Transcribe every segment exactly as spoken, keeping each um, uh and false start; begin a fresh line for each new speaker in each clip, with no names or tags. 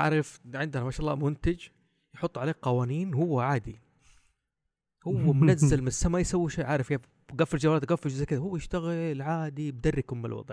عارف عندنا ما شاء الله منتج يحط عليه قوانين، هو عادي هو منزل من السماء يسوي شيء، عارف كيف قفل جوالات قفل زي كذا، هو يشتغل عادي بدركم الوضع.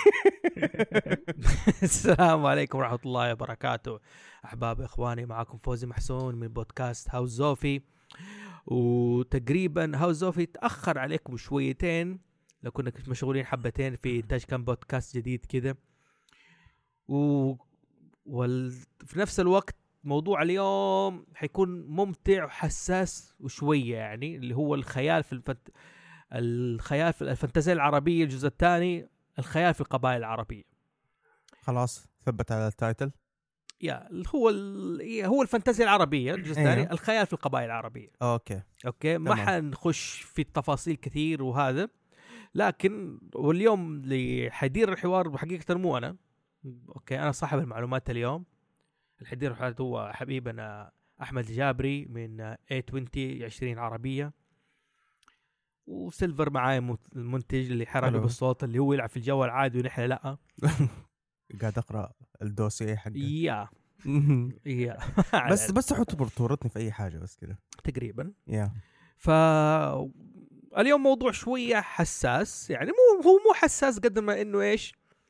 السلام عليكم ورحمة الله وبركاته أحباب إخواني، معكم فوزي محسون من بودكاست هاوس زوفي. وتقريبا هاوس زوفي تأخر عليكم شويتين لو كنا مشغولين حبتين في إنتاج كم بودكاست جديد كده، و وفي نفس الوقت موضوع اليوم حيكون ممتع وحساس وشوية، يعني اللي هو الخيال في الفت... الخيال في الفانتازيا العربية، الجزء الثاني الخيال في القبائل العربية.
خلاص ثبت على التايتل.
يا هو ال... هو الفانتازيا العربية الجزء الثاني أيه. الخيال في القبائل العربية.
اوكي
اوكي ما حنخش في التفاصيل كثير وهذا، لكن واليوم اللي حيدير الحوار بحقيقة مو أنا، اوكي انا صاحب المعلومات اليوم. الحدير الحوار هو حبيبنا احمد الجابري من إيه عشرين عشرين عربيه، وسيلفر معاي المنتج اللي حرقه بالصوت، اللي هو يلعب في الجو العادي ونحن لا.
قاعد اقرا الدوسيه حقه.
يا يا
بس بس احط برتورتني في اي حاجه بس كده
تقريبا.
يا
ف اليوم موضوع شويه حساس، يعني مو هو مو حساس قد ما انه ايش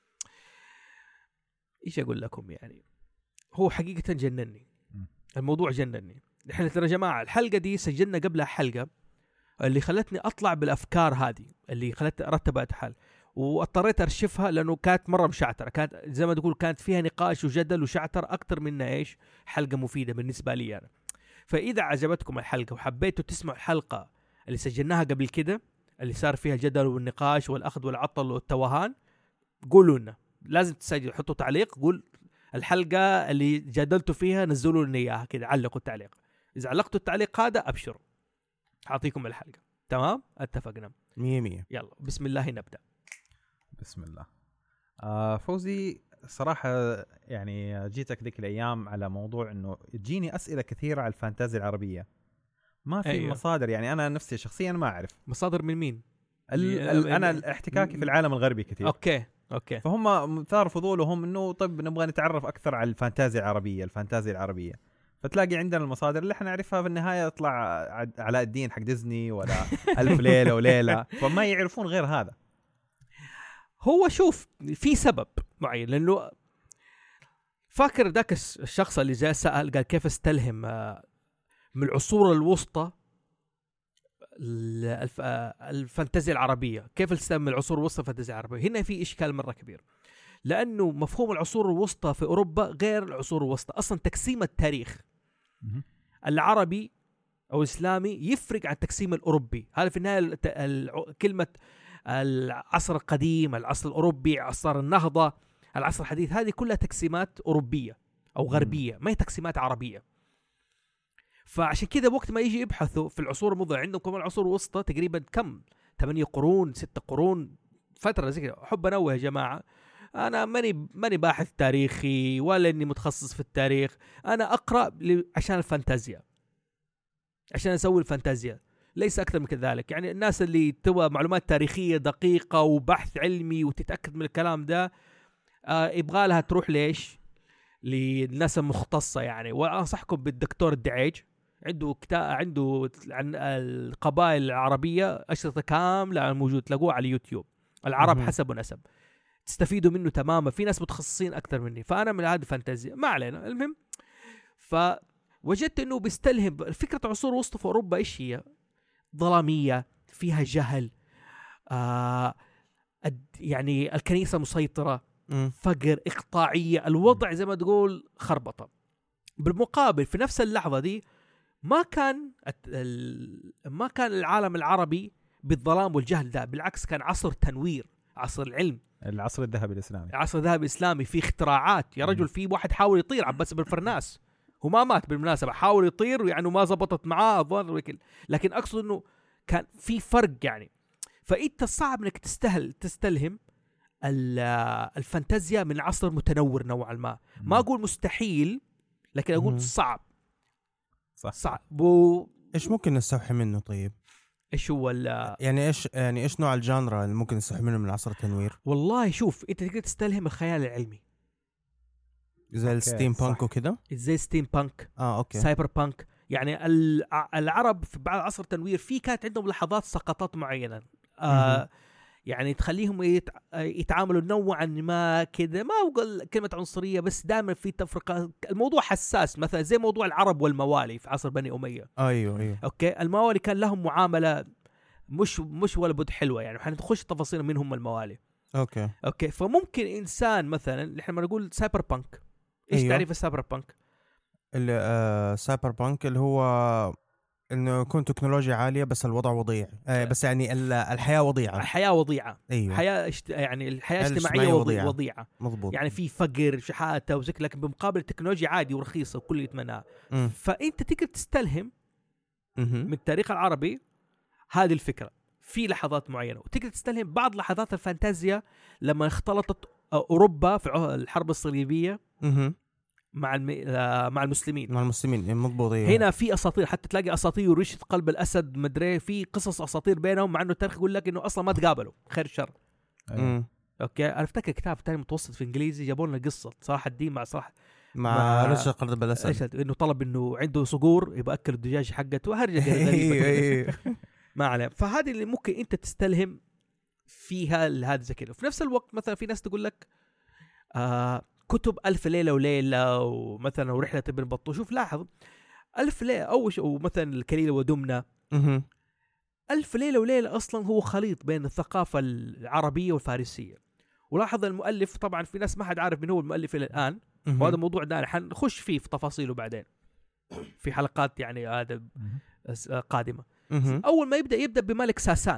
ايش اقول لكم، يعني هو حقيقة جنني الموضوع، جنني. احنا ترى يا جماعة الحلقة دي سجلنا قبلها حلقة اللي خلتني اطلع بالافكار هذه، اللي خلتني ارتبت حل، واضطريت ارشفها لانه كانت مرة مشعترة، كانت زي ما تقول كانت فيها نقاش وجدل وشعتر اكتر منها ايش حلقة مفيدة بالنسبة لي انا. فاذا عجبتكم الحلقة وحبيتوا تسمعوا الحلقة اللي سجلناها قبل كده اللي صار فيها الجدل والنقاش والاخذ والعطل والتوهان، قولوا لنا، لازم تسجلوا، حطوا تعليق، قول الحلقة اللي جادلتوا فيها نزلوا لنا إياها كده، علقوا التعليق. إذا علقتوا التعليق هذا أبشروا أعطيكم الحلقة. تمام اتفقنا
مية مية.
يلا بسم الله نبدأ.
بسم الله. آه فوزي صراحة يعني جيتك ذيك الأيام على موضوع إنه تجيني أسئلة كثيرة على الفانتازيا العربية، ما في أيوه. مصادر، يعني أنا نفسي شخصيا ما أعرف
مصادر من مين.
ال ال أنا احتكاكي في العالم الغربي كثير.
أوكي أوكي.
فهم مثار فضولهم إنه طب نبغى نتعرف أكثر على الفانتازيا العربية الفانتازيا العربية فتلاقي عندنا المصادر اللي احنا نعرفها في النهاية يطلع علاء الدين حق ديزني ولا ألف ليلة وليلة، فما يعرفون غير هذا.
هو شوف في سبب معين، لأنه فاكر ذاك الشخص اللي جاء سأل قال كيف استلهم من العصور الوسطى الفانتازيا العربية، كيف استلهم من العصور الوسطى الفانتازيا العربية. هنا في إشكال مرة كبير، لأنه مفهوم العصور الوسطى في أوروبا غير العصور الوسطى أصلا. تقسيم التاريخ العربي أو الإسلامي يفرق عن تقسيم الأوروبي. هذا في النهاية كلمة العصر القديم، العصر الأوروبي، عصر النهضة، العصر الحديث، هذه كلها تقسيمات أوروبية أو غربية، ما هي تقسيمات عربية. فعشان كذا وقت ما يجي يبحثوا في العصور المضيئة عندهم كمان العصور الوسطى تقريبا كم ثمانية قرون ستة قرون فترة زي كذا. أحب أنوه يا جماعة، أنا ماني ماني باحث تاريخي ولا إني متخصص في التاريخ، أنا أقرأ عشان الفانتازيا، عشان أسوي الفانتازيا، ليس أكثر من كذلك. يعني الناس اللي تبغى معلومات تاريخية دقيقة وبحث علمي وتتأكد من الكلام ده آه يبغى لها تروح ليش للناس المختصة يعني. وأنصحكم بالدكتور الدعيج، عنده كتاب عنده عن القبائل العربية أشرطة كاملة موجود، تلاقوه على اليوتيوب، العرب حسب ونسب، تستفيدوا منه تماما. في ناس متخصصين أكثر مني، فأنا من هذه الفانتازيا ما علينا. المهم فوجدت أنه بيستلهم فكرة عصور وسطى في أوروبا إيش هي؟ ظلامية، فيها جهل، آه يعني الكنيسة مسيطرة، فقر، إقطاعية، الوضع زي ما تقول خربطة. بالمقابل في نفس اللحظة دي ما كان ما كان العالم العربي بالظلام والجهل ده، بالعكس كان عصر تنوير، عصر العلم،
العصر الذهبي الإسلامي،
العصر الذهبي الإسلامي، في اختراعات يا رجل. في واحد حاول يطير عباس بن فرناس وما مات بالمناسبة، حاول يطير ويعني ما زبطت معاه الظاهر، لكن أقصد إنه كان في فرق يعني. فإنت صعب إنك تستهل تستلهم الفانتازيا من عصر متنور نوعا ما. ما أقول مستحيل، لكن أقول صعب.
صح.
صعب. و...
إيش ممكن نستوحي منه طيب؟
إيش هو
يعني إيش يعني إيش نوع الجانرا اللي ممكن نستوحي منه من عصر التنوير؟
والله شوف، أنت تقدر تستلهم الخيال العلمي،
زي الستيم بانك وكده،
زي ستيم بانك،
اه اوكي،
سايبر بانك. يعني العرب في بعد عصر التنوير في كانت عندهم لحظات سقطات معينه آه يعني تخليهم يت... يتعاملوا نوعا ما كذا، ما اقول كلمه عنصريه، بس دائما في تفرقه. الموضوع حساس، مثلا زي موضوع العرب والموالي في عصر بني اميه.
ايوه ايوه
اوكي، الموالي كان لهم معامله مش مش ولا بد حلوه، يعني حنخش تفاصيل من هم الموالي.
اوكي
اوكي، فممكن انسان مثلا احنا نقول سايبر بانك. ايش
أيوه.
تعريف السايبر بانك؟
السايبر بانك اللي هو انه يكون تكنولوجيا عاليه بس الوضع وضيع، آه بس يعني الحياه وضيعه،
الحياه وضيعه،
ايوه
حياه اشت... يعني الحياه
الاجتماعية
الاجتماعيه
وضيعة.
وضيعه،
مضبوط.
يعني في فقر شحاته وزك، لكن بمقابل التكنولوجيا عادي ورخيصه وكل يتمناها.
مم.
فانت تقدر تستلهم
مهم.
من التاريخ العربي هذه الفكره في لحظات معينه، وتقدر تستلهم بعض لحظات الفانتازيا لما اختلطت اوروبا في الع- الحرب الصليبيه
مهم.
مع الم... آه، مع المسلمين.
مع المسلمين، مضبوط. أيوة.
هنا في اساطير، حتى تلاقي اساطير وريشه قلب الاسد مدري، في قصص اساطير بينهم، مع انه التاريخ يقول لك انه اصلا ما تقابلوا، خير شر.
مم.
اوكي، انا افتكر كتاب ثاني متوسط في انجليزي جابوا لنا قصه صلاح الدين مع صلاح
مع,
مع
رشا قلب الاسد،
أسد، انه طلب انه عنده صقور يبقى اكل الدجاج حقته، هرجه غريبه.
أيوة.
ما عليه. فهذه اللي ممكن انت تستلهم فيها هذا زي كده. وفي نفس الوقت مثلا في ناس تقول لك آه كتب ألف ليلة وليلة، ومثلا ورحلة ابن بطوط. شوف لاحظ، ألف ليلة أو أو مثلا الكليلة ودمنة،
مهم.
ألف ليلة وليلة أصلا هو خليط بين الثقافة العربية والفارسية. ولاحظ المؤلف، طبعا في ناس ما حد عارف من هو المؤلف إلى الآن،
مهم.
وهذا موضوع داني حنخش فيه في تفاصيله بعدين في حلقات يعني هذا قادمة.
مهم.
أول ما يبدأ يبدأ بملك ساسان،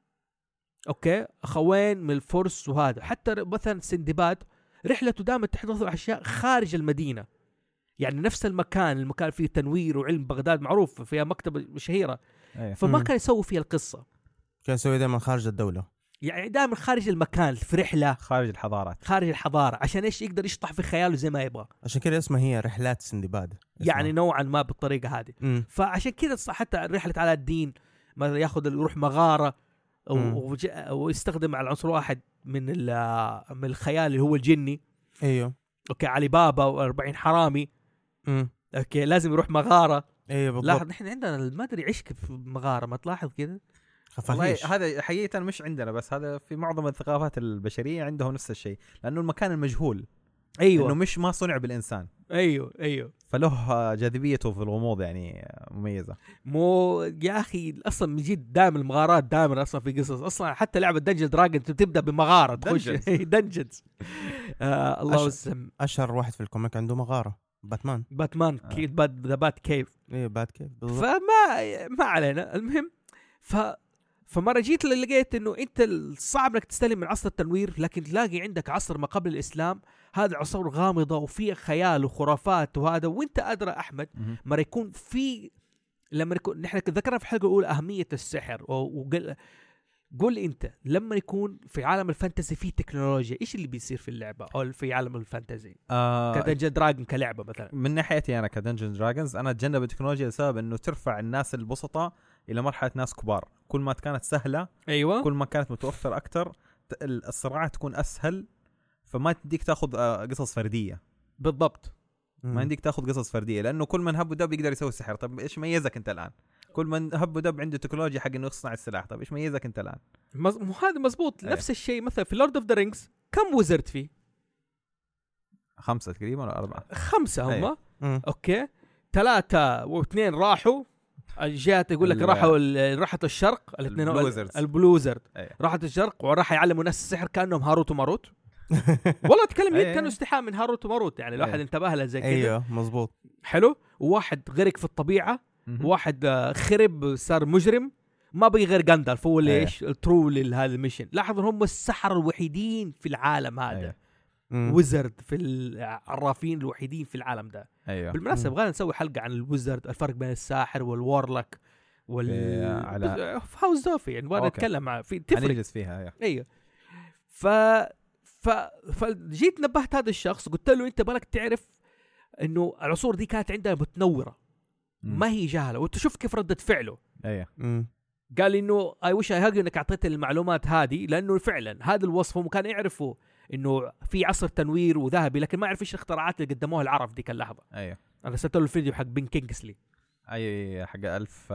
أوكي، أخوين من الفرس، وهذا حتى مثلا سندباد رحلته دائما تحدث أشياء خارج المدينة، يعني نفس المكان، المكان فيه تنوير وعلم، بغداد معروف فيها مكتبة شهيرة،
أيه.
فما
مم.
كان يسوي فيها القصة،
كان يسوي دائما خارج الدولة،
يعني دائما خارج المكان، في رحلة
خارج الحضارات.
خارج الحضارة، عشان إيش يقدر يشطح في خياله زي ما يبغى،
عشان كده اسمها هي رحلات سندباد اسمها.
يعني نوعا ما بالطريقة هذه.
مم.
فعشان كده حتى رحلة علاء الدين مثلا ياخذ يروح مغارة
مم.
وج- ويستخدم على عنصر واحد من ال- من الخيال اللي هو الجني.
ايوه
اوكي، علي بابا وأربعين حرامي،
مم.
اوكي لازم يروح مغارة.
ايوه بالضبط.
لاحظ نحن عندنا ما ادري عشق في مغارة، ما تلاحظ كده؟
والله
خفافيش.
هذا حقيقة مش عندنا بس، هذا في معظم الثقافات البشرية عندهم نفس الشيء، لأنه المكان المجهول،
ايوه
إنه مش ما صنع بالإنسان،
ايوه ايوه
فله جاذبيته في الغموض يعني مميزة.
مو يا اخي اصلا من جد دائما المغارات دائما اصلا في قصص، اصلا حتى لعبه دنجن دراجون تبدا بمغاره تخش دنجنز. آه الله
أش-
يسلم.
اشهر واحد في الكوميك عنده مغارة، باتمان.
باتمان
آه.
كيد بات ذا بات كيف.
ايه بات كيف بالضبط.
فما ما علينا، المهم ف فمره جيت اللي لقيت انه انت صعب انك تستلم من عصر التنوير، لكن تلاقي عندك عصر ما قبل الاسلام، هذا عصور غامضه وفيها خيال وخرافات وهذا. وانت ادرى احمد
مهم.
مره يكون في، لما يكون نحن ذكرنا في الحلقه الاولى اهميه السحر، وقل قول انت لما يكون في عالم الفانتسي في تكنولوجيا، ايش اللي بيصير في اللعبه او في عالم الفانتسي
آه
كدنجن دراجون كلعبه مثلا؟
من ناحيتي أنا كدنجن دراجونز، أنا أتجنب التكنولوجيا لسبب إنه ترفع الناس البسطاء إلى مرحلة ناس كبار. كل ما كانت سهلة
ايوه
كل ما كانت متوفر أكتر، ت- الصراعات تكون أسهل، فما تديك تاخذ آه، قصص فردية.
بالضبط.
مم.
ما عندك تاخذ قصص فرديه، لانه كل من هب ودب يقدر يسوي السحر. طب ايش ميزك انت الان؟ كل من هب ودب عنده تكنولوجيا حق انه يصنع السلاح، طب ايش ميزك انت الان؟
مز... مو هذا مزبوط.
أيه.
نفس الشيء مثلا في لورد اوف ذا رينجز، كم وزرد فيه؟
خمسه تقريبا ولا اربعه؟
خمسه هم.
أيه.
مم.
اوكي، ثلاثه واثنين راحوا الجهات، يقول لك
ال-
راحوا ال- راحت الشرق الاثنين،
البلوزردز.
البلوزرد
أيه.
راحت الشرق وراح يعلموا ناس السحر كانهم هاروت وماروت. والله اتكلم
أيه.
جد كانوا استحاء من هاروت وماروت، يعني الواحد
أيه.
انتبه له زي كذا.
ايوه مزبوط.
حلو. وواحد غرق في الطبيعه،
مهم.
واحد آه، خرب صار مجرم، ما بقي غير غاندالف هو اللي
أيه.
ايش الترو لهذا الميشن. لاحظ هم السحر الوحيدين في العالم هذا.
أيه.
مم.
ويزرد في العرافين الوحيدين في العالم ده.
ايوه
بالمناسبه
مم.
يبغى نسوي حلقه عن الويزرد، الفرق بين الساحر والوارلك وال
إيه، على-
في هاوس دوفي، يعني نبغى
أوكي.
نتكلم عن في تفرق.
هنجلس فيها. ايوه
ايوه. ف ف فجيت نبهت هذا الشخص، قلت له انت بالك تعرف انه العصور دي كانت عندها متنوره،
مم.
ما هي جاهله، وانت شوف كيف ردة فعله.
ايوه
مم.
قال انه اي وش اي هاج انك اعطيتني المعلومات هذه، لانه فعلا هذا الوصف هم كانوا يعرفوا انه في عصر تنوير وذهبي، لكن ما اعرف ايش الاختراعات اللي قدموها العرب ديك اللحظه.
ايوه
انا سألت له الفيديو حق بن كينغسلي،
اي حق ألف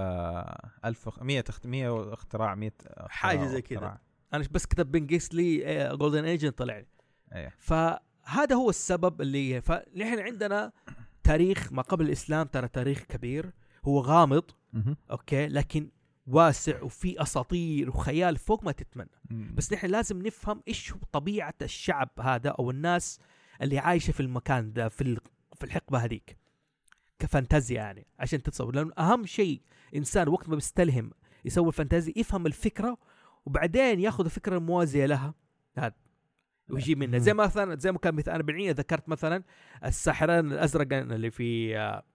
ألف مية مية اختراع مية
حاجه زي كذا. انا بس كتب بن كينغسلي جولدن ايجن طلع لي.
ايوه
فهذا هو السبب اللي فنحن عندنا تاريخ ما قبل الاسلام، ترى تاريخ كبير هو غامض
م-
اوكي لكن واسع وفي اساطير وخيال فوق ما تتمنى.
م-
بس نحن لازم نفهم ايش طبيعه الشعب هذا او الناس اللي عايشه في المكان ده في في الحقبه هذيك كفانتازيا يعني عشان تتصور. لأنه أهم شيء إنسان وقت ما بيستلهم يسوي الفانتازيا يفهم الفكرة وبعدين ياخذ الفكرة الموازية لها هذا ويجي منها. زي مثلا زي ما كان مثلا أنا بالعين ذكرت مثلا الساحران الأزرق اللي في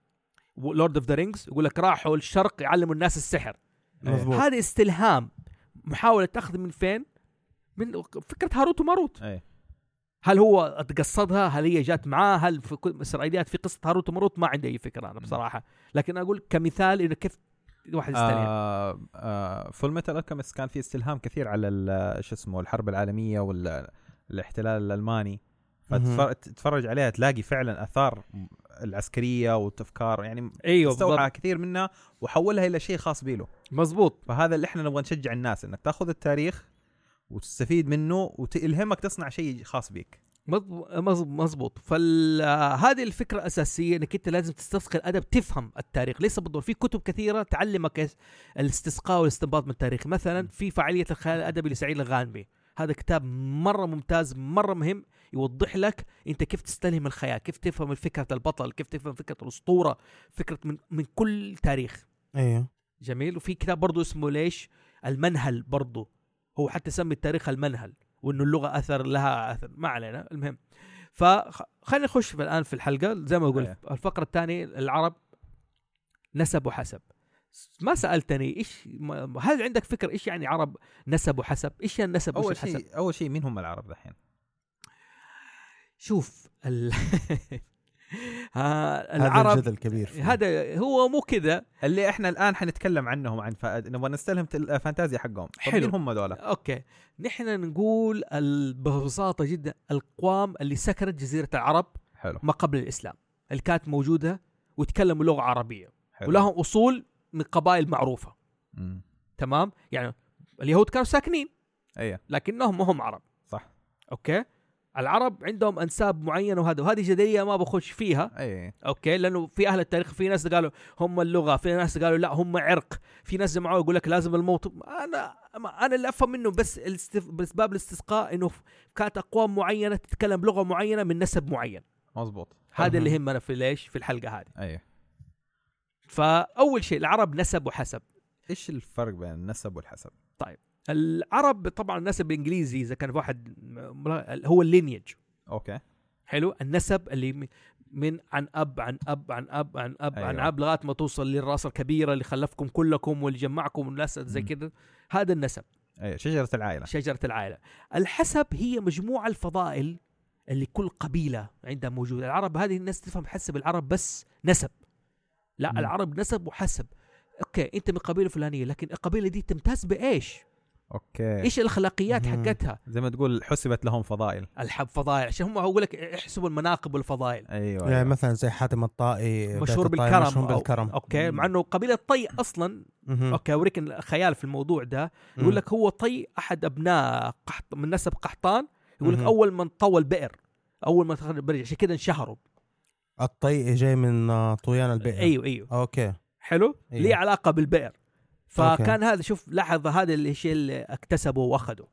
لورد اوف ذا رينجز، يقول لك راحوا الشرق يعلموا الناس السحر. هذا استلهام، محاولة تأخذ من فين؟ من فكرة هاروت وماروت.
أي.
هل هو تقصدها؟ هل هي جات معاه؟ هل في إسرائيليات في قصة هاروت وماروت؟ ما عندي أي فكرة أنا بصراحة، لكن أقول كمثال إنه كيف الواحد يستلهم.
آه آه فول ميتال ألكيميست كان فيه استلهام كثير على شو اسمه الحرب العالمية والاحتلال الألماني، فتتفرج عليها تلاقي فعلا أثار العسكرية والتفكار يعني
أيوة
استوحى كثير منها وحولها إلى شيء خاص بيله.
مظبوط.
فهذا اللي احنا نبغى نشجع الناس، إنك تأخذ التاريخ وتستفيد منه وتلهمك تصنع شيء خاص بيك.
مظبوط. فهذه الفكرة الأساسية إنك أنت لازم تستسقي الأدب، تفهم التاريخ. ليس بالضرورة في كتب كثيرة تعلمك الاستسقاء والاستنباط من التاريخ. مثلا في فعالية الخيال الأدبي لسعيد الغانمي، هذا كتاب مرة ممتاز مرة مهم، يوضح لك أنت كيف تستلهم الخيال، كيف تفهم فكرة البطل، كيف تفهم فكرة الأسطورة، فكرة من, من كل تاريخ.
أيوه
جميل. وفي كتاب برضو اسمه ليش المنهل، برضو هو حتى سمي التاريخ المنهل، وإنه اللغة أثر لها أثر. ما علينا. المهم فخلينا نخش في الآن في الحلقة. زي ما أقول الفقرة الثانية العرب نسب وحسب. ما سألتني إيش، هل عندك فكرة إيش يعني عرب نسب وحسب؟ إيش يعني النسب
أول
وإيش
شيء
الحسب؟
أول شيء مين هم العرب دحين؟
شوف ال...
ها
العرب
هذا الجدل كبير فيه.
هذا هو مو كذا
اللي احنا الان حنتكلم عنهم عن ف... نبغى نستلهم الفانتازيا حقهم. طب مين هم دول؟
اوكي نحن نقول ببساطه جدا القوام اللي سكنت جزيره العرب
حلو.
ما قبل الاسلام، اللي كانت موجوده وتكلموا لغه عربيه
حلو.
ولهم اصول من قبائل معروفه.
م.
تمام. يعني اليهود كانوا ساكنين
ايوه
لكنهم ما هم عرب.
صح.
اوكي العرب عندهم انساب معينه وهذا، وهذه جدليه ما بخش فيها.
أي.
اوكي لانه في اهل التاريخ في ناس قالوا هم اللغه، في ناس قالوا لا هم عرق، في ناس جمعوا يقول لك لازم الموت. انا انا اللي افهم منه بس الاستف... بس باب الاستسقاء انه كانت اقوام معينه تتكلم بلغه معينه من نسب معين.
مزبوط.
هذا اللي يهمنا في ليش في الحلقه هذه.
ايوه.
فاول شيء العرب نسب وحسب.
ايش الفرق بين النسب والحسب؟
طيب العرب طبعا النسب الانجليزي اذا كان واحد هو اللينيج.
اوكي
حلو. النسب اللي من عن اب عن اب عن اب عن اب
أيوة.
عن اب لغايه ما توصل للراس الكبيره اللي خلفكم كلكم واللي جمعكم والناس زي كذا. هذا النسب.
ايوه شجره العائله.
شجره العائله. الحسب هي مجموعه الفضائل اللي كل قبيله عندها موجود. العرب هذه الناس تفهم حسب العرب بس نسب. لا م. العرب نسب وحسب. اوكي انت من قبيله فلانيه لكن القبيله دي تمتاز بايش؟
اوكي
ايش الاخلاقيات
مم.
حقتها؟
زي ما تقول حسبت لهم فضائل.
الحب فضائل عشان هم اقول لك احسبوا المناقب والفضائل.
ايوه,
يعني
أيوة.
مثلا زي حاتم الطائي
مشهور بالكرم.
مشهور بالكرم.
اوكي مع انه قبيله طي اصلا.
مم.
اوكي اوريك الخيال في الموضوع ده. يقول لك هو طي احد ابناء قحط من نسب قحطان. يقول لك اول من طوى البئر اول ما دخل البئر عشان كده انشهروا.
الطي جاي من طويان البئر.
ايوه ايوه
اوكي
حلو.
أيوه.
ليه علاقه بالبئر. فكان
أوكي.
هذا شوف لاحظ هذا الشيء اللي اكتسبه واخده.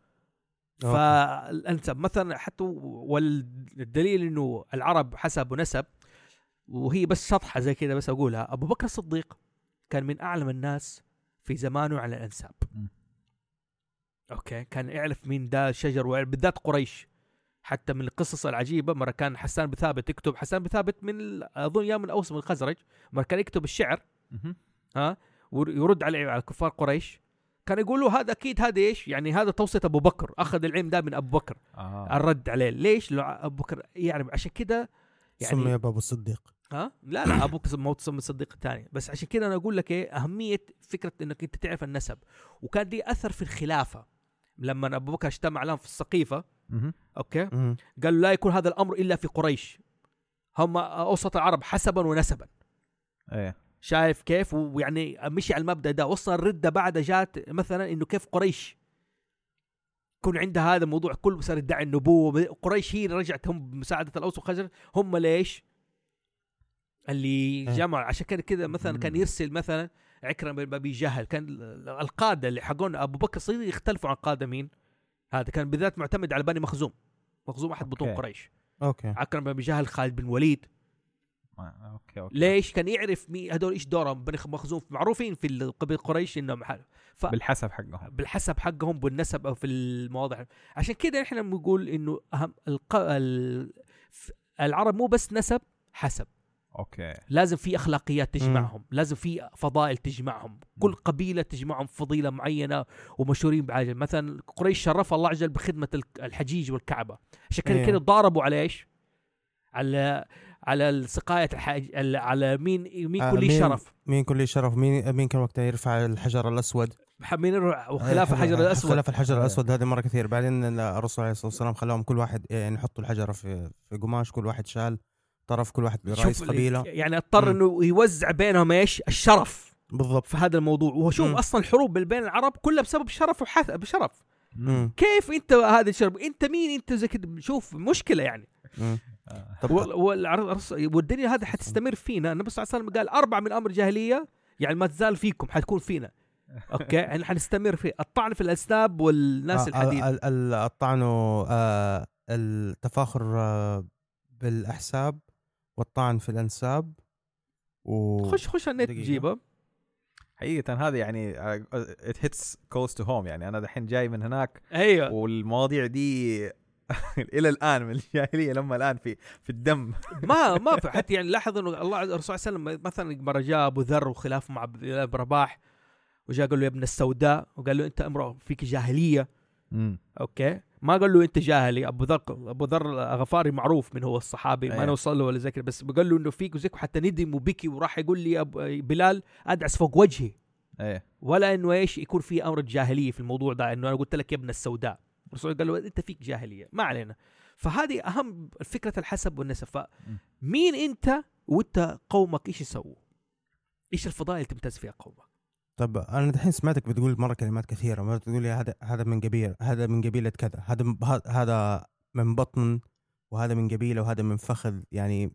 فالانسب مثلا حتى والدليل انه العرب حسب نسب وهي بس شطحه زي كده بس اقولها. ابو بكر الصديق كان من اعلم الناس في زمانه على الانساب.
م.
اوكي كان يعرف مين ده شجر بالذات قريش. حتى من القصص العجيبه مره كان حسان بثابت يكتب. حسان بثابت من اظن يا من اوس من الخزرج. مره كان يكتب الشعر
م-
ها ويرد عليه على كفار قريش. كان يقولوا هذا اكيد هذا ايش يعني هذا توصيه ابو بكر اخذ العلم ده من ابو بكر.
آه.
الرد عليه ليش لو ابو بكر يعرف عشان كده يعني
سمي ابو الصديق.
ها لا لا ابو بكر موت سمي الصديق الثاني. بس عشان كده انا اقول لك ايه اهميه فكره انك انت تعرف النسب. وكان دي اثر في الخلافه لما ابو بكر اجتمع لهم في السقيفه
مهم.
اوكي
مهم.
قالوا لا يكون هذا الامر الا في قريش، هم اوسط العرب حسبا ونسبا.
ايه
شايف كيف؟ ويعني مشي على المبدا ده. وصل الرده بعد جات مثلا انه كيف قريش يكون عندها هذا الموضوع كله صار يدعي النبوه. قريش هي رجعتهم بمساعده الاوس والخزرج. هم ليش اللي جمع؟ عشان كده كده مثلا كان يرسل مثلا عكرمة بن ابي جهل. كان القاده اللي حقون ابو بكر الصديق يختلفوا عن قاده مين. هذا كان بالذات معتمد على بني مخزوم. مخزوم احد بطون قريش.
اوكي.
عكرمة بن ابي جهل، خالد بن وليد.
اوكي اوكي
ليش؟ كان يعرف مي هدول ايش دورهم. بني مخزوم معروفين في القبيل قريش انهم حال ف...
بالحسب حقهم
بالحسب حقهم بالنسب او في المواضع. عشان كده احنا بنقول انه اهم الق... ال... العرب مو بس نسب، حسب.
اوكي
لازم في اخلاقيات تجمعهم. م. لازم في فضائل تجمعهم. كل قبيله تجمعهم فضيله معينه ومشهورين بعجل. مثلا قريش شرف الله عز وجل بخدمه الحجيج والكعبه. عشان كده كده ضاربوا على ايش؟ على على السقايه الحاج... على مين مين كل
آه
شرف
مين كل شرف مين مين كان وقتها يرفع الحجر الاسود.
مين وخلاف الحجر الاسود.
خلاف الحجر الاسود هذه مره كثير. بعدين الرسول عليه الصلاه والسلام خلاهم كل واحد يعني يحطوا الحجر في في قماش. كل واحد شال طرف، كل واحد برئيس قبيله.
يعني اضطر انه يوزع بينهم ايش؟ الشرف
بالضبط
في هذا الموضوع. وشوف
م.
اصلا الحروب بين العرب كلها بسبب شرف وحث بشرف.
م.
كيف انت هذا الشرف؟ انت مين انت زي كده؟ شوف مشكله يعني. طب والدنيا هذا حتستمر فينا. النبي صلى الله عليه وسلم قال أربعة من أمر جاهلية يعني ما تزال فيكم، حتكون فينا. أوكي يعني حنستمر فيه. الطعن في الأسناب والناس الحديث.
الطعن آه التفاخر آه بالأحساب والطعن في الأنساب. و...
خش خش النت تجيبه.
حقيقة هذا يعني it hits close to home. يعني أنا دحين جاي من هناك.
أيوة.
والمواضيع دي الى الان من الجاهليه لما الان في في الدم.
ما ما في حتى يعني لاحظ انه الله الرسول صلى الله عليه وسلم مثلا مره جاء ابو ذر وخلافه مع ابن رباح وجاء قال له يا ابن السوداء وقال له انت امرؤ فيك جاهليه.
امم
اوكي ما قال له انت جاهلي. ابو ذر ابو ذر غفاري معروف من هو الصحابي. أيه. ما نوصل له ولا زي كده بس بقول له انه فيك وزيك. وحتى ندم وبكي وراح يقول لي بلال ادعس فوق وجهي.
ايه
ولا انه ايش يكون في امر جاهليه في الموضوع ده. انه انا قلت لك يا ابن السوداء. الرسول قال له انت فيك جاهليه. ما علينا. فهذه اهم فكره الحسب والنسب. فمين انت وانت قومك ايش يسووا؟ ايش الفضائل تمتاز فيها قومك؟
طب انا الحين سمعتك بتقول مره كلمات كثيره. مره تقول لي هذا هذا من قبيله، هذا من قبيله كذا، هذا هذا من بطن، وهذا من قبيله، وهذا من فخذ. يعني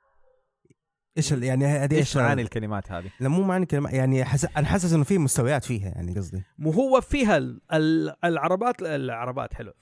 ايش يعني هذه
ايش معاني الكلمات هذه؟
لا مو معنى كلمات يعني حس... انا حاسس انه في مستويات فيها. يعني قصدي
مو هو فيها ال... ال... العربات العربات حلو.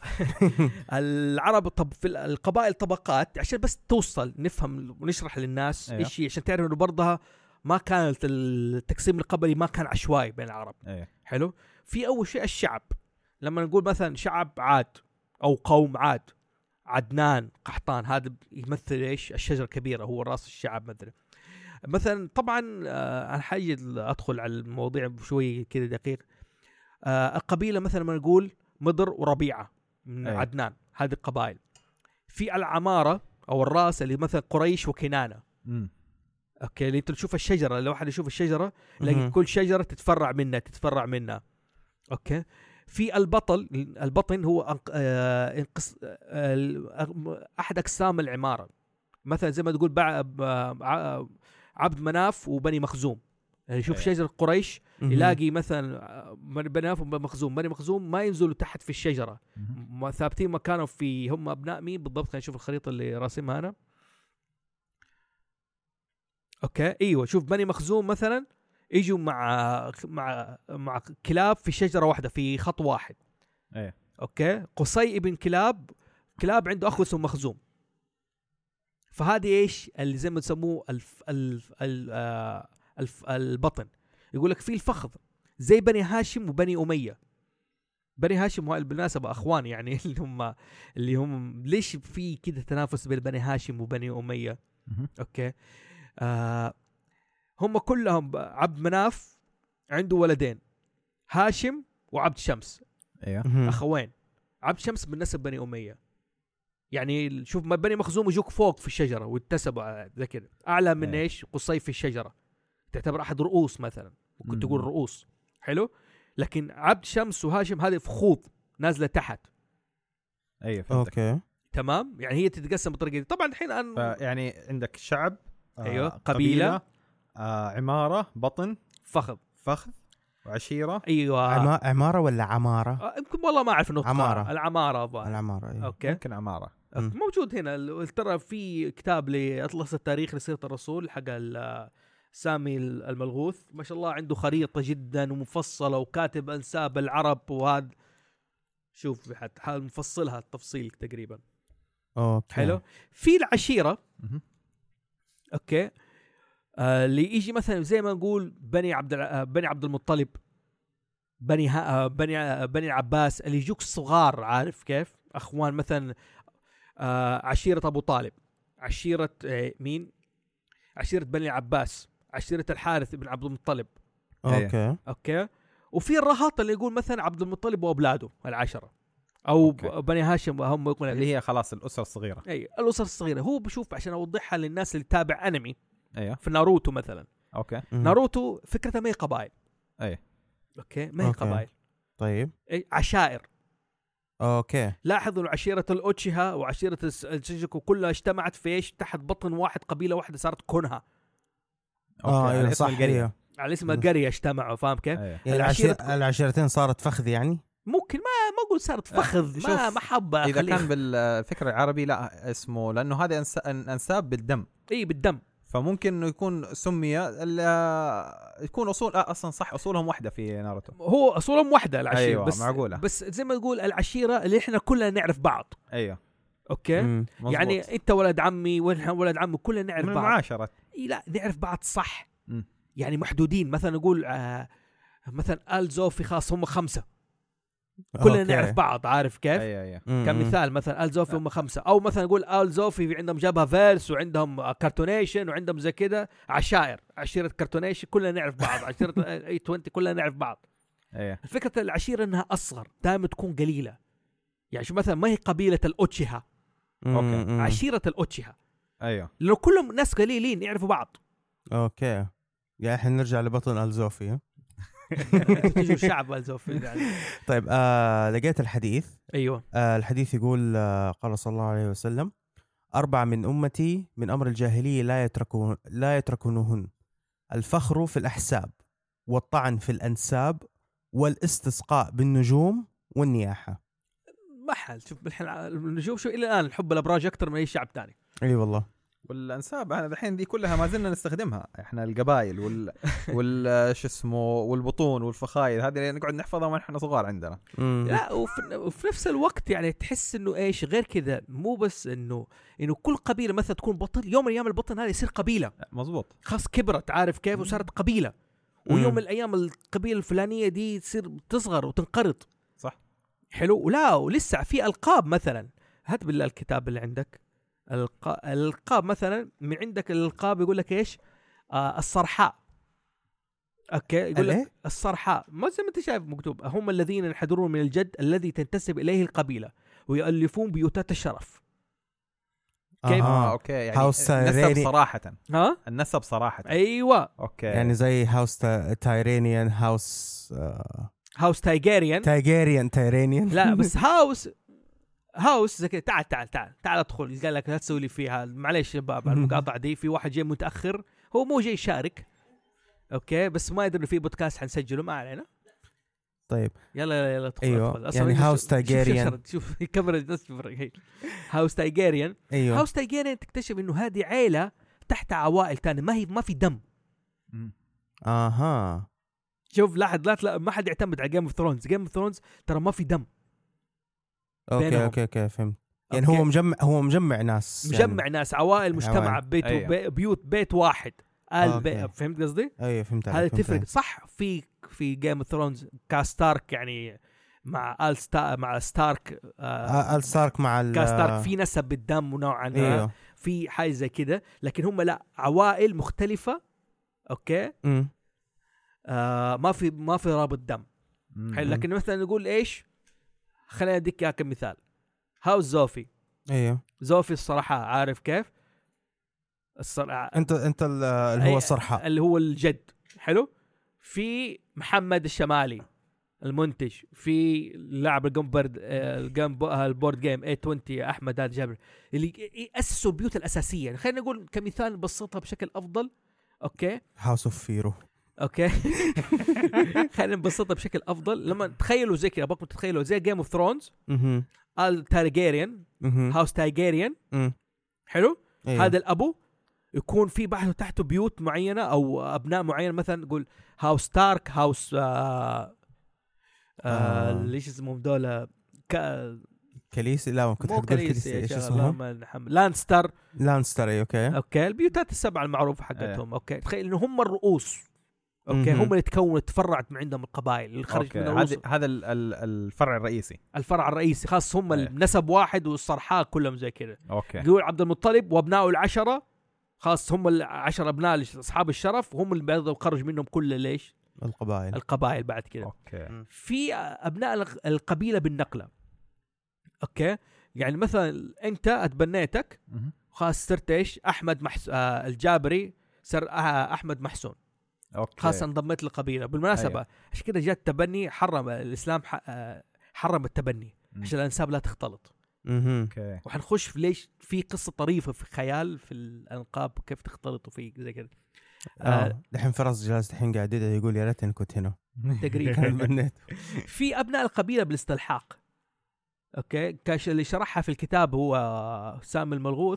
العرب طب في القبائل طبقات عشان بس توصل نفهم ونشرح للناس
أيوه.
ايش عشان تعرف انه برضها ما كانت التقسيم القبلي ما كان عشوائي بين العرب.
أيوه.
حلو. في اول شيء الشعب. لما نقول مثلا شعب عاد او قوم عاد، عدنان، قحطان، هذا يمثل ايش؟ الشجره الكبيره هو راس الشعب مثلا. مثلا طبعا آه انا حاجي ادخل على المواضيع شوي كذا دقيق. آه القبيله مثلا لما نقول مضر وربيعه من
أيه.
عدنان، هذه القبائل. في العماره او الراس اللي مثلا قريش وكنانه.
م.
اوكي اللي انت تشوف الشجره، لو واحد يشوف الشجره يلاقي كل شجره تتفرع منها تتفرع منها. اوكي. في البطل البطن هو آه انقص آه احد اقسام العماره. مثلا زي ما تقول عبد مناف وبني مخزوم. يعني يشوف أيه. شجره قريش يلاقي مثلا بني مناف وبني مخزوم. بني مخزوم ما ينزلوا تحت في الشجره، ثابتين مكانهم في هم ابناء مين بالضبط. خلينا نشوف الخريطه اللي راسمها انا. اوكي ايوه شوف بني مخزوم مثلا يجوا مع مع مع كلاب في شجره واحده في خط واحد.
ايه
اوكي. قصي ابن كلاب كلاب عنده اخو اسمه مخزوم. فهذه ايش اللي زي ما تسموه الف الف الف البطن. يقول لك في الفخذ زي بني هاشم وبني اميه. بني هاشم هو بالمناسبه اخوان يعني اللي هم اللي هم ليش في كده تنافس بين بني هاشم وبني اميه. اوكي. آه هم كلهم عبد مناف عنده ولدين، هاشم وعبد شمس.
ايوه
اخوين. عبد شمس من نسب بني اميه. يعني شوف ما بني مخزوم يجوك فوق في الشجره واتسبوا زي كده اعلى من أيه. ايش قصي في الشجره تعتبر احد رؤوس مثلا ممكن تقول رؤوس. حلو. لكن عبد شمس وهاشم هذه فخوض نازله تحت.
ايوه فهمتك.
اوكي
تمام، يعني هي تتقسم بالطريقه دي. طبعا الحين أن...
يعني عندك شعب، آه
أيوة. قبيلة.
قبيلة، آه عمارة، بطن،
فخذ
فخذ، وعشيرة.
ايوه
عما... عماره ولا عماره؟
آه، يمكن والله ما اعرف النطق.
عمارة.
العماره الظاهر.
العماره أيوة.
اوكي
ممكن عمارة.
مم.
موجود هنا ال- ترى في كتاب لأطلس التاريخ لسيرة الرسول حق ال- سامي الملغوث، ما شاء الله عنده خريطة جدا ومفصلة وكاتب أنساب العرب، وهذا شوف حتى حال مفصلها التفصيل تقريبا.
اوكي
حلو. في العشيرة
مهم.
اوكي آه اللي يجي مثلا زي ما نقول بني عبد الع- بني عبد المطلب، بني ها بني ع- بني العباس اللي يجوك صغار، عارف كيف؟ اخوان مثلا آه عشيرة ابو طالب، عشيرة آه مين؟ عشيرة بني العباس، عشيرة الحارث بن عبد المطلب.
اوكي
اوكي. وفي الرهط اللي يقول مثلا عبد المطلب واولاده العشرة، او
أوكي.
ب- بني هاشم هم يقول
اللي هي خلاص الأسرة الصغيرة.
اي الاسر الصغيرة. هو بشوف عشان اوضحها للناس اللي تتابع انمي،
ايوه
في ناروتو مثلا،
اوكي.
مم.
ناروتو فكرتها ما هي قبائل.
اي
اوكي ما هي
أوكي.
قبائل،
طيب
أي عشائر.
اوكي
لاحظوا عشيرة الأوتشيها وعشيرة الس- الشينجوكو كلها اجتمعت في ايش؟ تحت بطن واحد، قبيلة واحدة صارت كونها،
اوكي
اه
على
ايوه
اسم
صح
القرية.
هي.
على اسم القرية اجتمعوا، فاهم كيف؟
أيوة.
يعني
العشيرة
العشيرة العشيرتين صارت فخذ يعني.
ممكن ما ما اقول صارت فخذ،
شوف،
ما محبة.
اذا
خليه-
كان بالفكر العربي لا اسمه، لانه هذا أنس- انساب بالدم،
اي بالدم.
فممكن انه يكون سمي ال- يكون اصول آه اصلا صح اصولهم واحده في ناروتو.
هو اصولهم واحدة العشيرة.
أيوة،
بس
معقولة.
بس زي ما تقول العشيرة اللي احنا كلنا نعرف بعض.
ايوه
اوكي
مم.
مزبوط.
يعني انت ولد عمي وانا ولد عمي، كلنا نعرف
من
بعض.
المعاشره.
إيه لا نعرف بعض صح.
مم.
يعني محدودين، مثلا نقول آه مثلا آل زوفي خاص هم خمسة، كلنا
أوكي.
نعرف بعض، عارف كيف؟
ايوه ايوه
مم.
كمثال مثلا آل زوفي هم خمسة، او مثلا نقول آل زوفي في عندهم جابها فيرس وعندهم كارتونيشن وعندهم زي كده عشائر، عشيرة كارتونيشن كلنا نعرف بعض، عشيرة اي عشرين كلنا نعرف بعض.
ايوه
الفكرة العشيرة انها اصغر، دائما تكون قليلة. يعني شو مثلا ما هي قبيلة الأوتشيها،
مم.
أوكي.
مم.
عشيرة الأوتشيها،
ايوه
لأنه كلهم ناس قليلين يعرفوا بعض.
اوكي يعني احنا نرجع لبطن الزوفي ها؟
تجوا الشعب آل زوفي يعني.
طيب آه لقيت الحديث.
ايوه
آه الحديث يقول آه قال صلى الله عليه وسلم: أربع من أمتي من أمر الجاهلية لا يتركون لا يتركونهن: الفخر في الأحساب، والطعن في الأنساب، والاستسقاء بالنجوم، والنياحة.
محل شوف بالحين نشوف شو الى الان نحب الابراج اكثر من اي شعب ثاني.
اي والله.
والانساب انا الحين دي كلها ما زلنا نستخدمها احنا، القبائل وال وال شو اسمه والبطون والفخايل، هذه اللي نقعد نحفظها واحنا صغار عندنا.
مم.
لا وفي, وفي نفس الوقت يعني تحس انه ايش غير كذا، مو بس انه انه كل قبيله مثلا تكون بطل، يوم من ايام البطن هذا يصير قبيله
مزبوط.
خاص كبرت، عارف كيف؟ وصارت قبيله. ويوم من الايام القبيله الفلانيه دي تصير تصغر وتنقرض.
صح.
حلو. ولا ولسه في القاب مثلا، هات بالله الكتاب اللي عندك الق... الالقاب مثلا، من عندك الالقاب يقول لك ايش؟ آه الصرحاء. اوكي يقول
الإيه؟
لك الصرحاء، ما زي ما انت شايف مكتوب: هم الذين ينحدرون من الجد الذي تنتسب اليه القبيله ويؤلفون بيوتات الشرف. كيف؟
اه
آه.
اوكي يعني
هاوس
النسب
تايريني.
صراحه،
ها
النسب صراحه.
ايوه
اوكي
يعني زي هاوس تا... تايرينيان هاوس آه...
هاوس تايجيريان.
تايجيريان تايرينيان.
لا بس هاوس هاوس زي كده. تعال تعال تعال تعال ادخل. قال لك لا تسوي لي فيها، معليش شباب على المقاطعه دي، في واحد جاي متاخر، هو مو جاي يشارك اوكي، بس ما يدري انه في بودكاست حنسجله، ما علينا.
طيب
يلا يلا يلا ادخل
أيوة،
ادخل. أصلاً
يعني
شوف-
هاوس
شوف-
تايجيريان.
شوف شوف شوف كاميرا الناس تشوف هاوس تايجيريان.
ايوه
هاوس تايجيريان تكتشف انه هذه عيله تحت عوائل تانية، ما هي ما في دم.
مم.
اها
شوف لاحظ، لا لا ما حد يعتمد على جيم اوف ثرونز. جيم اوف ثرونز ترى ما في دم.
اوكي
بينهم.
اوكي اوكي فهمت. يعني
أوكي.
هو مجمع هو مجمع ناس
مجمع
يعني.
ناس، عوائل مجتمع
عوائل.
بيت
أيوة.
بي بيوت بيت واحد آل
أوكي.
بي. فهمت قصدي؟
ايوه فهمت
هذا
عليك، فهمت
تفرق
عليك.
صح. في في جيم اوف ثرونز كاستارك يعني مع آل ستا مع ستارك آه
آه آل ستارك مع ال
كاستارك في نسب بالدم ونوعا ما
ايوه
في حاجه زي كده، لكن هم لا، عوائل مختلفه. اوكي
امم
آه ما في ما في رابط دم.
مم.
حلو. لكن مثلا نقول ايش، خلينا اديك اياها كمثال. هاوس زوفي.
ايوه
زوفي الصراحه، عارف كيف؟ الصراحه
انت انت ال- اللي هو
أي-
الصرحاء.
اللي هو الجد. حلو. في محمد الشمالي المنتج، في لاعب الجمبرد الجيم البورد جيم إيه عشرين احمد هذا جابر اللي اسسوا البيوت الاساسيه. يعني خلينا نقول كمثال نبسطها بشكل افضل. اوكي
هاوس اوف فيرو.
اوكي خلينا نبسطها بشكل افضل. لما تخيلوا زي كذا ابغاكم تتخيلوا زي جيم اوف ثرونز،
اها
التارجيريان، هاوس تارجيريان. حلو.
أيوه.
هذا الابو يكون في بعده تحته بيوت معينه او ابناء معينه، مثلا نقول هاوس ستارك، هاوس آه آه ليش اسمهم دول ك...
كاليسي. لا كنت
مو
حتقول
كاليسي،
ايش اسمهم؟
لانستر.
لانستر. اي اوكي
اوكي البيوتات السبعه المعروفه حقتهم.
أيه.
اوكي تخيل انه هم الرؤوس. اوكي
مهم.
هم اللي تكونت تفرعت من عندهم القبائل اللي خرجت من الرؤوس.
هذا ال- ال- الفرع الرئيسي،
الفرع الرئيسي خاص هم
أيه.
النسب واحد والصرحاء كلهم زي كذا.
اوكي
يقول عبد المطلب وابنائه العشره خاص هم العشر ابناء اصحاب الشرف، وهم اللي بيقدروا يخرج منهم كل ليش
القبائل.
القبائل بعد كذا.
اوكي
في ابناء الق- القبيله بالنقله. اوكي يعني مثلا انت اتبنيتك
مهم.
خاص صرت ايش احمد محس... آه الجابري صار آه احمد محسون.
اوكي
خاصه انضميت للقبيله بالمناسبه.
أيوه.
عشان كده جاء التبني، حرم الاسلام ح... آه حرم التبني
مم.
عشان الانساب لا تختلط.
اها
اوكي
وحنخش في ليش في قصه طريفه في خيال في الانقاب كيف تختلط وفي زي كده.
اه دحين فرز جالس دحين قاعد يدعي يقول يا ريتني كنت هنا.
تقريبا
كان بنيت.
في ابناء القبيله بالاستلحاق. اوكي كاش اللي شرحها في الكتاب هو سامي الملغوث.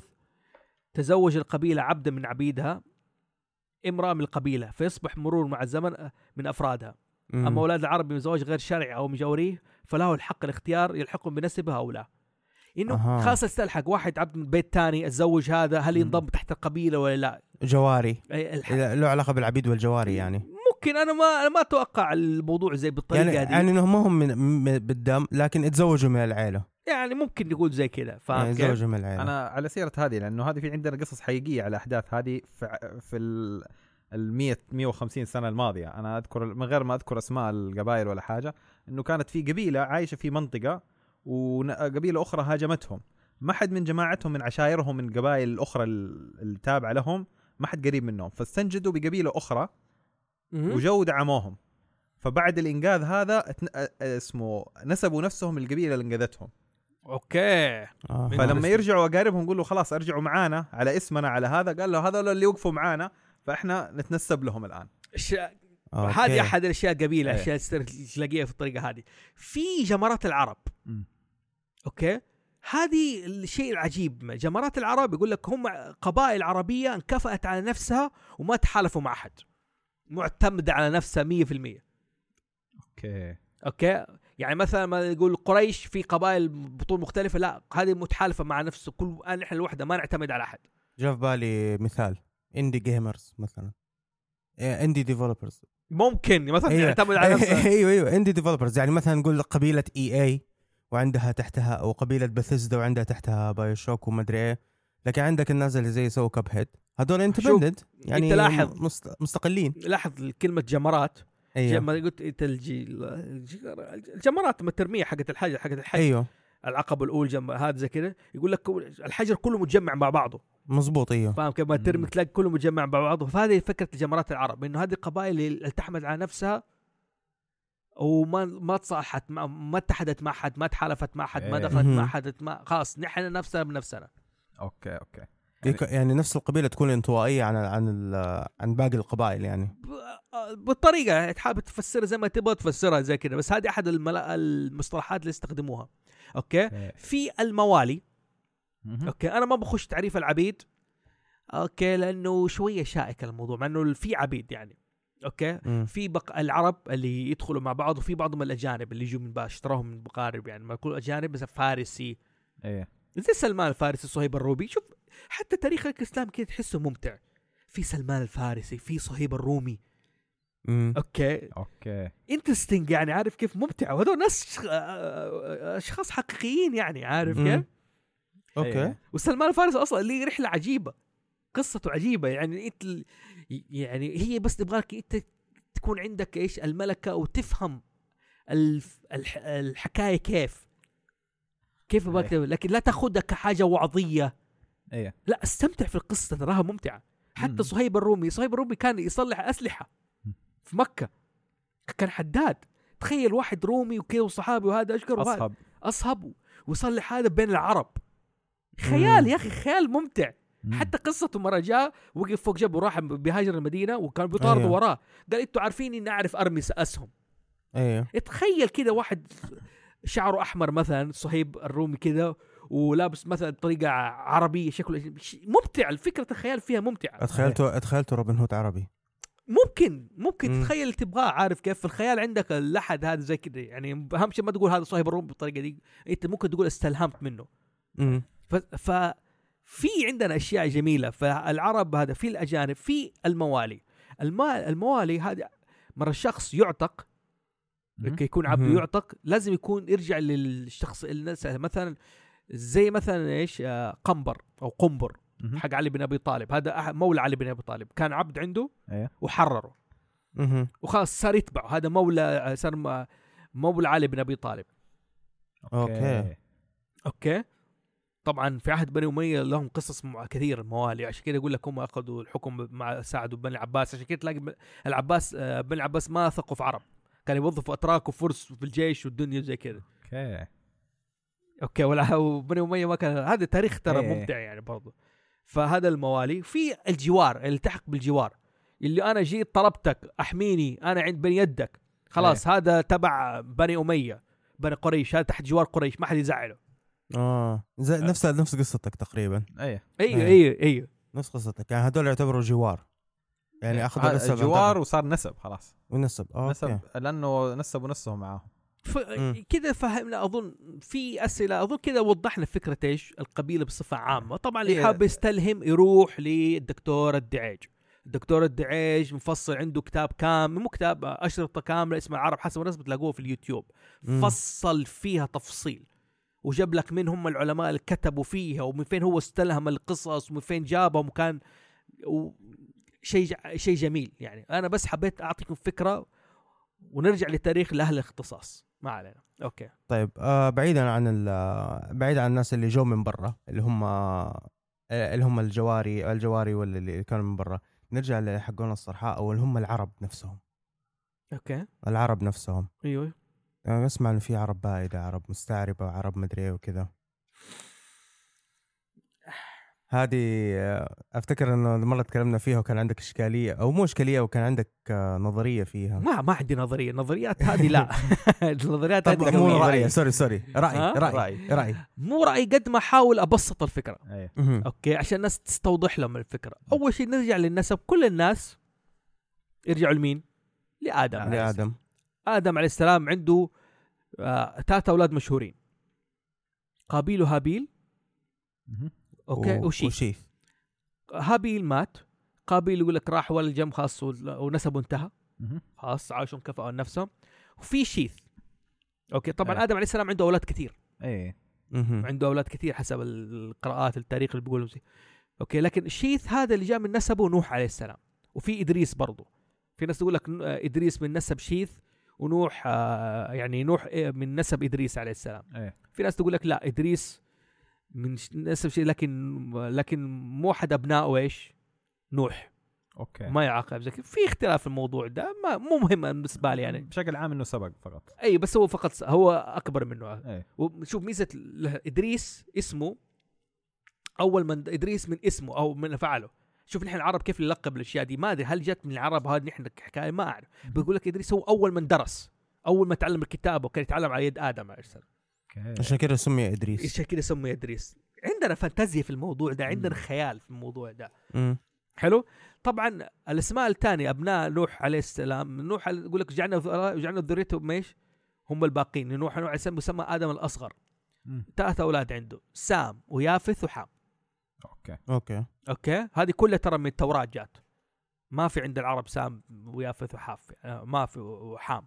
تزوج القبيله عبدا من عبيدها امراه من القبيله، فيصبح مرور مع الزمن من افرادها.
مم.
اما اولاد العرب من زواج غير شرعي او مجاوريه فله الحق الاختيار يلحقهم بنسبها او لا. انه
أها.
خاصه استلحق واحد عبد من بيت تاني اتزوج هذا، هل ينضم تحت القبيله ولا لا؟
جواري.
أي الح...
إذا له علاقه بالعبيد والجواري يعني.
ممكن انا ما انا ما اتوقع الموضوع زي بالطريقه
يعني
دي.
يعني انهم ما هم من, من بالدم لكن اتزوجوا من العيله.
يعني ممكن نقول زي كذا، فاهم
يعني
كيف؟
اتزوجوا من العيله.
انا على سيره هذه، لانه هذه في عندنا قصص حقيقيه على الاحداث هذه في في ال ال مية مية وخمسين سنه الماضيه. انا اذكر من غير ما اذكر اسماء القبائل ولا حاجه، انه كانت في قبيله عايشه في منطقه وقبيله اخرى هاجمتهم. ما حد من جماعتهم من عشائرهم من القبائل الاخرى التابعه لهم ما حد قريب منهم، فاستنجدوا بقبيله اخرى
مهم.
وجو دعموهم. فبعد الانقاذ هذا اتن... اسمه نسبوا نفسهم القبيله اللي انقذتهم.
اوكي
آه.
فلما يرجعوا اقاربهم يقولوا خلاص ارجعوا معانا على اسمنا على هذا، قال له هذول اللي وقفوا معانا فاحنا نتنسب لهم الان.
ش...
أوكي.
هذه احد الاشياء القبيله
أيه.
اشياء تلاقيها في الطريقه هذه. في جمرات العرب.
م.
اوكي هذه الشيء العجيب، جمرات العرب يقول لك هم قبائل عربيه انكفأت على نفسها وما تحالفوا مع احد، معتمده على نفسها مية في المية.
اوكي
اوكي يعني مثلا ما يقول قريش في قبائل بطول مختلفه، لا هذه متحالفه مع نفسه، كل احنا الوحده ما نعتمد على احد.
جاء في بالي مثال اندي جيمرز مثلا، اندي ديفلوبرز.
ممكن مثلا يعتمد على نفسه.
ايوه ايوه اندي ديفلوبرز. يعني مثلا نقول قبيله اي اي وعندها تحتها، او قبيله بثيسدا وعندها تحتها بايو شوك وما ادري ايه، لكن عندك الناس اللي زي سو كاب هيد هذول اندبندنت يعني
انت لاحظ
مست... مستقلين.
لاحظ كلمه جمرات.
ايوه
ما قلت انت الجي... الجمرات ما ترميها حقت الحجر حقت الحجر
ايوه
العقبه الاولى جم... هذا زي كده يقول لك الحجر كله متجمع مع بعضه.
مظبوط ايوه
فاهم كيف؟ ما ترمي تلاقي كله متجمع مع بعضه. فهذه فكره جمرات العرب، انه هذه القبائل اللي التحمت على نفسها وما ما تصالحت، ما, ما اتحدت مع حد، ما تحالفت مع حد، ما دخلت مع حد، ما خلاص نحن نفسنا بنفسنا.
اوكي اوكي
يعني, يعني نفس القبيله تكون انطوائيه عن عن عن باقي القبائل يعني
بالطريقه تحب تفسرها زي ما تبغى تفسرها زي كده، بس هذه احد الملا... المصطلحات اللي استخدموها. اوكي
أوكي.
في الموالي.
مهم.
اوكي انا ما بخش تعريف العبيد، اوكي لانه شويه شائك الموضوع، مع انه في عبيد يعني. اوكي
م.
في بق... العرب اللي يدخلوا مع بعض، وفي بعضهم الاجانب اللي يجوا من باش اشتراهم من بقارب، يعني ما يقولوا اجانب بس فارسي
ايه
زي سلمان الفارسي، صهيب الرومي. شوف حتى تاريخ الاسلام كده تحسه ممتع، في سلمان الفارسي، في صهيب الرومي.
م.
اوكي
اوكي
انترستينج يعني، عارف كيف؟ ممتع، وهذول ناس شخ... اشخاص حقيقيين يعني، عارف
م.
كيف؟
اوكي
أيه.
وسلمان الفارسي اصلا ليه رحله عجيبه، قصته عجيبه يعني. انت يعني هي بس تبغاك انت تكون عندك ايش الملكه وتفهم الف... الح... الحكايه كيف كيف بقى،
أيه.
لكن لا تاخذها كحاجه وعظيه.
ايه
لا استمتع في القصه، تراها ممتعه. حتى
مم.
صهيب الرومي صهيب الرومي كان يصلح اسلحه في مكه، كان حداد. تخيل واحد رومي وكذا وصحابي وهذا اشقر وهذا
اصحاب
اصهب ويصلح هذا بين العرب. خيال يا اخي، خيال ممتع. حتى قصته مرة جاء وقف فوق جبل وراح بيهاجر المدينة وكان بيطاردوا
أيوه.
وراه، قال انتوا عارفين اني اعرف ارمي اسهم.
ايوه
تخيل كذا واحد شعره احمر مثلا صهيب الرومي كذا ولابس مثلا بطريقة عربية شكله ممتع. الفكرة الخيال فيها ممتعة.
اتخيلته اتخيلته روبن هود عربي.
ممكن ممكن
مم.
تتخيل اللي تبغاه. عارف كيف في الخيال عندك اللحد هذا زي كذا يعني. اهم شيء ما تقول هذا صهيب الرومي بالطريقة دي، انت ممكن تقول استلهمت منه.
امم
ف, ف... في عندنا أشياء جميلة. فالعرب هذا في الأجانب في الموالي. المال الموالي هذا مرة الشخص يعتق كي يكون عبد
مم.
يعتق لازم يكون يرجع للشخص الناس مثلا زي مثلا ايش آه قنبر او قنبر
مهم.
حق علي بن ابي طالب. هذا أح- مولى علي بن ابي طالب كان عبد عنده
ايه
وحرره
اها
وخلاص صار يتبع. هذا مولى صار م- مولى علي بن ابي طالب.
اوكي.
اوكي طبعا في عهد بني أمية لهم قصص مع كثير الموالي. عشان كده أقول لك هم أخذوا الحكم مع سعد بن العباس. عشان كده تلاقي العباس بن العباس ما ثقوا في عرب، كان يوظفوا أتراك وفرس في الجيش والدنيا زي كده.
اوكي
أوكي ولا وبني أمية ما كان. هذا تاريخ ترى
إيه.
ممتع يعني برضو. فهذا الموالي. في الجوار اللي التحق بالجوار اللي أنا جيت طلبتك أحميني أنا عند بني يدك خلاص
إيه.
هذا تبع بني أمية بني قريش. هذا تحت جوار قريش ما حد يزعله.
اه زي نفس نفس قصتك تقريبا.
ايه
أيوه
إيه.
أيوه أيوه
نفس قصتك يعني هدول يعتبروا جوار يعني اخذوا
هذا
نسب
جوار وصار نسب خلاص.
ونسب اوكي.
نسب لانه نسبوا نفسه معاهم.
ف... كذا فهمنا. اظن في اسئله اظن كذا وضحنا فكره ايش القبيله بصفه عامه. طبعا اللي
إيه.
حاب يستلهم يروح للدكتور الدعيج. الدكتور الدعيج مفصل عنده كتاب كامل مو كتاب اشرطه كامله اسمها العرب حسب الناس بتلاقوه في اليوتيوب.
مم.
فصل فيها تفصيل وجاب لك من هم العلماء اللي كتبوا فيها ومن فين هو استلهم القصص ومن فين جابهم وكان و... شيء ج... شيء جميل يعني. انا بس حبيت اعطيكم فكره ونرجع لتاريخ لاهل الاختصاص. ما علينا. اوكي
طيب آه بعيدا عن ال- بعيدا عن الناس اللي جو من برا اللي هم آه اللي هم الجواري الجواري ولا اللي كانوا من برا، نرجع لحقون الصرحاء او اللي هم العرب نفسهم.
اوكي
العرب نفسهم
ايوه
انا اسمع انه في عرب بائده، عرب مستعربه، وعرب مدري وكذا. هذه آه، افتكر انه مره تكلمنا فيها وكان عندك اشكاليه او مو اشكاليه وكان عندك آه، نظريه فيها.
ما ما عندي نظريه. نظريات هذه لا. النظريات
طب
هذه
مو
قوية.
نظريه سوري سوري راي
ها؟
راي
رأي.
راي
مو راي قد ما احاول ابسط الفكره.
ايه
مهم.
اوكي عشان الناس تستوضح لهم الفكره. اول شيء نرجع للنسب. كل الناس يرجعوا لمين؟ لادم.
لا.
لآدم.
ادم عليه السلام عنده آه، ثلاثة اولاد مشهورين، قابيل وهابيل.
مهم.
اوكي
و-
وشيث.
وشيث
هابيل مات، قابيل يقول لك راح ولا جنب خاص ونسبه انتهى
مهم.
خلاص عاشوا كفأوا نفسهم. وفي شيث. اوكي طبعا
أيه.
ادم عليه السلام عنده اولاد كثير.
ايه
مهم.
عنده اولاد كثير حسب القراءات التاريخ اللي بيقولوا زي. اوكي لكن شيث هذا اللي جاء من نسبه نوح عليه السلام. وفي ادريس برضه. في ناس تقول لك ادريس من نسب شيث ونوح آه يعني نوح من نسب ادريس عليه السلام.
ايه
في ناس تقول لك لا ادريس من نسب شيء لكن لكن مو احد ابنائه ايش نوح.
اوكي
ما يعاقب زي كذا. في اختلاف في الموضوع ده ما مو مهم بالنسبه لي يعني.
بشكل عام انه سبق فقط.
اي بس هو فقط هو اكبر منه.
ايه
وشوف ميزه ال- ادريس اسمه اول من ادريس من اسمه او من فعله. شوف نحن العرب كيف نلقب الاشياء دي ما ادري هل جت من العرب هذه نحن حكايه ما اعرف. بيقول لك ادريس هو اول من درس اول ما تعلم الكتابه وكان يتعلم على يد ادم عليه السلام.
اوكي
عشان كده سمي ادريس.
عشان كده سمي ادريس. عندنا فانتازيا في الموضوع ده، عندنا خيال في الموضوع ده.
مم.
حلو. طبعا الاسماء الثانيه ابناء نوح عليه السلام. نوح يقول لك جعلنا جعلنا ذريته مايش هم الباقين. نوح نوح عليه السلام يسمى ادم الاصغر.
مم.
ثلاث اولاد عنده سام ويافث وحام.
اوكي
اوكي
اوكي هذه كلها ترى من التوراة جات. ما في عند العرب سام ويافث وحاف ما في وحام.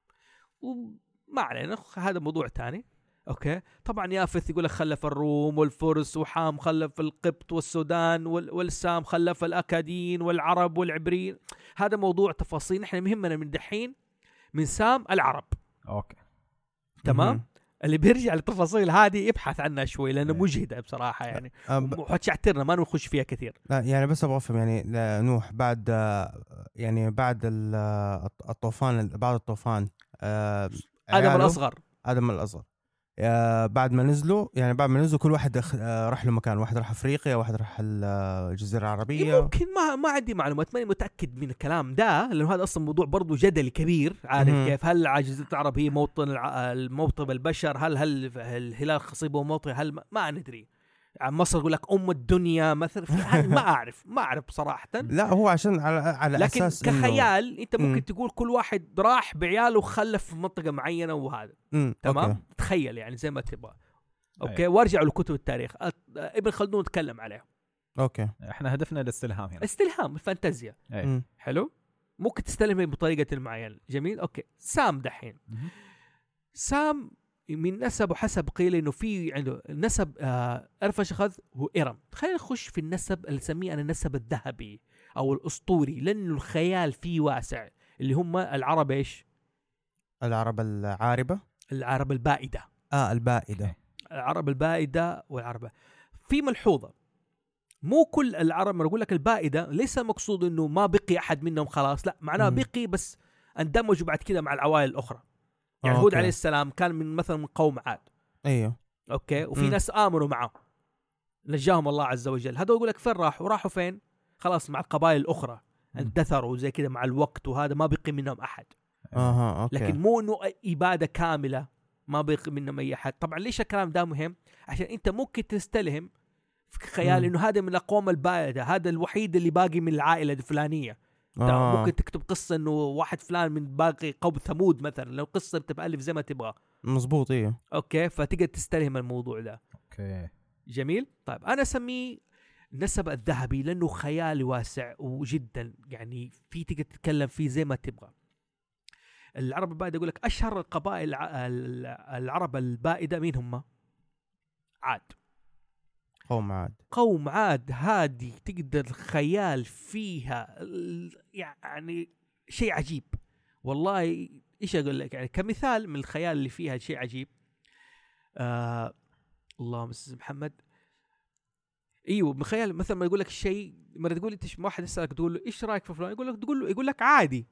وما علينا هذا موضوع ثاني. اوكي طبعا يافث يقول لك خلف الروم والفرس، وحام خلف القبط والسودان، والسام خلف الاكادين والعرب والعبريين. هذا موضوع تفاصيل. نحن مهمنا من دحين من سام العرب.
اوكي
تمام.
مهم.
اللي بيرجع للتفاصيل هذه يبحث عنها شوي لانه
إيه.
مجهده بصراحه يعني.
آه، ب-
وحتشعترنا ما نخش فيها كثير.
لا يعني بس ابغى افهم يعني لا، نوح بعد آه، يعني بعد ال- آه، الطوفان بعد الطوفان آه
آدم
عياله-
الأصغر.
آدم الأصغر. آه بعد ما نزلوا يعني بعد ما نزلوا كل واحد أخ... آه راح له مكان، واحد راح أفريقيا، واحد راح الجزيرة العربية.
ممكن ما ما عندي معلومات، ماني متاكد من الكلام ده، لانه هذا اصلا موضوع برضو جدلي كبير. عارف
مهم.
كيف؟ هل الجزيره العرب هي موطن الع... الموطن البشر؟ هل هل الهلال الخصيب هو موطن؟ هل ما, ما ندري. عن مصر يقول لك ام الدنيا مثلا، ما اعرف ما اعرف صراحه.
لا هو عشان على على
لكن
أساس إنه
كخيال انت ممكن
مم.
تقول كل واحد راح بعياله وخلف في منطقه معينه وهذا
مم.
تمام.
أوكي.
تخيل يعني زي ما تبغى. اوكي
أيوة.
وارجعوا لكتب التاريخ. أت... ابن خلدون نتكلم عليه.
أوكي.
احنا هدفنا الاستلهام هنا.
استلهام الفانتازيا.
أي.
مم.
حلو. ممكن تستلهم بطريقه معينه. جميل. اوكي سام دحين.
مهم.
سام من نسبه حسب قيل انه في عنده نسب آه ارفشخذ هو ارم. خلينا نخش في النسب اللي نسميه انا النسب الذهبي او الاسطوري، لانه الخيال فيه واسع، اللي هم العرب. ايش؟
العرب العاربة.
العرب البائده.
آه البائدة.
العرب البائده والعرب في ملحوظه. مو كل العرب، ما اقول لك البائده ليس مقصود انه ما بقي احد منهم خلاص، لا معناه
مم.
بقي بس اندمجوا بعد كده مع العوائل الاخرى. يعني
آه،
هود
أوكي.
عليه السلام كان من مثلا من قوم عاد.
أيوه.
اوكي وفي
مم.
ناس امنوا معه نجاهم الله عز وجل. هذا يقول لك فين راحوا؟ راحوا فين؟ خلاص مع القبائل الاخرى اندثروا زي كده مع الوقت، وهذا ما بقي منهم احد.
اها اوكي.
لكن مو انه اباده كامله ما بقي منهم اي احد. طبعا ليش الكلام ده مهم؟ عشان انت ممكن تستلهم في خيال
مم.
انه هذا من الاقوام البائده، هذا الوحيد اللي باقي من العائله الفلانيه.
آه.
ممكن تكتب قصه انه واحد فلان من باقي قوم ثمود مثلا، لو قصه بتالف زي ما تبغى.
مزبوط. ايه.
اوكي فتقدر تستلهم الموضوع ده.
اوكي
جميل. طيب انا اسميه النسب الذهبي لانه خيالي واسع وجدا، يعني في تقدر تتكلم فيه زي ما تبغى. العرب البائده يقول لك اشهر القبائل العرب البائده مين هم؟ عاد.
قوم عاد.
قوم عاد هذه تقدر الخيال فيها يعني شيء عجيب والله. ايش اقول لك يعني كمثال من الخيال اللي فيها شيء عجيب. آه اللهم صل محمد. ايوه بخيال مثلا ما يقول لك شيء، مره تقول انت واحد يسالك تقول له ايش رايك في فلان، يقول لك تقول له يقول لك عادي.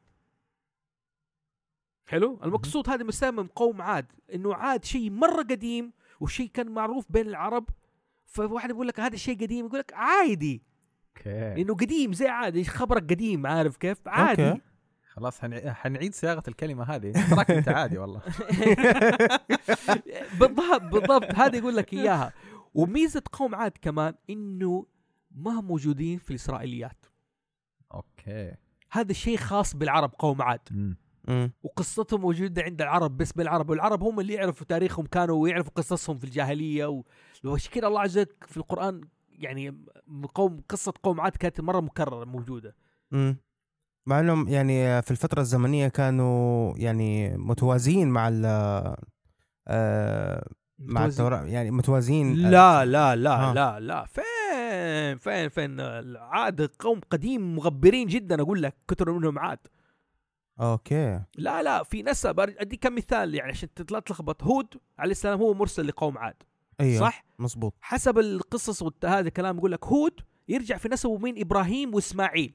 حلو. المقصود هذا مسمى قوم عاد، انه عاد شيء مره قديم وشيء كان معروف بين العرب. فواحد يقول لك هذا الشيء قديم، يقول لك عادي.
اوكي
انه قديم زي عادي، خبرك قديم عارف كيف عادي.
أوكي.
خلاص هنع... حنعيد صياغه الكلمه هذه. تراك انت عادي والله.
بالضبط بالضبط هذا يقول لك اياها. وميزه قوم عاد كمان انه ما هم موجودين في الاسرائيليات.
اوكي
هذا الشيء خاص بالعرب قوم عاد.
مم.
مم.
وقصتهم موجودة عند العرب بس بالعرب، والعرب هم اللي يعرفوا تاريخهم كانوا ويعرفوا قصصهم في الجاهلية. وش كده الله عز وجل في القرآن يعني قوم قصة قوم عاد كانت مرة مكررة موجودة.
مم. مع انهم يعني في الفترة الزمنية كانوا يعني متوازيين مع ال آه مع التوراة، يعني متوازيين.
لا لا لا
ها.
لا لا فين فين فين عاد قوم قديم مغبرين جدا. أقول لك كتروا منهم عاد.
اوكي.
لا لا في نسب. أدي كم مثال يعني عشان لا تلخبط. هود عليه السلام هو مرسل لقوم عاد.
ايوه
صح.
مزبوط.
حسب القصص وهذا الكلام يقول لك هود يرجع في نسبه من إبراهيم وإسماعيل.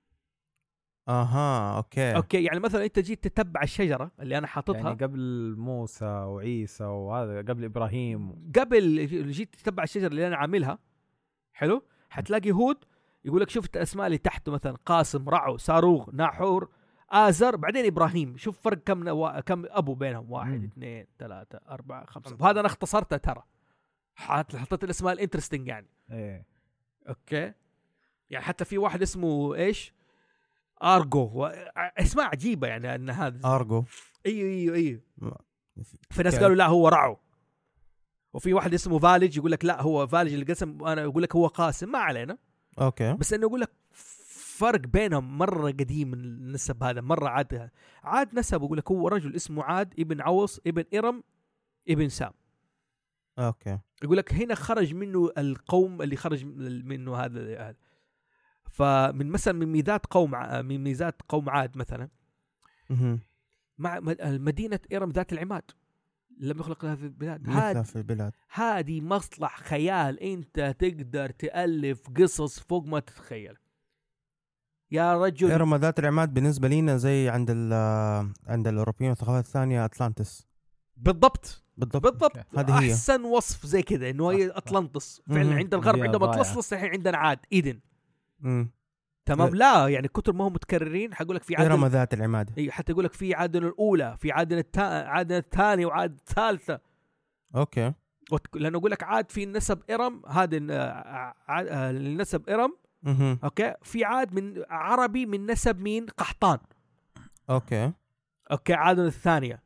اها اوكي.
اوكي يعني مثلا انت جيت تتبع الشجره اللي انا حاططها
يعني قبل موسى وعيسى وهذا قبل ابراهيم،
قبل جيت تتبع الشجره اللي انا عاملها. حلو. حتلاقي هود يقول لك شفت الاسماء اللي تحته مثلا قاسم، رعو، صاروغ، ناحور، آزر، بعدين ابراهيم. شوف فرق كم نوا... كم ابو بينهم. واحد
مم.
اثنين ثلاثه اربعه خمسه. وهذا انا اختصرته ترى، حط حطيت الاسماء الانترستنج يعني.
ايه
اوكي يعني حتى في واحد اسمه ايش ارجو و... اسماء عجيبه يعني ان هذا
ارجو.
ايوه ايوه ايوه.
ما-
في ناس
كيف؟
قالوا لا هو رعو. وفي واحد اسمه فالج يقول لك لا هو فالج اللي قسم، انا يقول لك هو قاسم. ما علينا.
اوكي.
بس انه يقول لك فرق بينهم مره قديم. النسب هذا مره عاد عاد نسب. يقول لك هو رجل اسمه عاد ابن عوص ابن ارم ابن سام.
اوكي.
يقول لك هنا خرج منه القوم اللي خرج منه هذا هذا. فمن مثلا من ميزات قوم ع... من ميزات قوم عاد مثلا
مهم.
مع مدينه ارم ذات العماد لم يخلق لها في البلاد.
مثلها
هاد
في البلاد.
هذه مصلح خيال. انت تقدر تألف قصص فوق ما تتخيل. يا رجل.
إرم ذات العماد بالنسبة لنا زي عند ال عند الأوروبيين والثقافات الثانية أتلانتس.
بالضبط
بالضبط
بالضبط.
هذه هي
احسن وصف زي كذا انه هي اطلنطس فعلا.
مم.
عند الغرب
هي
عندما
ضايعة.
تلصلص الحين عندنا عاد ايدن.
مم.
تمام. لا يعني كتر ما هم متكررين حقول لك في
إرم
عاد
ذات العماد.
اي حتى يقول لك في عادن الاولى في عادن التا... عادن الثانيه وعاد الثالثه.
أوكي.
وت... لانه يقول لك عاد في نسب ارم هذا عاد... النسب ارم.
مهم.
اوكي. في عاد من عربي من نسب مين؟ قحطان.
أوكي
اوكي. عادن الثانيه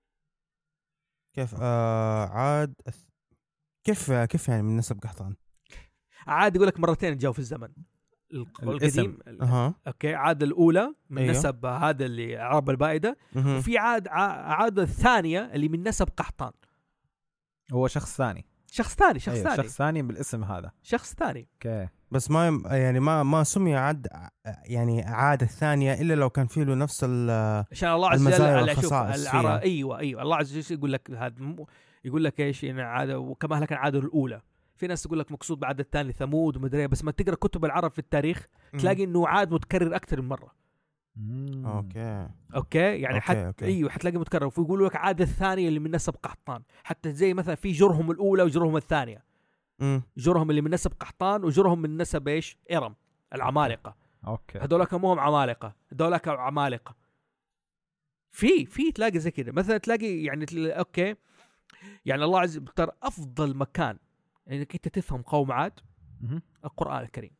كيف آه عاد أث- كيف كيف يعني من نسب قحطان؟
عاد يقول لك مرتين جاوا في الزمن الق-
الاسم.
القديم.
أها.
اوكي. عاد الاولى من
أيوه.
نسب هذا اللي عرب البائده.
مهم.
وفي عاد ع- عاد الثانيه اللي من نسب قحطان.
هو شخص ثاني.
شخص ثاني شخص
أيوة
ثاني
شخص ثاني بالاسم هذا.
شخص ثاني.
اوكي.
بس ما يم- يعني ما ما سمي عاد يعني عاد الثانية إلا لو كان فيه له نفس ال
عشان الله عز وجل
المزايا
على شوف
والخصائص
العرب.
فيها.
ايوه ايوه الله عز وجل يقول لك هذا مو- يقول لك ايش يعني عاد. وكما لك العاده الاولى. في ناس تقول لك مقصود بعد الثاني ثمود ومدري. بس ما تقرا كتب العرب في التاريخ تلاقي انه عاد متكرر اكثر من مره.
أوكي.
اوكي يعني
أوكي،
حتى
أوكي.
ايوه حتلاقي متكرر. ويقولوا لك عاد الثانيه اللي من نسب قحطان. حتى زي مثلا في جرهم الاولى وجرهم الثانيه.
مم.
جرهم اللي من نسب قحطان وجرهم من نسب ايش؟ ارم العمالقه.
اوكي.
هذولك مو هم عمالقه. هذولك عمالقه. في في تلاقي زي كده مثلا تلاقي يعني تل... اوكي يعني الله عز وجل ترى افضل مكان انك انت تفهم قوم عاد
مهم.
القرآن الكريم.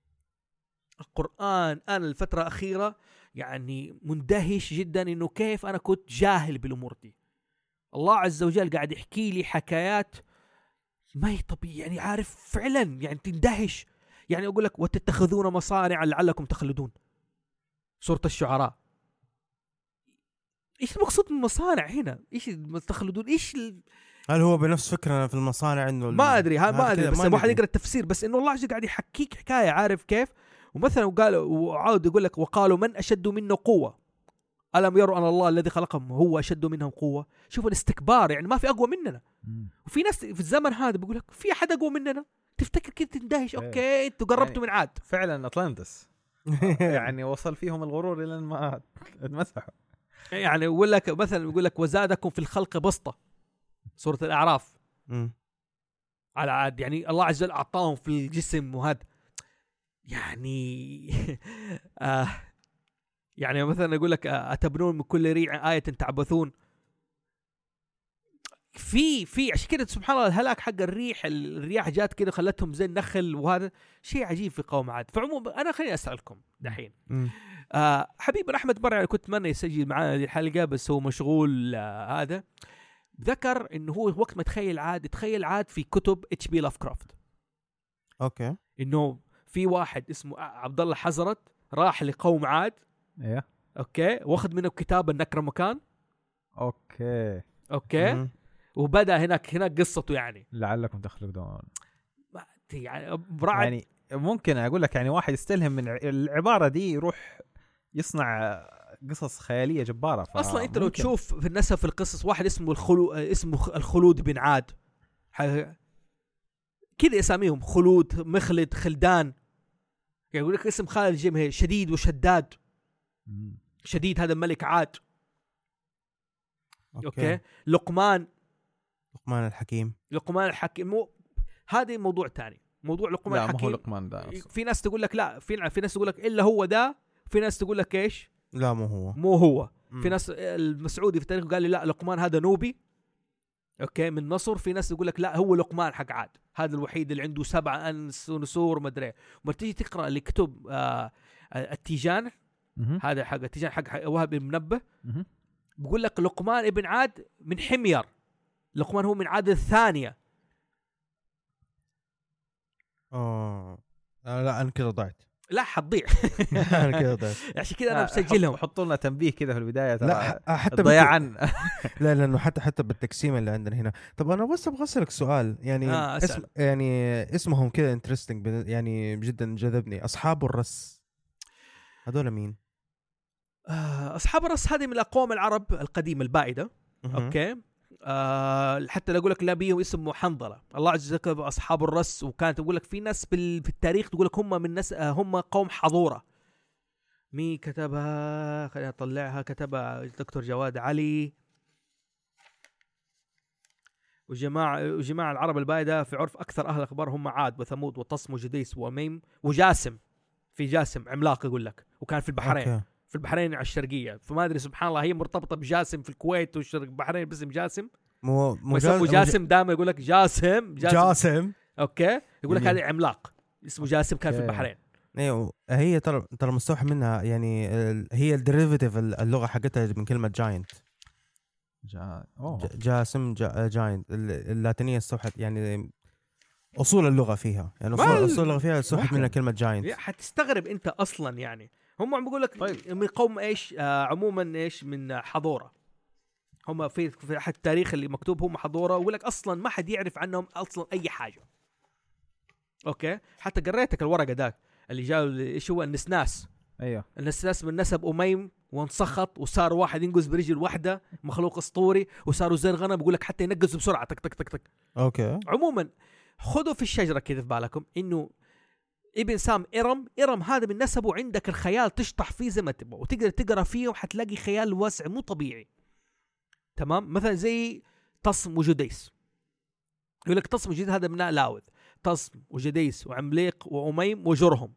القرآن أنا الفترة الأخيرة يعني مندهش جدا إنه كيف أنا كنت جاهل بالأمور دي. الله عز وجل قاعد يحكي لي حكايات ما هي طبيعي يعني عارف فعلا يعني تندهش. يعني أقول لك وتتخذون مصانع لعلكم تخلدون. سورة الشعراء. إيش المقصود من مصانع هنا؟ إيش تخلدون؟ إيش ال...
هل هو بنفس فكرة في المصانع إنه
ما أدري ها ما أدري
كده
بس
ما
الواحد
ندري.
يقرأ التفسير بس إنه الله عز وجل قاعد يحكيك حكاية عارف كيف. ومثلا وقال وعاود يقول لك وقالوا من أشد منه قوة ألم يروا أن الله الذي خلقهم هو أشد منهم قوة. شوفوا الاستكبار يعني ما في أقوى مننا.
مم.
وفي ناس في الزمن هذا بيقول لك في أحد أقوى مننا. تفتكر كيف تندهش؟
إيه.
أوكي أنتوا قربتوا
يعني-
من عاد.
فعلا أطلانتس. يعني وصل فيهم الغرور الى ما اتمسحوا.
يعني يقول لك مثلا يقول لك وزادكم في الخلق بسطة سورة الأعراف
مم.
على عاد. يعني الله عز وجل أعطاهم في الجسم وهذا يعني آه يعني مثلا يقول لك آه، أتبنون من كل ريع آية تعبثون. في في عشان كده سبحان الله الهلاك حق الريح الرياح جات كده خلتهم زي النخل وهذا شيء عجيب في قوم عاد. فعموما أنا خليني أسألكم دحين
مم.
آه حبيبنا أحمد مرة كنت أتمنى يسجل معنا هذه الحلقة بس هو مشغول. آه هذا ذكر إنه هو وقت ما تخيل عاد تخيل عاد في كتب اتش بي لافكرافت
أوكي.
إنه في واحد اسمه عبد الله حزرت راح لقوم عاد.
ايه.
اوكي واخذ منه كتاب النكرمكان.
اوكي.
اوكي
مم.
وبدا هناك هناك قصته يعني
لعلكم تخلدون.
ما- يعني برعد
يعني ممكن اقول لك يعني واحد يستلهم من ع- العباره دي يروح يصنع قصص خياليه جباره.
اصلا انت لو
فممكن.
تشوف في النسب في القصص واحد اسمه الخلو اسمه خ- الخلود بن عاد ح- كذا اساميهم خلود مخلد خلدان. يعني يقول لك اسم خالد جمهي شديد وشداد.
مم.
شديد هذا ملك عاد.
أوكي.
اوكي لقمان
لقمان الحكيم.
لقمان الحكيم مو هذا موضوع تاني. موضوع لقمان
لا ما هو
الحكيم
لقمان ده أصلاً.
في ناس تقول لك لا في في ناس تقول لك الا هو ده. في ناس تقول لك ايش
لا مو هو.
مو هو.
مم.
في ناس المسعودي في التاريخ قال لي لا لقمان هذا نوبي اوكي من مصر. في ناس يقول لك لا هو لقمان حق عاد هذا الوحيد اللي عنده سبع انس ونسور ما ادري. وما تيجي تقرا اللي كتب آه التيجان
مهم.
هذا حق التيجان حق حق وهب المنبه
مهم.
بيقول لك لقمان ابن عاد من حمير. لقمان هو من عاد الثانيه.
آه آه، لا أنا كده ضعت.
لا حتضيع.
أنا كده ضعت.
عشان كذا انا
لا،
مسجلهم.
حط- حطوا لنا تنبيه كذا في البدايه ترى.
لا ح- حتى
ضيعان.
لا لانه حتى حتى بالتقسيم اللي عندنا هنا. طب انا بس ابغى اسالك سؤال يعني
آه، أسأل.
اسم يعني اسمهم كذا انترستنج يعني جدا جذبني. اصحاب الرس هذول مين؟
آه، اصحاب الرس هذه من الاقوام العرب القديمه البائده.
مهم.
اوكي آه حتى لو اقول لك نبيهم اسمه حنظله. الله عز وجل اصحاب الرس. وكانت تقول لك في ناس بال- في التاريخ تقول لك هم من ناس آه هم قوم حضوره. مين كتبها؟ خلينا نطلعها. كتبها الدكتور جواد علي. وجماعة وجماعة العرب البايدة في عرف أكثر أهل الأخبار هم عاد وثمود وطصم وجديس وميم وجاسم. في جاسم عملاق يقول لك، وكان في البحرين. أوكي. في البحرين على الشرقية، فما أدري سبحان الله هي مرتبطة بجاسم في الكويت والشرق البحرين باسم جاسم.
مو
مو جاسم, جاسم دائما يقول لك جاسم جاسم,
جاسم.
أوكي يقول لك هذا عملاق اسمه جاسم كان في البحرين.
ايوه هي ترى ترى مستوحى منها يعني هي الديريفيتيف اللغة حقتها من كلمة جاينت.
جا...
جاسم جا... جاينت اللاتينية استوحت يعني أصول اللغة فيها يعني أصول, أصول اللغة فيها استوحت منها كلمة جاينت.
حتستغرب أنت أصلا يعني هم عم بيقول لك طيب. من قوم إيش آه عموما إيش من حضورة. هم في في أحد التاريخ اللي مكتوب هم حضورة، ويقول لك أصلا ما حد يعرف عنهم أصلا أي حاجة. أوكي حتى قريتك الورقة داك اللي جاء إيش هو النسناس.
ايوه
النسناس من نسب أميم وانسخط وصار واحد ينقز برجل واحدة، مخلوق اسطوري، وصاروا زي الغنم. بيقول لك حتى ينقزوا بسرعة تك تك تك تك.
اوكي
عموما خذوا في الشجرة كذا في بالكم انه ابن سام إرم إرم هذا من نسبه عندك الخيال تشطح فيه زي ما تبغى، وتقدر تقرا فيه وحتلاقي خيال واسع مو طبيعي. تمام. مثلا زي تصم وجديس، يقول لك تصم وجديس هذا ابناء لاوذ. تصم وجديس وعمليق وأميم وجرهم،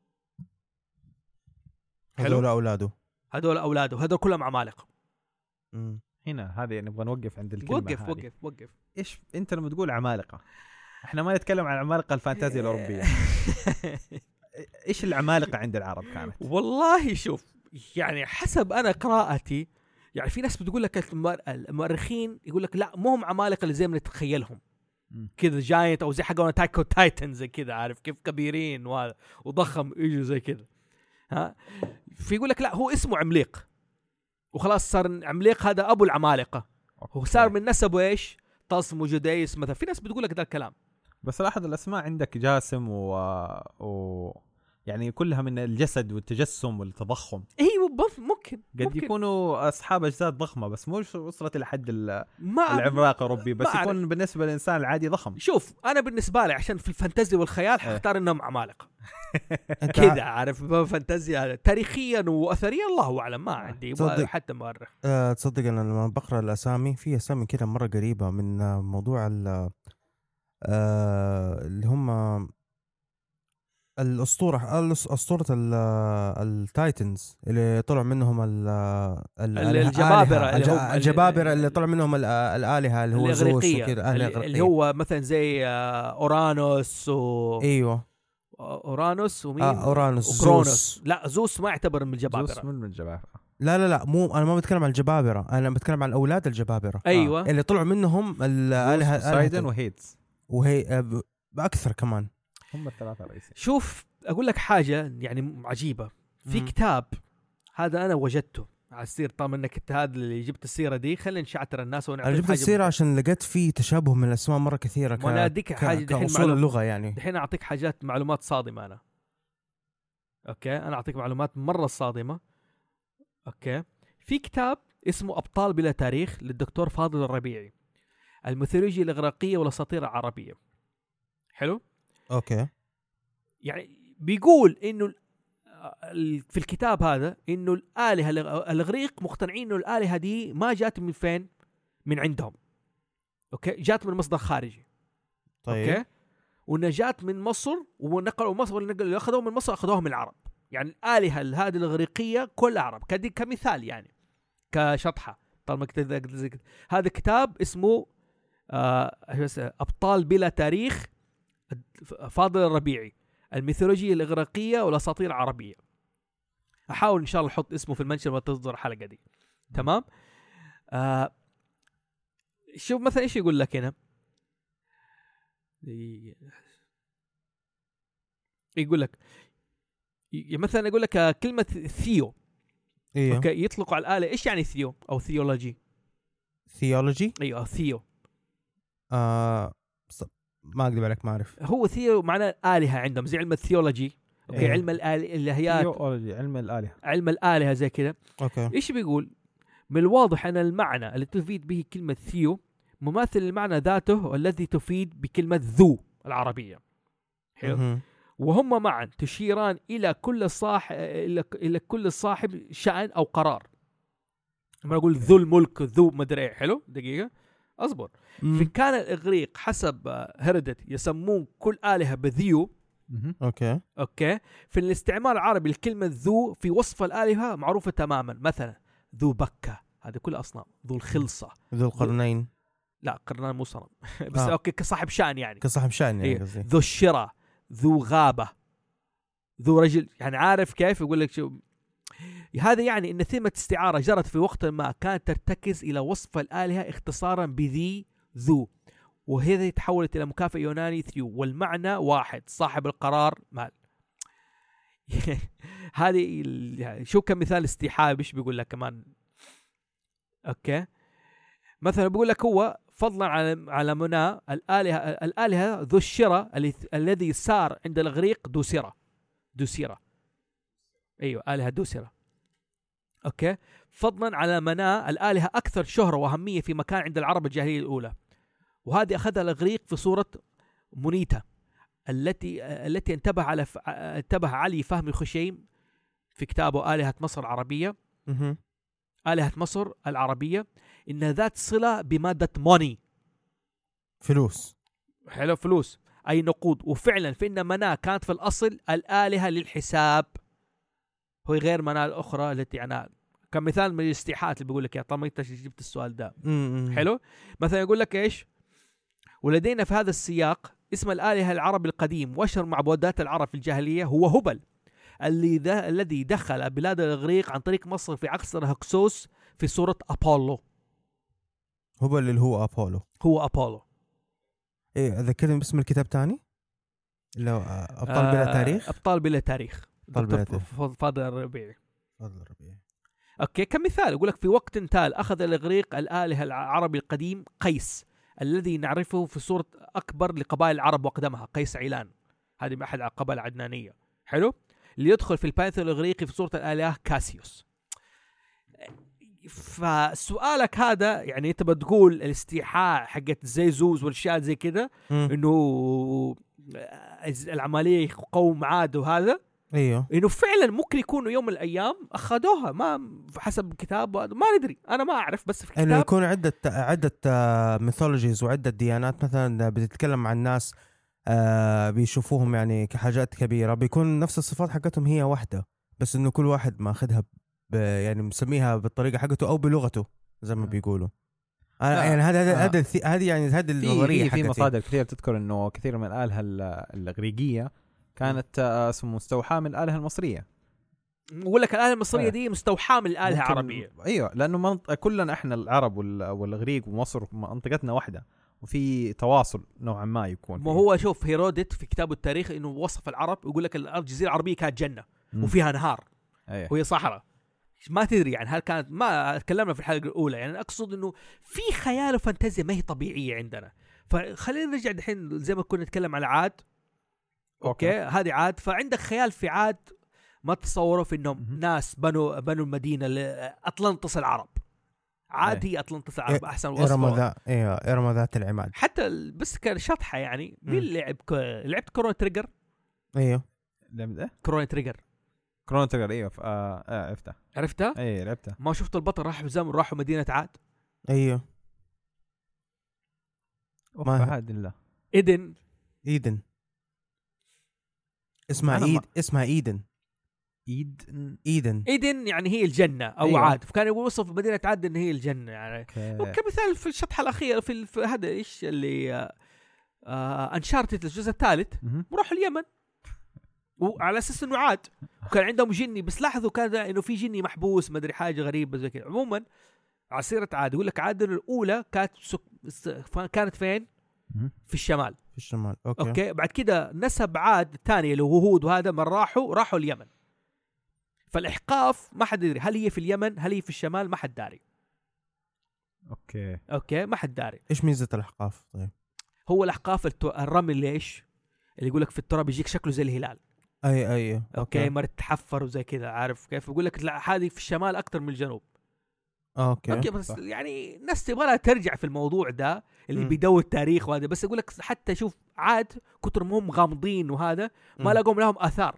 هذول اولاده
هذول اولاده هذول كلهم عمالقه.
امم
هنا هذه نبغى نوقف عند الكلمه
وقف
هذه.
وقف وقف
ايش انت لما تقول عمالقه؟ احنا ما نتكلم عن عمالقه الفانتازيا الاوروبيه. ايش العمالقه عند العرب كانت؟
والله شوف يعني حسب انا قراءتي، يعني في ناس بتقول لك المؤرخين يقول لك لا مو هم عمالقه اللي زي ما نتخيلهم كذا جاينت او زي حقون تايكو تايتن زي كذا، عارف كيف كبيرين وضخم يجوا زي كذا. ها في يقول لك لا هو اسمه عمليق وخلاص صار عمليق هذا ابو العمالقه، هو صار من نسبه ايش تصم وجديس مثلا. في ناس بتقول لك ذا الكلام.
بس لاحظ الاسماء عندك جاسم و... و... يعني كلها من الجسد والتجسم والتضخم.
ايوه بف ممكن
قد
ممكن.
يكونوا اصحاب اجساد ضخمه بس مو وصلت الى حد العملاق الاوروبي، بس يكون بالنسبه للانسان العادي ضخم.
شوف انا بالنسبه لي عشان في الفانتازيا والخيال حختار انهم عمالقه كذا، عارف فانتازيا تاريخيا واثريا الله اعلم ما عندي حتى مؤرخ.
أه تصدق انا لما بقرا الاسامي في اسامي كذا مره قريبه من موضوع ال أه اللي هم الأسطورة الأسطورة التايتنز اللي طلع منهم
الجبابرة
الجبابرة اللي طلع منهم الآلهة اللي هو زوس وكذا،
اللي هو مثلا زي أورانوس و
أيوة
أورانوس ومين
آه أورانوس
وكرونوس. لا زوس ما يعتبر من الجبابرة.
زوس من الجبابرة.
لا لا لا مو أنا ما بتكلم عن الجبابرة، أنا بتكلم عن أولاد الجبابرة.
أيوة
آه. اللي طلعوا منهم الآلهة
سايدن وهيدز
وهي بأكثر كمان
هم الثلاثة رئيسيين.
شوف أقول لك حاجة يعني عجيبة في مم. كتاب هذا أنا وجدته على السير. طبعا انك انت هذا اللي جبت السيرة دي خلينا نشعتر الناس ونعطيك.
أنا جبت السيرة عشان لقيت فيه تشابه من الأسماء مرة كثيرة ك...
وانا اديك حاجة
ك... كأصول اللغة يعني.
الحين أعطيك حاجات معلومات صادمة أنا. أوكي أنا أعطيك معلومات مرة صادمة. أوكي في كتاب اسمه أبطال بلا تاريخ للدكتور فاضل الربيعي، الميثولوجيا الإغريقية والأساطير العربية. حلو.
أوكي
يعني بيقول إنه في الكتاب هذا إنه الآلهة الإغريق مقتنعين إنه الآلهة دي ما جات من فين، من عندهم. أوكي جات من مصدر خارجي.
طيب.
أوكي وإنها جات من مصر ونقلوا مصر اللي أخذوها من مصر أخذوها من العرب. يعني الآلهة هذه الإغريقية كل عرب كدي كمثال يعني كشطحة. طالما كتب هذا كتاب اسمه آه أبطال بلا تاريخ فاضل الربيعي، الميثولوجيا الإغريقية والأساطير العربية. أحاول إن شاء الله أحط اسمه في المنشر وتصدر الحلقة دي. تمام. آه شوف مثلا إيش يقول لك هنا، يقول لك مثلا يقول لك كلمة ثيو.
إيه.
أوكي يطلق على الآلة. إيش يعني ثيو أو ثيولوجي؟
ثيولوجي
أيوة ثيو.
آه ما أقدر عليك ما أعرف.
هو ثيو معناه آلهة عندهم زي علم الثيولوجي. أوكي إيه. علم الآلهيات.
ثيولوجي علم الآلهة.
علم الآلهة زي كده.
أوكي.
إيش بيقول؟ من الواضح أن المعنى اللي تفيد به كلمة ثيو مماثل للمعنى ذاته والذي تفيد بكلمة ذو العربية. حلو. وهم معا تشيران الى كل صاحب الى الى كل صاحب شأن او قرار. لما اقول ذو الملك ذو مدري حلو دقيقه اصبر. في كان الاغريق حسب هيرودوت يسمون كل آلهة بذيو.
اوكي
اوكي في الاستعمال العربي الكلمه ذو في وصف الآلهة معروفه تماما. مثلا ذو بكة هذا كل اصنام. ذو الخلصه
ذو القرنين
لا قرنان مو صنم بس
آه.
اوكي كصاحب شأن يعني
كصاحب شأن يعني
إيه.
قصدي.
ذو الشرى ذو غابة ذو رجل يعني عارف كيف يقول لك شو هذا يعني ان ثيمة استعارة جرت في وقت ما كانت ترتكز الى وصف الآلهة اختصارا بذي ذو وهذه تحولت الى مكافئ يوناني ثيو والمعنى واحد صاحب القرار مال. هذه شو كمثال استيحاء بيش بيقول لك كمان. اوكي مثلا بيقول لك هو فضلا على على منى الآلهة الآلهة ذو الشرى الذي صار عند الإغريق دوسرة دوسرة ايوه آلهة دوسرة. اوكي فضلا على منى الآلهة اكثر شهرة واهمية في مكان عند العرب الجاهلية الاولى وهذه اخذها الإغريق في صورة مونيتا التي التي انتبه على ف... انتبه علي فهمي خشيم في كتابه آلهة مصر العربية. آلهة مصر العربية إن ذات صلة بمادة موني
فلوس
حلو فلوس أي نقود. وفعلا فإن منى كانت في الأصل الآلهة للحساب هو غير منى الأخرى التي أنا كمثال من الاستيحاءات اللي بيقول لك يا طالما أنت جبت السؤال ده حلو. مثلا يقول لك إيش ولدينا في هذا السياق اسم الآلهة العرب القديم وأشهر معبودات العرب في الجاهلية هو هبل اللي ده الذي دخل بلاد الإغريق عن طريق مصر في عصر هكسوس في صورة أبولو.
هبل اللي هو أبولو
هو أبولو
ايه اذكرني باسم الكتاب تاني لو ابطال بلا تاريخ.
ابطال بلا تاريخ
ابطال بلا تاريخ
فاضل الربيعي.
فاضل الربيعي
اوكي كمثال يقول لك في وقت تال اخذ الاغريق الآلهة العربي القديم قيس الذي نعرفه في صورة اكبر لقبائل العرب واقدمها قيس عيلان هذه احد القبائل العدنانية حلو اللي يدخل في البانثيون الاغريقي في صورة الآلهة كاسيوس. فسؤالك هذا يعني انت بتقول الاستيحاء حقت زي زوز والاشياء زي كده انه العمليه قوم عاد وهذا
ايوه
انه فعلا ممكن يكونوا يوم من الايام اخذوها ما حسب الكتاب ما ندري انا ما اعرف بس في الكتاب
انه يكون عده عده ميثولوجيز وعده ديانات مثلا بتتكلم عن ناس آه بيشوفوهم يعني كحاجات كبيره بيكون نفس الصفات حقتهم هي واحده بس انه كل واحد ماخذها يعني مسميها بالطريقه حقته او بلغته زي ما بيقولوا. انا يعني هذا هذا هذه يعني هذه النظريه
في مصادر كثير تذكر انه كثير من الآلهة الاغريقيه كانت اسمه مستوحاه من الآلهة المصريه.
بقول لك الآلهة المصريه دي مستوحاه من الآلهة العربيه.
ايوه لانه منط... كلنا احنا العرب والاغريق ومصر منطقتنا واحده وفي تواصل نوعا ما يكون.
ما هو شوف هيرودوت في كتابه التاريخ انه وصف العرب يقول لك الارض الجزيره العربيه كانت جنه م. وفيها نهار
أيه.
وهي صحراء ما تدري يعني هل كانت ما تكلمنا في الحلقه الاولى يعني اقصد انه في خيال وفانتازيا ما هي طبيعيه عندنا. فخلينا نرجع الحين زي ما كنا نتكلم على عاد اوكي, أوكي. هذه عاد فعندك خيال في عاد ما تصوروا في انهم م- ناس بنوا بنوا المدينه اطلنطس العرب عاد هي اطلنطس العرب احسن وصف
ارم ذا ايوه ارم ذات العماد
حتى بس كان شطحه يعني مين لعب ك... لعبت كرون تريجر
ايوه
لعبت ايه
كرون تريجر
كرون تريجر ايوه ف... آه... آه عرفتها
عرفتها
اي لعبتها.
ما شفت البطل راح بزمن راحوا مدينه عاد
ايوه
ما هاد الله
ايدن
ايدن اسمها ايد ما... اسمها ايدن
ايدن
ايدن
ايدن يعني هي الجنه او أيوة. عاد فكان يوصف مدينه عاد ان هي الجنه يعني وكمثال في الشطحه الاخيره في, في هذا ايش اللي آه انشارتد الجزء الثالث وراحوا اليمن وعلى اساس انه عاد وكان عندهم جني بس لاحظوا كان انه في جني محبوس ما ادري حاجه غريبه زي كذا. عموما عصيره عاد يقول لك عاد الاولى كانت سك... كانت فين في الشمال
في الشمال اوكي,
أوكي. بعد كده نسب عاد الثانيه اللي هو هود وهذا من راحوا راحوا اليمن. فالاحقاف ما حد يدري هل هي في اليمن هل هي في الشمال ما حد داري.
اوكي
اوكي ما حد داري.
ايش ميزه الاحقاف طيب؟
هو الاحقاف التو... الرمل ليش اللي يقول لك في التراب يجيك شكله زي الهلال.
اي اي
اوكي مره تحفر وزي كذا عارف كيف يقول لك لا هذه في الشمال اكثر من الجنوب
اوكي
اوكي بس
صح.
يعني الناس تبغى لها ترجع في الموضوع ده اللي
مم.
بيدور التاريخ وهذا. بس اقول لك حتى شوف عاد كتر ما هم غامضين وهذا ما
مم.
لقوا لهم اثار.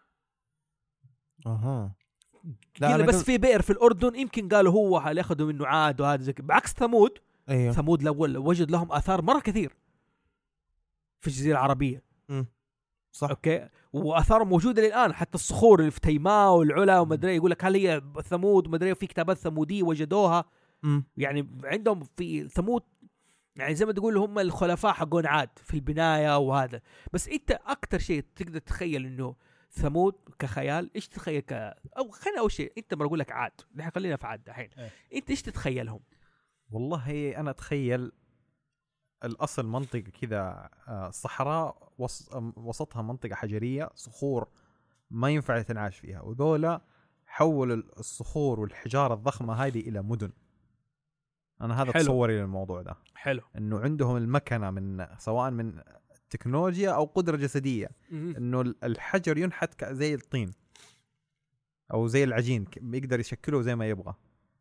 اها
لا
أنا
بس
قصد-
في بئر في الاردن يمكن قالوا هو اللي اخذوا منه عاد وهذا زي كده. بعكس ثمود
ايوه
ثمود الاول وجد لهم اثار مره كثير في الجزيره العربيه.
مم. صح
اوكي واثار موجوده للان حتى الصخور اللي في تيماء والعلا وما ادري يقول لك هل هي ثمود وما ادري في كتابات ثموديه وجدوها
مم.
يعني عندهم في ثمود يعني زي ما تقول هم الخلفاء حقون عاد في البنايه وهذا. بس انت اكثر شيء تقدر تتخيل انه ثمود كخيال ايش تتخيل ك او خلينا اول شيء انت ما اقول لك عاد نحن خلينا في عاد الحين
ايه.
انت ايش تتخيلهم؟
والله انا اتخيل الاصل منطقه كذا آه، صحراء وسط وسطها منطقه حجريه صخور ما ينفع تنعاش فيها وذولا حولوا الصخور والحجاره الضخمه هذه الى مدن. انا هذا
حلو.
تصوري للموضوع ده
حلو
انه عندهم المكنه من سواء من تكنولوجيا او قدره جسديه
مم.
انه الحجر ينحت ك- زي الطين او زي العجين ك- بيقدر يشكله زي ما يبغى.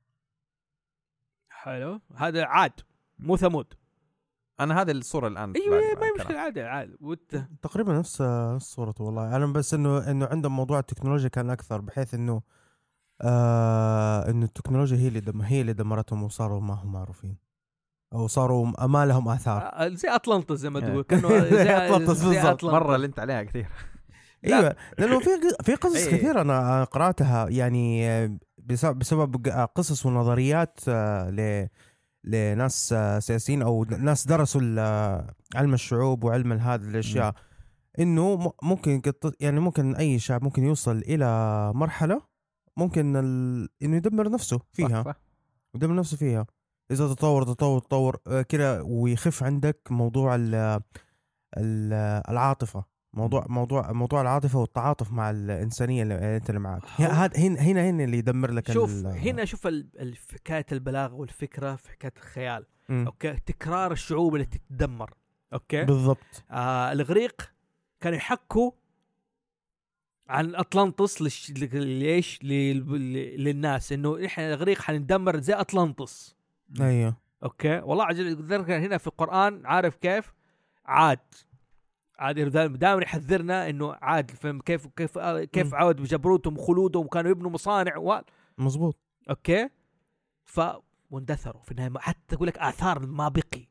حلو هذا عاد مو ثمود.
انا هذه الصوره الان في
ايوه
بالي
ما
بعد
مشكله
كلام.
عاد عاد وانت
تقريبا نفس نفس صورته والله. انا بس انه انه عندهم موضوع التكنولوجيا كان اكثر بحيث انه آه انه التكنولوجيا هي اللي دم هي اللي دمرتهم وصاروا ما هم معروفين او صاروا ما لهم اثار.
آه، زي اطلنطس زي ما
إيه.
تقول كانوا زي
أطلنطس
زي
بالضبط.
أطلنطس.
مره اللي انت عليها كثير.
ايوه لانه في في قصص
إيه.
كثيره انا قراتها يعني آه، بسبب بسبب آه، قصص ونظريات آه، ل لناس آه، سياسيين او ناس درسوا ال- آه، علم الشعوب وعلم هذه الاشياء انه م- ممكن قط- يعني ممكن اي شعب ممكن يوصل الى مرحله ممكن ال... انه يدمر نفسه فيها.
صح صح.
يدمر نفسه فيها اذا تطور تطور تطور آه، كده ويخف عندك موضوع ال ال العاطفه موضوع موضوع موضوع العاطفه والتعاطف مع الانسانيه اللي انت اللي معك. هذا هنا هنا هنا اللي يدمر لك
شوف
ال-
هنا شوف ال- ال- حكايه البلاغه والفكره في حكايه الخيال.
مم.
اوكي تكرار الشعوب اللي تتدمر. اوكي
بالضبط
آه الاغريق كانوا يحكوا عن اطلنطس ليش ليش لل- للناس انه احنا الاغريق حندمر زي اطلنطس.
ايوه
اوكي والله عجل ذكر هنا في القران عارف كيف عاد عاد دائما يحذرنا انه عاد فهم كيف كيف كيف
م.
عاد بجبروتهم وخلودهم وكانوا يبنوا مصانع و...
مزبوط
اوكي ف واندثروا في النهايه حتى تقول لك اثار ما بقي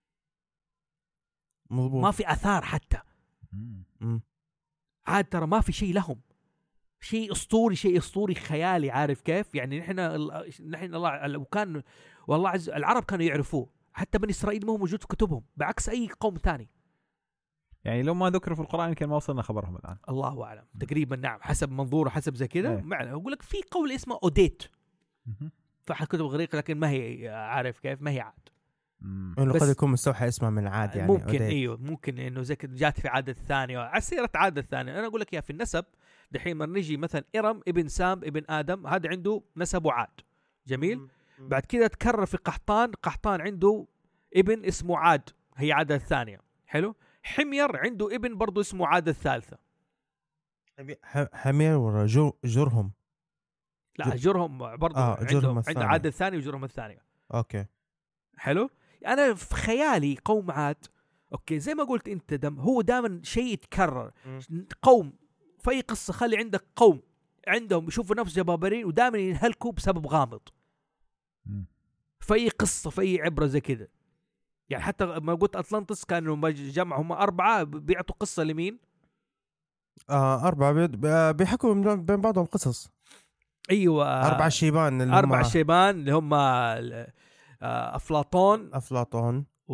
مزبوط
ما في اثار حتى
مم.
عاد ترى ما في شيء لهم شيء اسطوري شيء اسطوري خيالي عارف كيف يعني نحن ال- نحن الله وكان والله عز العرب كانوا يعرفوه حتى بني اسرائيل ما هو موجود في كتبهم بعكس اي قوم ثاني.
يعني لو ما ذكروا في القرآن يمكن ما وصلنا خبرهم الآن.
الله اعلم تقريبا نعم حسب منظوره حسب زي كذا
إيه.
معنى اقول لك في قول اسمه اوديت في أحد كتب اغريق لكن ما هي عارف كيف ما هي عاد
مم.
انه
بس-
قد يكون مستوحى اسمه من عاد يعني
ممكن
أوديت.
ايوه ممكن انه زي كده جات في عاده الثانيه على سيره عاده الثانيه. انا اقول لك يا في النسب دحين ما نجي مثلا ارم ابن سام ابن ادم هذا عنده نسبه عاد جميل.
مم.
بعد كده تكرر في قحطان قحطان عنده ابن اسمه عاد هي عاده الثانيه حلو. حمير عنده ابن برضو اسمه عاده الثالثه.
ح- حمير ولا جو جرهم
لا جرهم برضو
آه،
عنده
جرهم
عنده
الثانية.
عاده الثانيه وجرهم الثانيه
اوكي
حلو. انا في خيالي قوم عاد اوكي زي ما قلت انت دم هو دائما شيء يتكرر قوم في اي قصه خلي عندك قوم عندهم يشوفوا نفس جبابرين ودائما ينهلكوا بسبب غامض
مم.
في اي قصه في اي عبره زي كده. يعني حتى ما قلت اطلنطس كانوا جمع هم اربعه بيعطوا قصه لمين
آه أربعة بيد- ب- بيحكوا من- بين بعضهم قصص.
ايوه
أربع شيبان اللي
اربع
هم
شيبان اللي هم ال- آه، افلاطون
أفلاطون
و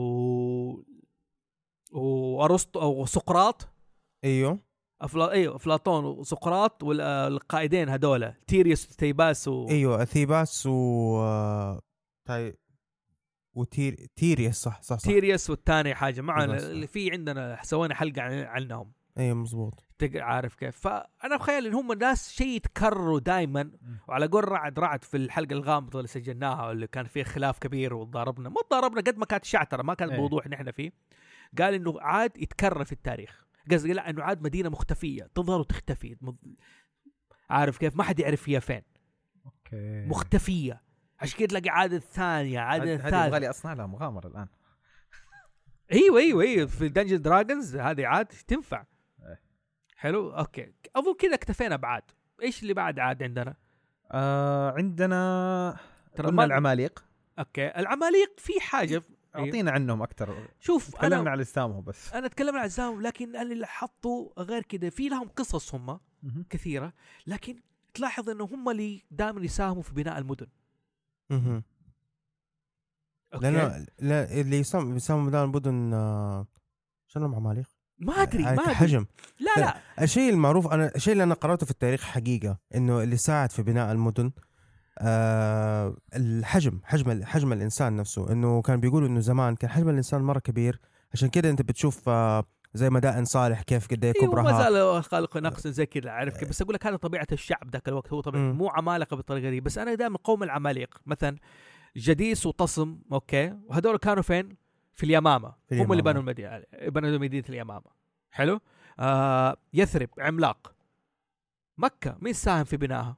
وارسطو او سقراط.
أيوه
أفلا... ايوه افلاطون وسقراط والقائدين هذولا تيريوس وتيباس و...
أيوه أثيباس و آه، تاي وتير تيريس صح صح صح
تيريوس والثاني حاجه معنا
تيباس.
اللي في عندنا سوينا حلقه عن... عنهم
أيوه مزبوط.
تق- عارف كيف. فانا بخيل ان هم ناس شيء يتكرروا دائما. وعلى قول رعد رعد في الحلقه الغامضه اللي سجلناها واللي كان فيه خلاف كبير وضاربنا ما ضاربنا قد ما كانت شعتره ما كان
إيه.
بوضوح نحن فيه. قال انه عاد يتكرر في التاريخ قصدي لا انه عاد مدينه مختفيه تظهر وتختفي مض- عارف كيف ما حد يعرف هي فين
اوكي
مختفيه عشان كده تلاقي عادة ثانية عادة
هذه
ثالثة.
يبغى لي اصنع لها مغامره الان.
ايوه ايوه ايوه في دنجن دراجونز هذه عاد تنفع. حلو اوكي اظن كذا اكتفينا بعاد. ايش اللي بعد عاد عندنا؟
آه عندنا
ترى
قلنا
ما-
العماليق.
اوكي العماليق في حاجه.
اعطينا عنهم اكثر.
شوف
تكلمنا
انا
على اسلامهم بس.
انا اتكلم عن الزام لكن اللي لاحظته غير كذا في لهم قصص هم
مهم.
كثيره لكن تلاحظ انه هم اللي دائما يساهموا في بناء المدن.
اها
اوكي
لانه لا اللي يسمى يسمى بدل المدن آه، شنو عماليق
ما ادري ما ادري
حجم.
لا لا
الشيء المعروف انا الشيء اللي انا قراته في التاريخ حقيقه انه اللي ساعد في بناء المدن آه الحجم حجم حجم الانسان نفسه. انه كان بيقولوا انه زمان كان حجم الانسان مره كبير عشان كده انت بتشوف آه زي مدائن صالح كيف قد ايه
ايوه ما
كبرها.
زال خالق نقص زي كذا عارف كيف. بس اقول لك هذا طبيعه الشعب ذاك الوقت هو طبيعي
مم.
مو عمالقه بالطريقه دي. بس انا دائما قوم العماليق مثلا جديس وطصم اوكي وهذول كانوا فين في اليمامه.
في
هم اللي
اليمامة.
بنوا المدينه بنوا مدينه اليمامه. حلو آه يثرب عملاق. مكه مين ساهم في بنائها؟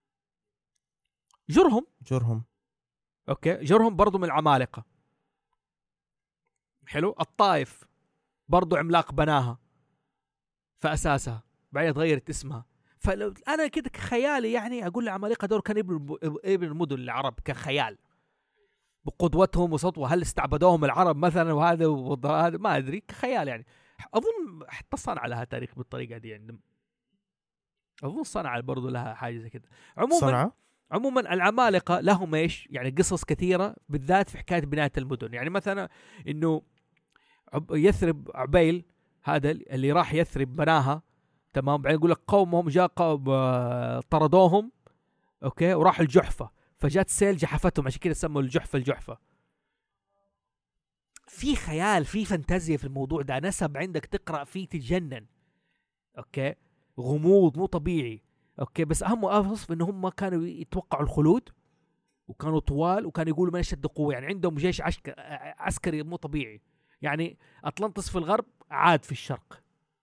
جرهم.
جرهم
اوكي جرهم برضو من العمالقه. حلو الطائف برضو عملاق بناها في اساسها بعدين تغيرت اسمها. فلو انا كده كخيالي يعني اقول العمالقه دول كانوا يبنوا ابن المدن العرب كخيال بقدوتهم وسطوه. هل استعبدوهم العرب مثلا وهذا وهذا ما ادري كخيال يعني. اظن حتى صنع لها تاريخ بالطريقه دي يعني. اظن صنع برضو لها حاجه زي كده. عموما
صنعاء
عموما العمالقه لهم ايش يعني قصص كثيره بالذات في حكايه بنايه المدن. يعني مثلا انه عب- يثرب عبيل هذا اللي راح يثرب بناها تمام. بعدين يقول لك قومهم جاء قوم آه، طردوهم اوكي وراحوا الجحفه فجات سيل جحفتهم عشان كذا سموا الجحفه الجحفه. في خيال في فانتازيا في الموضوع ده. نسب عندك تقرا فيه تتجنن اوكي. غموض مو طبيعي اوكي. بس اهم وصف انه هم كانوا يتوقعوا الخلود وكانوا طوال وكانوا يقولوا من اشد قوه. يعني عندهم جيش عسك... عسكري مو طبيعي. يعني اطلنطس في الغرب عاد في الشرق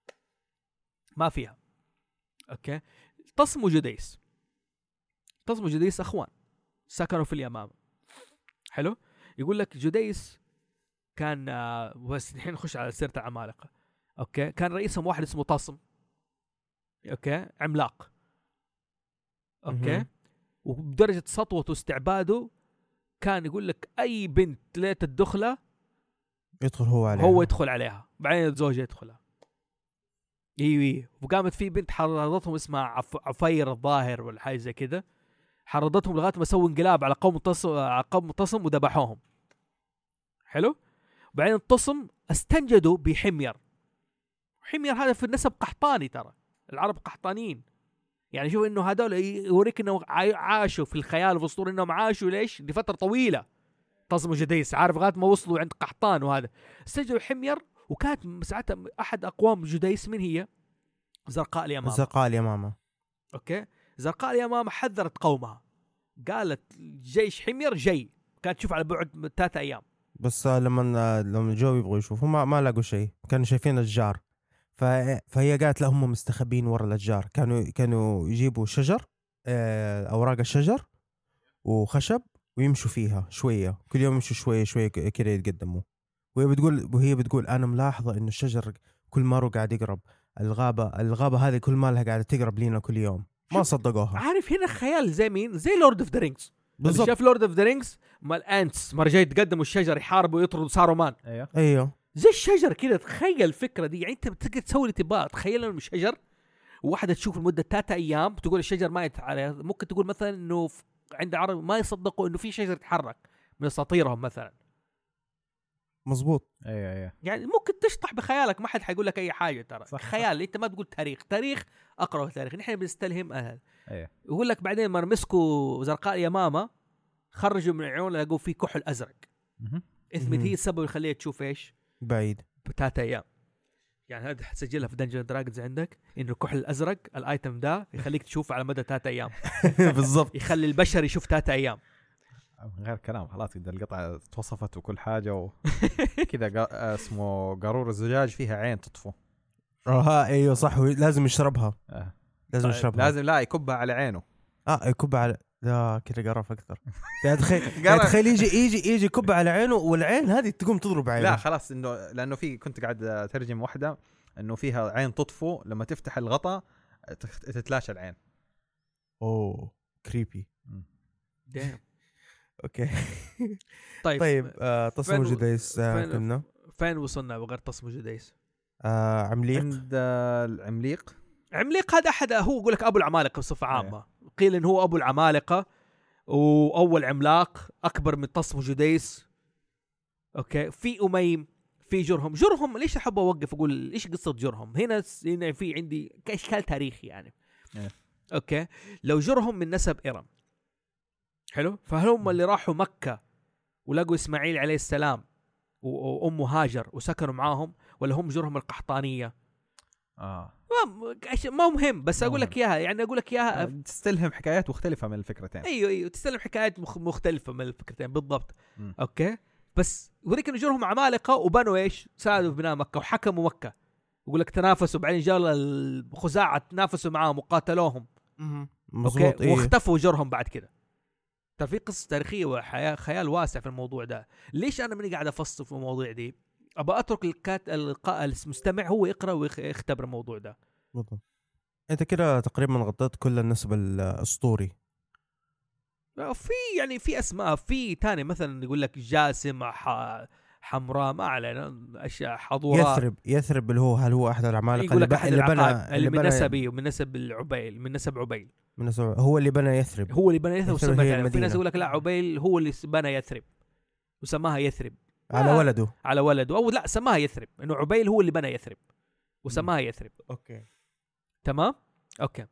ما فيها اوكي. طصم وجديس طصم وجديس اخوان سكنوا في اليمامه. حلو يقول لك جديس كان آه بس الحين نخش على سيره العمالقه اوكي. كان رئيسهم واحد اسمه طصم اوكي عملاق اوكي.
مهم.
وبدرجه سطوته واستعباده كان يقول لك اي بنت ليت الدخله
يدخل هو عليه
هو يدخل عليها بعدين الزوج يدخلها. ايوه ايوه. وقامت في بنت حرضتهم اسمها عف... عفير الظاهر ولا حاجه زي كذا. حرضتهم لغايه ما سووا انقلاب على قوم تصم على قوم تصم وذبحوهم. حلو. وبعدين تصم استنجدوا بحمير. حمير هذا في النسب قحطاني ترى. العرب قحطانيين. يعني شوف انه هذول يوريك انه عاشوا في الخيال والاسطوره انهم عاشوا ليش لفتره طويله. تصم وجديس عارف لغايه ما وصلوا عند قحطان وهذا استنجدوا حمير. وكانت ساعتها احد اقوام جديس من هي زرقاء اليمامه.
زرقاء اليمامه
اوكي. زرقاء اليمامه حذرت قومها قالت جيش حمير جاي. كانت تشوف على بعد ثلاثة ايام.
بس آه، لما آه، لما جو يبغوا يشوفوا ما ما لقوا شيء. كانوا شايفين الاشجار ف... فهي قالت لا هم مستخبين ورا الاشجار. كانوا كانوا يجيبوا شجر آه، اوراق الشجر وخشب ويمشوا فيها شويه كل يوم يمشوا شويه شويه ك- كده يتقدموا. وهي بتقول وهي بتقول انا ملاحظه انه الشجر كل مره قاعد يقرب. الغابه الغابه هذه كل ما لها قاعده تقرب لينا كل يوم. ما صدقوها
عارف هنا خيال زي مين زي لورد اوف ذا رينجز.
بالضبط.
شاف لورد اوف ذا رينجز مال انتس مره جاي يتقدموا الشجر يحاربوا ويطردوا سارومان
ايوه
ايوه
زي الشجر كده. تخيل الفكره دي يعني انت بتقدر تسوي اللي تبغاه. تخيل انه شجر وواحده تشوف لمده ثلاثة ايام تقول الشجر ما يتحرك. ممكن تقول مثلا انه ف- عند العرب ما يصدقوا انه في شجر يتحرك من اساطيرهم مثلا.
مظبوط.
ايوه ايوه
يعني ممكن تشطح بخيالك ما حد حيقول لك اي حاجه ترى.
صح.
خيال انت ما تقول تاريخ. تاريخ اقرا تاريخ نحن بنستلهم اهل.
ايوه
يقول لك بعدين ما مسكوا زرقاء يمامه خرجوا من عيون لقوا في كحل ازرق.
مهم.
اثبت
مهم.
هي السبب اللي يخليها تشوف ايش
بعيد.
بثلاثة ايام. يعني هذا حتسجلها في دنجن دراجونز عندك انه الكحل الازرق الايتم ده يخليك تشوف على مدى ثلاثة ايام.
بالضبط.
يخلي البشر يشوف ثلاثة ايام.
من غير كلام خلاص كده القطعه توصفت وكل حاجه وكذا قا... اسمه قارور الزجاج فيها عين تطفو.
اه ايوه صح. لازم يشربها
آه.
لازم
طيب،
يشربها
لازم لا يكبها على عينه.
اه يكب على لا كده قرف اكثر. يعني تخيل يعني تخيل يجي يجي يجي كب على عينه والعين هذه تقوم تضرب عينه.
لا خلاص انه لانه في كنت قاعد اترجم واحده انه فيها عين تطفو لما تفتح الغطاء تتلاشى العين.
اوه كريبي.
دايم.
اوكي
طيب
طيب آه تصميم جديس آه كنا
فين وصلنا بغير تصميم جديس؟
آه عمليق.
عند العمليق.
عمليق هذا احد هو يقول لك ابو العمالقه بصفه عامه. قيل ان هو ابو العمالقه واول عملاق اكبر من تصميم جديس. اوكي في اميم في جرهم. جرهم ليش احب اوقف اقول ايش قصه جرهم هنا؟ هنا في عندي كاشكال تاريخي يعني.
أه.
اوكي لو جرهم من نسب ارم حلو فهل هم اللي راحوا مكه ولقوا اسماعيل عليه السلام وامه هاجر وسكنوا معاهم، ولا هم جرهم القحطانيه؟
اه
ما ما مهم بس اقول لك اياها يعني اقول لك اياها
تستلهم حكايات مختلفه من الفكرتين.
ايوه ايوه تستلهم حكايات مخ... مختلفه من الفكرتين بالضبط.
م.
اوكي بس وريك انه جرهم عمالقه وبنوا ايش؟ ساعدوا في بناء مكه وحكموا مكه. يقول لك تنافسوا بعدين جاء الخزاعه تنافسوا معاهم وقاتلوهم.
مظبوط.
إيه؟ واختفوا جرهم بعد كده. ترى في قصه تاريخيه وخيال واسع في الموضوع ده. ليش انا ماني قاعد افصل في المواضيع دي؟ ابى اترك الكات القاء المستمع هو يقرا ويختبر الموضوع ده.
بالضبط. انت كده تقريبا غطيت كل النسب الاسطوري.
في يعني في اسماء في تاني مثلا يقول لك جاسم حمراء ما علينا اشياء حضورات.
يثرب يثرب اللي هو هل هو احد العمالقه
اللي, بقى اللي بنى اللي من نسبي ومن نسب العبيل من نسب عبيل
من نسب هو اللي بنى يثرب
هو اللي بنى يثرب, يثرب يعني. في ناس يقول لك لا عبيل هو اللي بنى يثرب وسماها يثرب
على
آه
ولده
على ولده او لا سماها يثرب انه عبيل هو اللي بنى يثرب وسماها يثرب.
اوكي
تمام اوكي.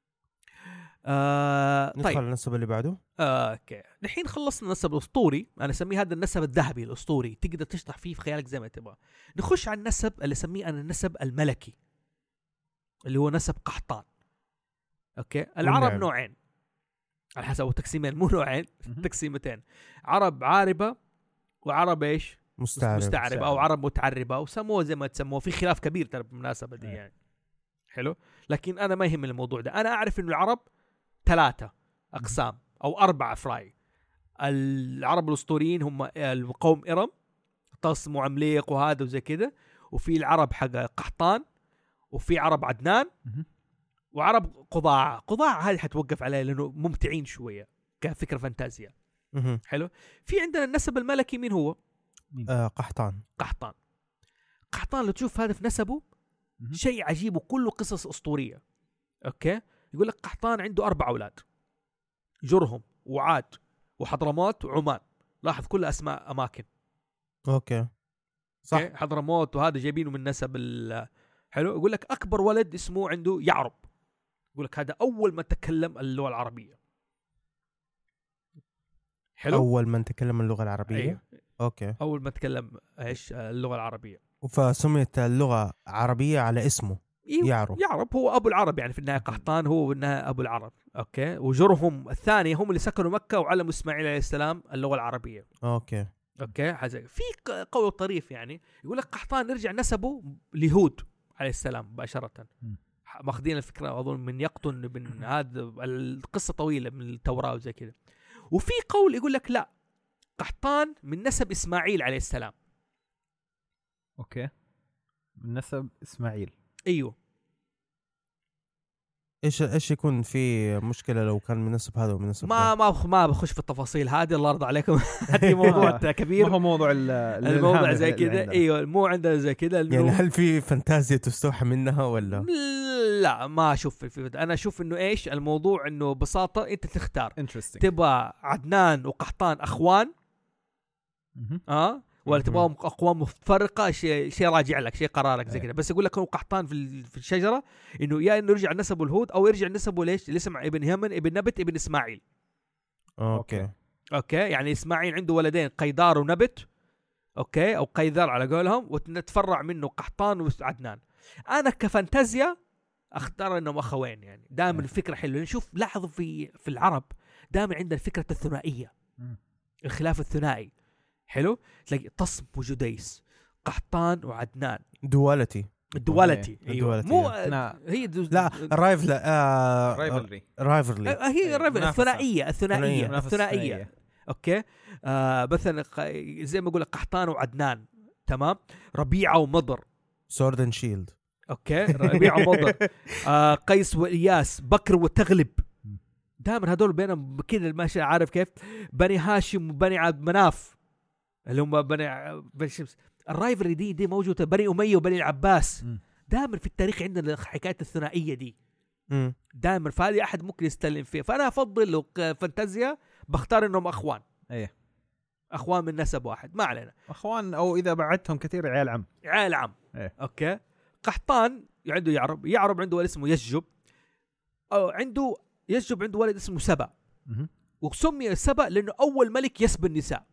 آه
ندخل
طيب
النسب اللي بعده.
آه اوكي الحين خلصنا النسب الاسطوري. انا اسميه هذا النسب الذهبي الاسطوري تقدر تشطح فيه في خيالك زي ما تبغى. نخش على النسب اللي اسميه انا النسب الملكي اللي هو نسب قحطان. اوكي العرب
والنعم.
نوعين على حسب تقسيمين مو نوعين تقسيمتين. عرب عاربه وعرب ايش
مستعرب,
مستعرب او عرب متعربه وسموه زي ما تسموه. في خلاف كبير ترى بالمناسبه دي يعني. حلو لكن انا ما يهم الموضوع ده. انا اعرف انه العرب ثلاثه اقسام او اربع افراي. العرب الاسطوريين هم القوم ارم تصم وعمليق وهذا وزي كده. وفي العرب حق قحطان وفي عرب عدنان وعرب قضاعه. قضاعه هذه حتوقف عليها لانه ممتعين شويه كفكره فانتازيا. حلو. في عندنا النسب الملكي مين هو؟
آه قحطان.
قحطان قحطان لو تشوف هذا في نسبه شيء عجيب وكله قصص اسطوريه. اوكي يقول لك قحطان عنده اربع اولاد جرهم وعاد وحضرموت وعمان. لاحظ كل اسماء اماكن.
اوكي صح.
أوكي؟ حضرموت وهذا جايبينه من نسب حلو. يقول لك اكبر ولد اسمه عنده يعرب. يقول لك هذا اول ما تكلم اللغه العربيه. حلو
اول من تكلم اللغه العربيه.
أيوه.
اوكي
اول ما تكلم ايش اللغه العربيه.
فسميت اللغه عربيه على اسمه.
إيوه.
يعرب
يعرب هو ابو العرب يعني في النهايه. قحطان هو في النهايه ابو العرب. اوكي وجرهم الثانيه هم اللي سكنوا مكه وعلموا اسماعيل عليه السلام اللغه العربيه.
اوكي
اوكي حاجه في قول طريف يعني. يقول لك قحطان نرجع نسبه لهود عليه السلام مباشره. ماخذين الفكره اظن من يقطن بن هذا القصه طويله من التوراه وزي كذا. وفي قول يقول لك لا قحطان من نسب اسماعيل عليه السلام.
اوكي من نسب اسماعيل.
ايوه
ايش ايش يكون في مشكله لو كان من نسب هذا ومن نسب
ما ما ما بخش في التفاصيل هذه الله يرضى عليكم. هذه موضوع كبير.
ما هو موضوع
الموضوع زي كذا. ايوه مو عندنا زي كذا.
يعني هل في فانتازيا تستوحى منها ولا
لا؟ ما اشوف في انا اشوف انه ايش الموضوع انه ببساطه انت تختار تبغى عدنان وقحطان اخوان اه ولا تبغاهم اقوام متفرقه. شيء شيء راجع لك شيء قرارك زي كذا. بس يقول لك هو قحطان في في الشجره انه يا انه يرجع نسبه الهود او يرجع نسبه ليش اللي اسمه ابن همن ابن نبت ابن اسماعيل.
اوكي
اوكي يعني اسماعيل عنده ولدين قيدار ونبت. اوكي او قيدار على قولهم وتتفرع منه قحطان وعدنان. انا كفانتازيا اختار انهم اخوين يعني. دائما الفكره حلوه. نشوف لاحظوا في في العرب دائما عندنا فكره الثنائيه الخلاف الثنائي. حلو تلاقي تصم وجديس قحطان وعدنان
دوالتي.
الدوالتي
إيه.
ايوه
الدوالتي،
مو
نا-
هي دو...
لا رايفل آه
رايفلري
رايفلري
آه، هي الريفل
منافسة.
الثنائيه الثنائيه
منافسة
الثنائيه
ثنائية.
اوكي آه مثلا ق- زي ما اقول قحطان وعدنان تمام ربيعه ومضر
سورد اند شيلد.
اوكي ربيعه ومضر آه قيس والياس بكر وتغلب دائما هذول بينهم كذا ماشي عارف كيف بني هاشم وبني عبد مناف اللي هم بني ع- بني شمس الرايفري دي دي موجوده بني اميه وبني العباس
م.
دائما في التاريخ عندنا حكايه الثنائيه دي
مم.
دائما فهذه احد ممكن يستلم فيها فانا افضل لو ك- فانتازيا بختار انهم اخوان
ايه
اخوان من نسب واحد ما علينا
اخوان او اذا بعدتهم كثير عيال عم
عائل عم
إيه.
اوكي قحطان عنده يعرب يعرب عنده ولد اسمه يشجب او عنده يشجب عنده ولد اسمه سبا
مهم.
وسمي سبا لانه اول ملك يسبى النساء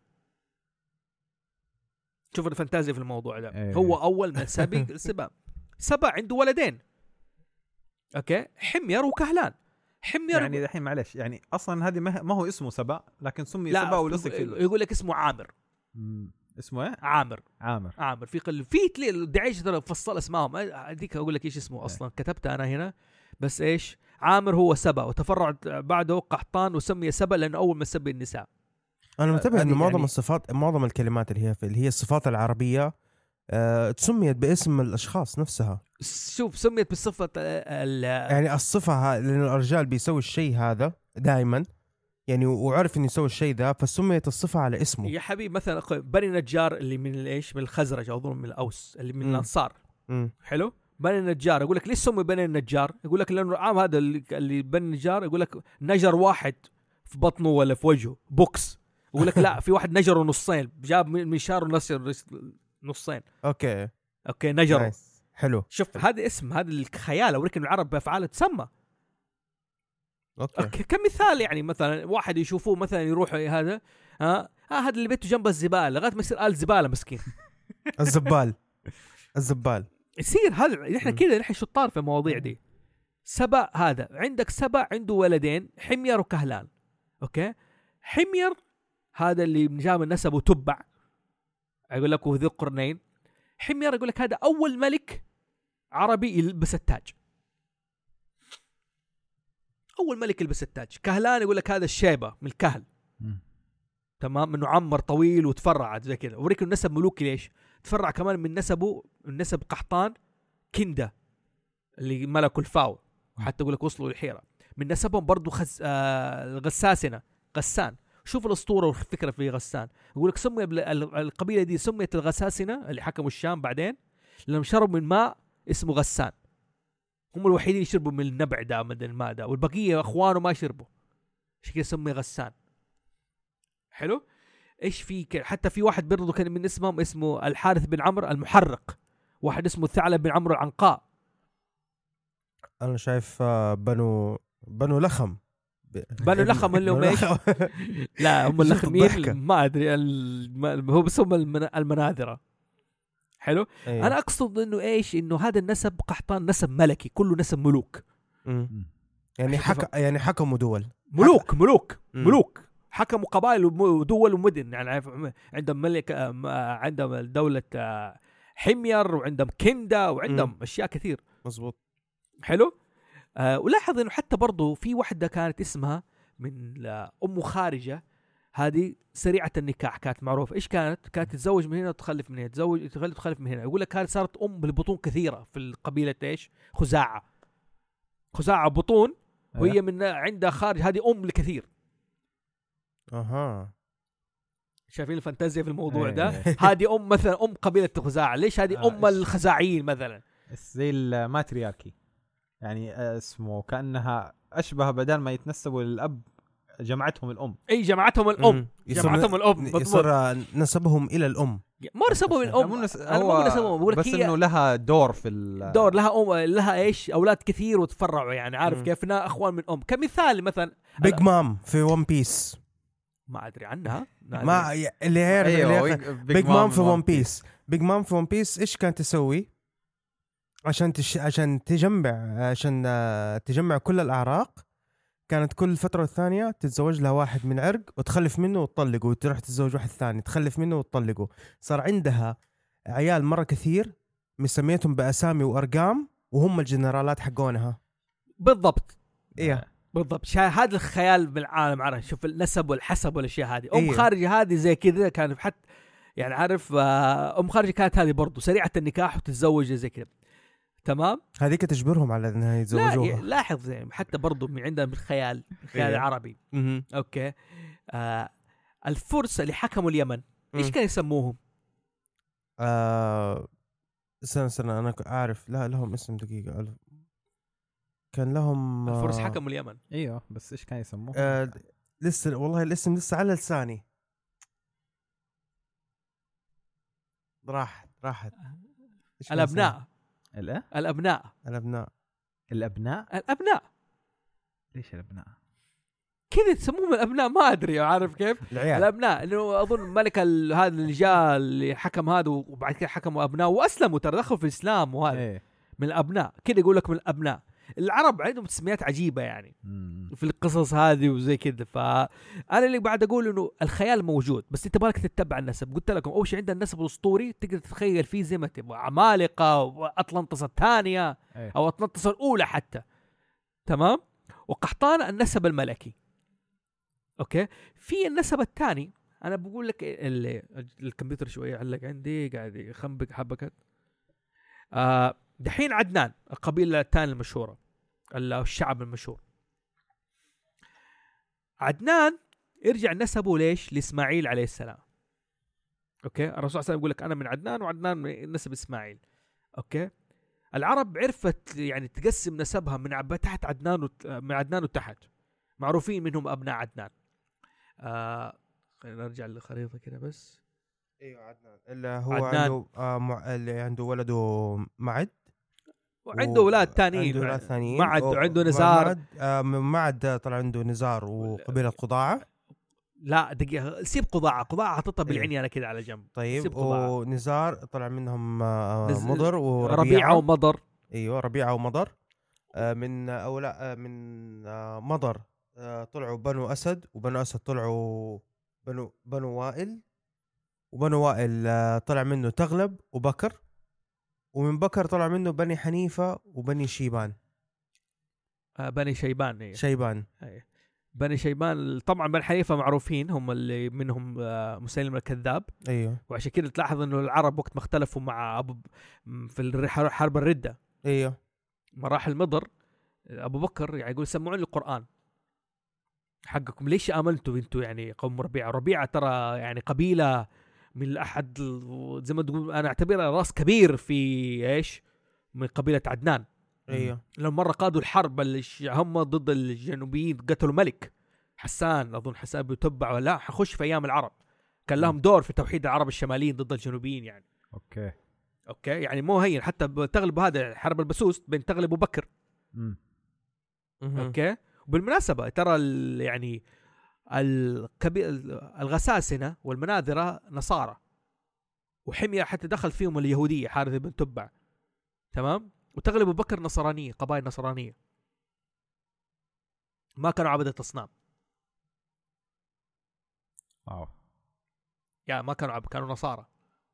شوف الفانتازيا في الموضوع ده
إيه.
هو اول من سبق سبا سبا عنده ولدين اوكي حمير وكهلان حمير
يعني الحين معلش يعني اصلا هذه ما ما هو اسمه سبا لكن سمي
لا
سبا ولصق في
يقول لك اسمه عامر
مم. اسمه ايه
عامر
عامر
عامر في قل في تلي دعيش ترى فصل اسمائهم اديك اقول لك ايش اسمه اصلا كتبتها انا هنا بس ايش عامر هو سبا وتفرع بعده قحطان وسمي سبا لانه اول ما سبي النساء
انا منتبه
هذه
انه معظم
يعني-
الصفات معظم الكلمات اللي هي في اللي هي الصفات العربيه آه تسميت باسم الاشخاص نفسها.
شوف سميت بالصفه ال
يعني الصفه ها- لأن الرجال بيسوي الشيء هذا دائما يعني وعرف انه يسوي الشيء ذا فسميت الصفه على اسمه.
يا حبيبي مثلا أخوي، بني نجار اللي من الايش من الخزرج او اظن من الاوس اللي من
مم.
الانصار
مم.
حلو بني النجار يقول لك ليش سمي بني النجار يقول لك لانه عام هذا اللي, اللي بني النجار يقول لك نجر واحد في بطنه ولا في وجهه بوكس يقول لك لا في واحد نجره نصين جاب من منشار ونسر نصين
اوكي
اوكي نجره
نايس. حلو.
شوف هذا اسم هذا الخيال او لكن العرب بافعاله تسمى
اوكي
أوكي. كمثال يعني مثلا واحد يشوفوه مثلا يروح هذا ها آه هذا اللي بيته جنب الزباله لغايه ما يصير آل زباله مسكين
الزبال الزبال
يصير هذا نحن
م.
كذا نحن شطار في المواضيع دي سبا هذا عندك سبا عنده ولدين حمير وكهلان اوكي حمير هذا اللي جاء من نسبه تبع يقول لك وذي القرنين حمير يقول لك هذا اول ملك عربي يلبس التاج اول ملك يلبس التاج كهلان يقول لك هذا الشيبه من الكهل
مم.
تمام انه عمر طويل وتفرع زي كذا اوريك النسب ملوكي ليش تفرع كمان من نسبه النسب قحطان كنده اللي ملكوا الفاو وحتى يقول لك وصلوا للحيره من نسبهم برضو خز... آه... الغساسنه غسان شوف الاسطوره والفكره في غسان يقول لك سمي بل... القبيله دي سميت الغساسنه اللي حكموا الشام بعدين لانهم شربوا من ماء اسمه غسان هم الوحيدين يشربوا من النبع ده من الماء ده والبقيه اخوانه ما يشربوا عشان كده سمي غسان حلو ايش في ك... حتى في واحد برضه كان من اسمهم اسمه الحارث بن عمرو المحرق واحد اسمه ثعلب بن عمرو العنقاء
انا شايف آه، بنو بنو لخم
بنو لخم اللي هم
بنو
ايش
لخم.
لا هم
شفت
اللخمين
الضحكة.
ما ادري الم... هو بس هم المن... المناذره حلو
أيوة.
انا اقصد انه ايش انه هذا النسب قحطان نسب ملكي كله نسب ملوك
مم. يعني
عشان
حك... يعني حكموا دول
ملوك ملوك
مم.
ملوك حكموا قبائل ودول ومدن يعني عارف عندهم ملك آه، عندهم دولة آه، حمير وعندهم كندا وعندهم
مم.
اشياء كثير
مزبوط.
حلو آه ولاحظ انه حتى برضو في واحدة كانت اسمها من آه، ام خارجة هذه سريعة النكاح كانت معروفة ايش كانت كانت تتزوج من هنا وتخلف من هنا تزوج تخلف تخلف من هنا يقول لك كانت صارت ام بالبطون كثيرة في القبيلة ايش خزاعة خزاعة بطون وهي من عندها خارج هذه ام لكثير
اها
شايفين الفانتازيا في الموضوع
إيه.
ده هذه ام مثلا ام قبيله خزاعه ليش هذه
آه،
ام الخزاعيين مثلا
زي الماترياركي يعني اسمه كأنها أشبه بدل ما يتنسبوا للأب جمعتهم الأم
اي جمعتهم الام
مم. يصير-
جمعتهم الام مضبوط
يصير نسبهم الى الام.
ما نسبوا الام
مو نس...
أنا
هو
مو نسبهم بقول لك
بس
هي
إنه لها دور في ال...
دور لها ام لها ايش اولاد كثير وتفرعوا يعني عارف
مم.
كيف انها اخوان من ام كمثال مثلا
بيج مام في ون بيس
ما ادري عنها
ما ي- اللي هي
أيوه
بيج مام في ون بيس بيج مام في ون بيس ايش كانت تسوي عشان تش... عشان تجمع عشان آه، تجمع كل الاعراق كانت كل فترة والثانية تتزوج لها واحد من عرق وتخلف منه وتطلقه وتروح تتزوج واحد ثاني تخلف منه وتطلقه صار عندها عيال مرة كثير مسميتهم باسامي وارقام وهم الجنرالات حقونها.
بالضبط
ايه
بالضبط. شا هذا الخيال بالعالم، عارف شوف النسب والحسب والاشياء هذه. ام
إيه.
خارجه هذه زي كذا كان حتى يعني عارف آه، ام خارجه كانت هذه برضو سريعه النكاح وتتزوج زي كذا تمام.
هذيك تجبرهم على انها
لا
يتزوجوها.
ي- لاحظ يعني حتى برضو من عندنا بالخيال الخيال
إيه.
العربي.
اها
اوكي آه الفرس اللي حكموا اليمن ايش كانوا يسموهم؟
آه سنة سنة أنا أعرف لا لهم اسم دقيقة ألف. كان لهم آه
الفرس حكموا اليمن.
ايوه بس ايش كان يسموه؟
آه لسه والله الاسم لسه على لساني. راحت راحت
الابناء
الايه
الابناء
الأبناء
الابناء
الابناء
ليش الابناء
كذا تسموهم الابناء ما ادري عارف كيف.
العيال
الابناء لانه اظن ملك ال- هذا اللي جاء اللي حكم هذا وبعد كده حكموا ابناء واسلموا ترى دخلوا في الاسلام وهذا
ايه
من الابناء كذا يقول لك من الابناء. العرب عندهم تسميات عجيبه يعني
مم.
في القصص هذه وزي كذا. فانا اللي بعد اقول انه الخيال موجود بس انت بالك تتبع النسب. قلت لكم اول شيء عندنا النسب الاسطوري تقدر تتخيل فيه زي ما تبغى عمالقه واطلنطس الثانيه
ايه.
او اطلنطس الاولى حتى تمام. وقحطان النسب الملكي. اوكي في النسب الثاني انا بقول لك ال- الكمبيوتر شويه علق عندي قاعد يخنبق حبكت. آه دحين عدنان القبيله الثانيه المشهوره الشعب المشهور. عدنان يرجع نسبه ليش لإسماعيل عليه السلام. اوكي الرسول صلى الله عليه وسلم يقول لك انا من عدنان وعدنان من نسب اسماعيل. اوكي العرب عرفت يعني تقسم نسبها من عب تحت عدنان وت... من عدنان وتحت معروفين منهم ابناء عدنان. آه خلينا نرجع للخريطه كده بس.
ايوه عدنان اللي هو
عدنان.
عنده آه مع... اللي عنده ولده معد
وعنده
و-
اولاد ثانيين
عنده أولاد ثانيين
معد
و-
وعنده نزار.
معد آه من معد طلع عنده نزار وقبيلة قضاعة.
لا دقيقه سيب قضاعه قضاعه حطها
إيه.
بالعني انا كده على جنب.
طيب
سيب قضاعة.
ونزار طلع منهم آه
نز-
مضر وربيعة
ربيعه ومضر.
ايوه ربيعة ومضر. آه من او لا آه من آه مضر آه طلعوا بنو اسد وبنو اسد طلعوا بنو بنو وائل وبنو وائل آه طلع منه تغلب وبكر ومن بكر طلع منه بني حنيفة وبني شيبان.
آه بني شيبان. إيه.
شيبان
أيه. بني شيبان طبعا بني حنيفة معروفين هم اللي منهم آه مسيلمة الكذاب.
ايوه
وعشان كده تلاحظ انه العرب وقت ما اختلفوا مع ابو م- في الر- حرب الردة
ايوه
مراحل مضر ابو بكر يعني يقول سمعوني القرآن حقكم ليش امنتوا انتوا يعني قوم ربيعة. ربيعة ترى يعني قبيلة من احد ال- زي ما تقول انا اعتبرها راس كبير في ايش من قبيلة عدنان.
ايوه
لما مرة قادوا الحرب اللي ش- هم ضد الجنوبيين قتلوا ملك حسان اظن حسان بيتبع ولا حخش في ايام العرب كان لهم دور في توحيد العرب الشماليين ضد الجنوبيين يعني.
اوكي
اوكي يعني مو هين حتى تغلب هذا حرب البسوس بين تغلب وبكر.
امم
اوكي وبالمناسبة ترى ال- يعني الكبي... الغساسنة والمناذرة نصارى وحمية حتى دخل فيهم اليهودية حارث بن تبع تمام. وتغلب بكر نصرانية قبائل نصرانية ما كانوا عبدة أصنام.
واو
يعني ما كانوا عب... كانوا نصارى.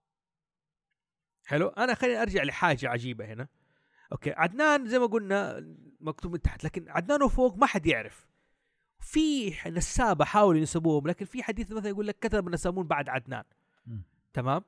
حلو انا خليني ارجع لحاجة عجيبة هنا. اوكي عدنان زي ما قلنا مكتوب من تحت لكن عدنان وفوق ما حد يعرف. في نسابة حاولوا ينسبوهم لكن في حديث مثلا يقول لك كتب النسامون بعد عدنان.
م.
تمام.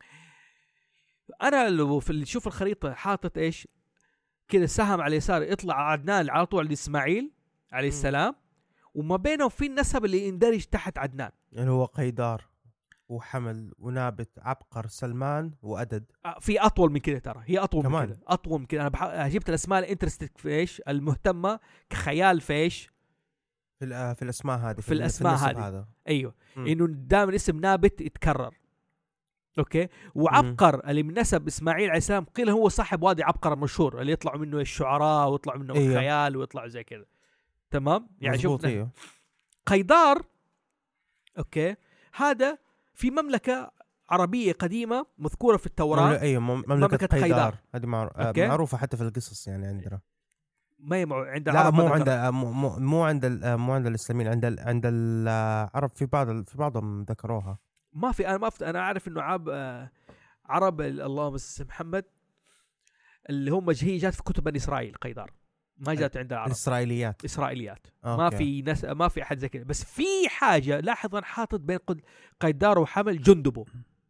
انا لو في اللي شوف الخريطة حاطط ايش كده سهم على اليسار يطلع عدنان على طول لإسماعيل عليه السلام وما بينهم في النسب اللي يندرج تحت عدنان
اللي هو قيدار وحمل ونابت عبقر سلمان وأدد.
آه، في اطول من كده ترى هي اطول
كمان.
من كده اطول من كده. انا بح... جبت الاسماء الانترستيك في ايش المهتمه كخيال في ايش
في الأ- في الاسماء هذه
في الأسماء
النسب
هذه.
هذا.
ايوه
م.
انه دائما اسم نابت يتكرر. اوكي وعبقر اللي من نسب اسماعيل عليه السلام قيل هو صاحب وادي عبقر المشهور اللي يطلعوا منه الشعراء ويطلعوا منه
أيوه.
الخيال ويطلعوا زي كده تمام. يعني
مزبوط
شفنا
ايوه
قيدار. اوكي هذا في مملكه عربيه قديمه مذكوره في التوراة.
ايوه مملكة,
مملكة
قيدار,
قيدار.
هذه معرو...
أوكي.
معروفة حتى في القصص يعني عندنا.
ما هي مع... عند
لا
العرب
مو
ما
عند
ذكر-
مو, مو, مو عند ال- مو عند الاسلاميين عند ال... عند العرب في بعض ال- في بعضهم ذكروها.
ما في انا ما فت... انا اعرف انه عاب آه، عرب ال- اللهم صل محمد اللي هم هي جات في كتب بني اسرائيل قيدار، ما جات عند العرب.
الاسرائيليات
اسرائيليات
أوكي.
ما في ناس ما في احد زي كذا. بس في حاجه لاحظ انا حاطط بين قيدار وحمل جندبو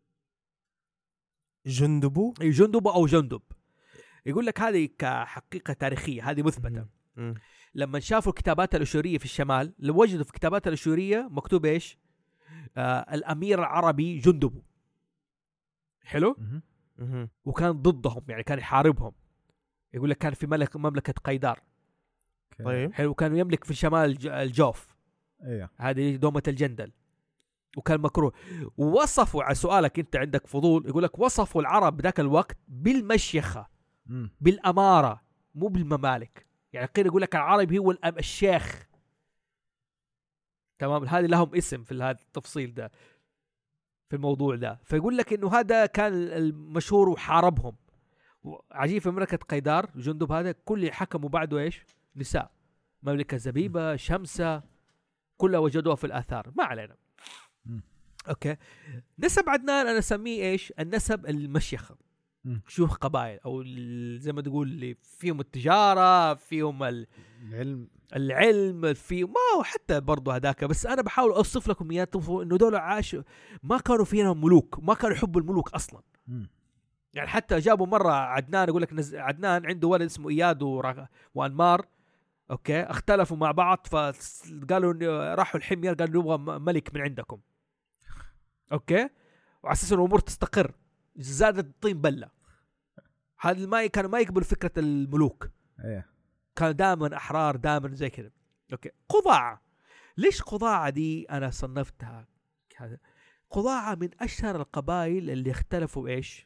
جندبو
جندبو او جندب. يقول لك هذه كحقيقه تاريخيه هذه مثبته.
مم.
لما شافوا الكتابات الاشوريه في الشمال لو وجدوا في الكتابات الاشوريه مكتوب ايش؟ آه الامير العربي جندبو. حلو.
مم.
وكان ضدهم يعني كان يحاربهم. يقول لك كان في ملك مملكه قيدار.
طيب
حلو. وكان يملك في شمال الجوف.
ايوه
هذه دومة الجندل. وكان مكروه. ووصفوا على سؤالك انت عندك فضول يقول لك وصفوا العرب ذاك الوقت بالمشيخة
مم.
بالأمارة مو بالممالك. يعني قيل يقول لك العربي هو الشيخ. تمام. هذه لهم اسم في هذا التفصيل ده في الموضوع ده. فيقول لك انه هذا كان المشهور وحاربهم. عجيب في مملكة قيدار جندب هذا كل اللي حكموا بعده ايش؟ نساء. مملكة زبيبة شمسة كلها وجدوها في الآثار. ما علينا.
م.
اوكي. نسب عدنان انا اسميه ايش؟ النسب المشيخة.
م.
شوف قبائل او زي ما تقول اللي فيهم التجارة فيهم
العلم
العلم في ما حتى برضه هذاك. بس انا بحاول اوصف لكم اياه انه دول عاش ما كانوا فينا ملوك ما كانوا يحبوا الملوك اصلا.
م.
يعني حتى جابوا مرة عدنان يقول لك نز... عدنان عنده ولد اسمه إياد ورغ... وأنمار. أوكي اختلفوا مع بعض فقالوا راحوا الحمير قالوا نبغى ملك من عندكم. أوكي. وعلى أساس الأمور تستقر زادت الطين بلة. هذا ما كانوا ما يقبلوا فكرة الملوك.
ايه
كانوا دائما أحرار دائما زي كذا. أوكي. قضاعة. ليش قضاعة دي أنا صنفتها هذا؟ قضاعة من أشهر القبائل اللي اختلفوا إيش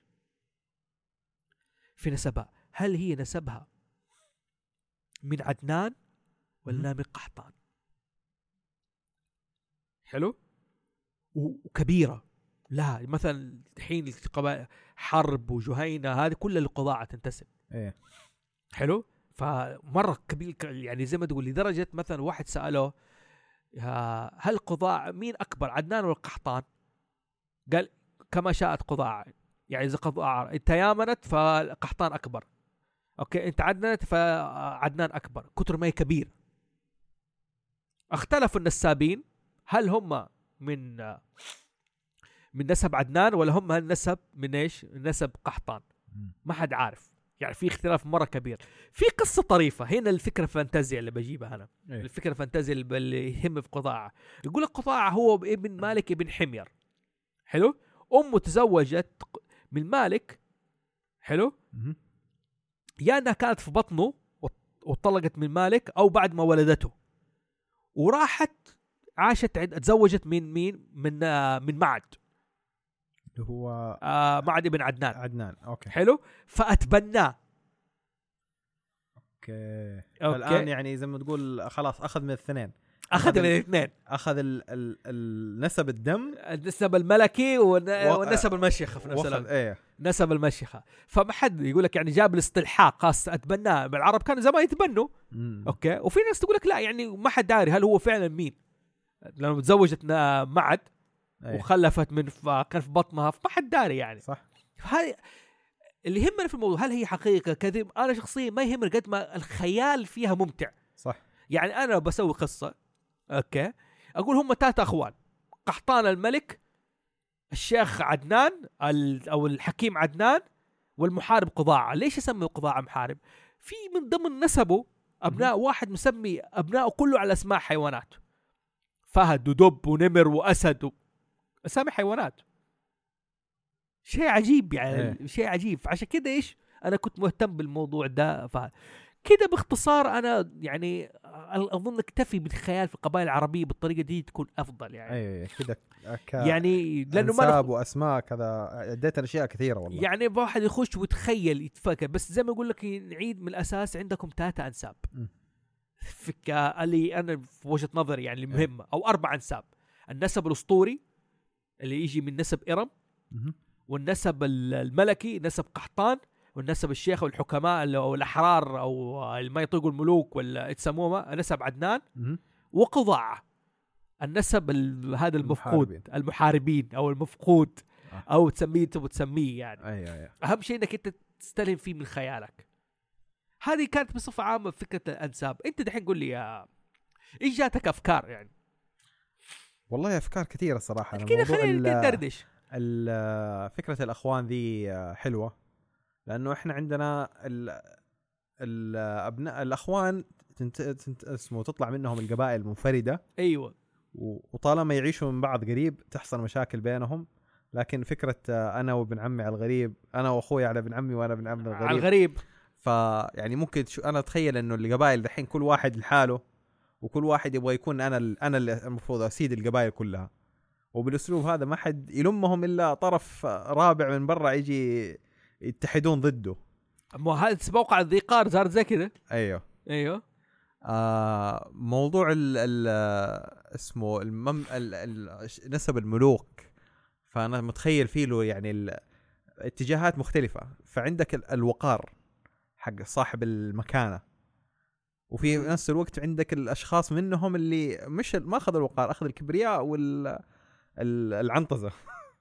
في نسبها. هل هي نسبها من عدنان ولا من قحطان؟ حلو. وكبيرة. لا مثلا الحين القبائل حرب وجهينة هذه كل القضاعة تنتسب.
ايه
حلو. فمرة كبير يعني زي ما تقول لدرجة مثلا واحد سأله هل قضاع مين أكبر عدنان ولا قحطان؟ قال كما شاءت قضاعة. يعني إذا قضاعة تيامنت فقحطان أكبر. أوكي أنت عدنت فعدنان أكبر. كتر ما هي كبير. اختلفوا النسابين هل هم من من نسب عدنان ولا هم النسب من إيش نسب قحطان. ما حد عارف. يعني في اختلاف مرة كبير. في قصة طريفة هنا الفكرة الفانتازيا اللي بجيبها أنا.
إيه؟
الفكرة الفانتازيا اللي يهم في قضاعة. يقول لك قضاعة هو ابن مالك ابن حمير. حلو. أمه تزوجت من مالك. حلو. يا أنها كانت في بطنه وطلقت من مالك أو بعد ما ولدته وراحت عاشت عند تزوجت من مين من آه من معد
اللي هو
آه معد ابن عدنان.
عدنان أوكي.
حلو. فأتبناه.
أوكي.
أوكي.
الآن يعني زي ما تقول خلاص أخذ من الاثنين.
أخذ من الاثنين.
أخذ ال ال النسب الدم
النسب الملكي والنسب المشيخة في نفس الوقت.
إيه.
نسب المشيخة. فما حد يقول لك يعني جاب الاستلحاق خاص أتبناه. بالعرب كانوا زمان يتبنوا.
مم.
أوكي. وفي ناس تقول لك لا يعني ما حد داري هل هو فعلا مين. لأنه تزوجت معد
أيه.
وخلفت من ف... كان في بطنها فما حد داري يعني.
صح.
هاي اللي يهمنا في الموضوع هل هي حقيقة كذب. أنا شخصيا ما يهمني قد ما الخيال فيها ممتع.
صح.
يعني أنا بسوي قصة أوكي أقول هم ثلاثة أخوان قحطان الملك الشيخ عدنان أو الحكيم عدنان والمحارب قضاعة. ليش يسمي قضاعة محارب؟ في من ضمن نسبه أبناء واحد مسمي أبنائه كله على أسماء حيوانات. فهد ودب ونمر وأسد و... أسامي حيوانات. شيء عجيب يعني.
ايه.
شيء عجيب. عشان كده إيش أنا كنت مهتم بالموضوع ده. ف كده باختصار أنا يعني أظن اكتفي بالخيال في القبائل العربية بالطريقة دي تكون أفضل يعني.
أيه كده ك...
يعني لأنه ما
أنساب وأسماء كذا اديت أشياء كثيرة والله.
يعني واحد يخش ويتخيل يتفكر. بس زي ما أقول لك نعيد من الأساس عندكم ثلاثة أنساب فك اللي أنا في وجهة نظري يعني المهمة أو أربع أنساب. النسب الأسطوري اللي يجي من نسب إرم والنسب الملكي نسب قحطان والنسب الشيخ والحكماء أو الأحرار أو ما يطيقوا الملوك ولا يتسموها نسب عدنان وقضاعة النسب هذا المفقود المحاربين أو المفقود أو تسميه تبغى تسميه يعني.
أيه أيه.
أهم شيء إنك أنت تستلهم فيه من خيالك. هذه كانت بصفة عامة فكرة الأنساب. أنت دحين قل لي يا إيش جاتك أفكار يعني؟
والله أفكار كثيرة الصراحة.
كذا خلينا ندردش.
فكرة الأخوان ذي حلوة لأنه إحنا عندنا ال الأبناء الأخوان تنت... تنت... اسمه تطلع منهم القبائل منفردة.
أيوة.
وطالما يعيشوا من بعض قريب تحصل مشاكل بينهم. لكن فكرة أنا وابن عمي على الغريب، أنا وأخوي على ابن عمي وأنا ابن عمي الغريب
على الغريب،
فيعني ممكن شو أنا أتخيل إنه القبائل دحين كل واحد لحاله، وكل واحد يبغى يكون أنا ال... أنا اللي المفروض أسيد القبائل كلها، وبالأسلوب هذا ما حد يلمهم إلا طرف رابع من برا يجي يتحدون ضده.
مو هذا موقع الذيقار صار زي كذا.
أيوه
أيوه.
آه موضوع ال ال اسمه المم ال ال نسب الملوك، فأنا متخيل فيه له يعني الاتجاهات مختلفة. فعندك الوقار حق صاحب المكانة، وفي نفس الوقت عندك الأشخاص منهم اللي مش ما أخذ الوقار، أخذ الكبرياء والعنطزة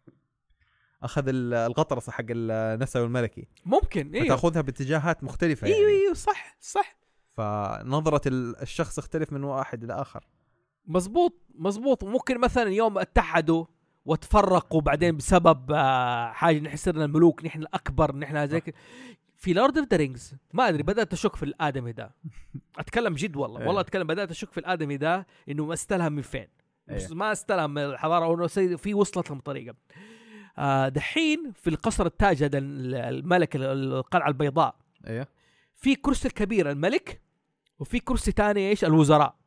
أخذ الغطرسة حق النسب الملكي.
ممكن إيه
فتأخذها باتجاهات مختلفة.
إيه
يعني
إيه صح صح.
فنظرة الشخص اختلف من واحد إلى آخر.
مزبوط مزبوط. ممكن مثلا يوم اتحدوا وتفرقوا بعدين بسبب حاجة نحن صرنا الملوك، نحن الأكبر، نحن زي في لورد اوف ذا رينجز. ما أدري بدأت أشك في الآدمي ده. أتكلم جد والله والله أتكلم بدأت أشك في الآدمي ده إنه ما استلهم من فين. ما استلهم من الحضارة أو في وصلت لهم طريقة. آه دحين في القصر التاج هذا الملك القلعة البيضاء
ايوه
في كرسي كبير الملك، وفي كرسي تاني ايش الوزراء.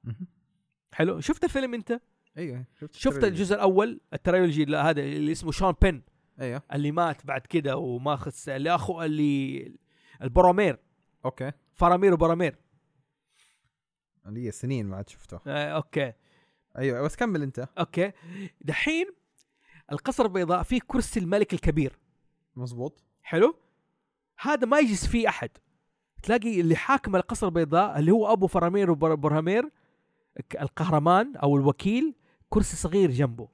حلو. شفت الفيلم انت؟
ايوه
شفت, شفت الجزء الاول التريلوجي هذا اللي اسمه شون بين.
ايوه اللي
مات بعد كده وماخذ اللي اخو اللي البرامير.
اوكي
فرامير وبرامير
اللي سنين ما عاد شفته.
آه، اوكي
ايوه بس كمل انت.
اوكي دحين القصر البيضاء فيه كرسي الملك الكبير.
مزبوط.
حلو. هذا ما يجلس فيه أحد. تلاقي اللي حاكم القصر البيضاء اللي هو أبو فرامير وبرهامير القهرمان أو الوكيل، كرسي صغير جنبه.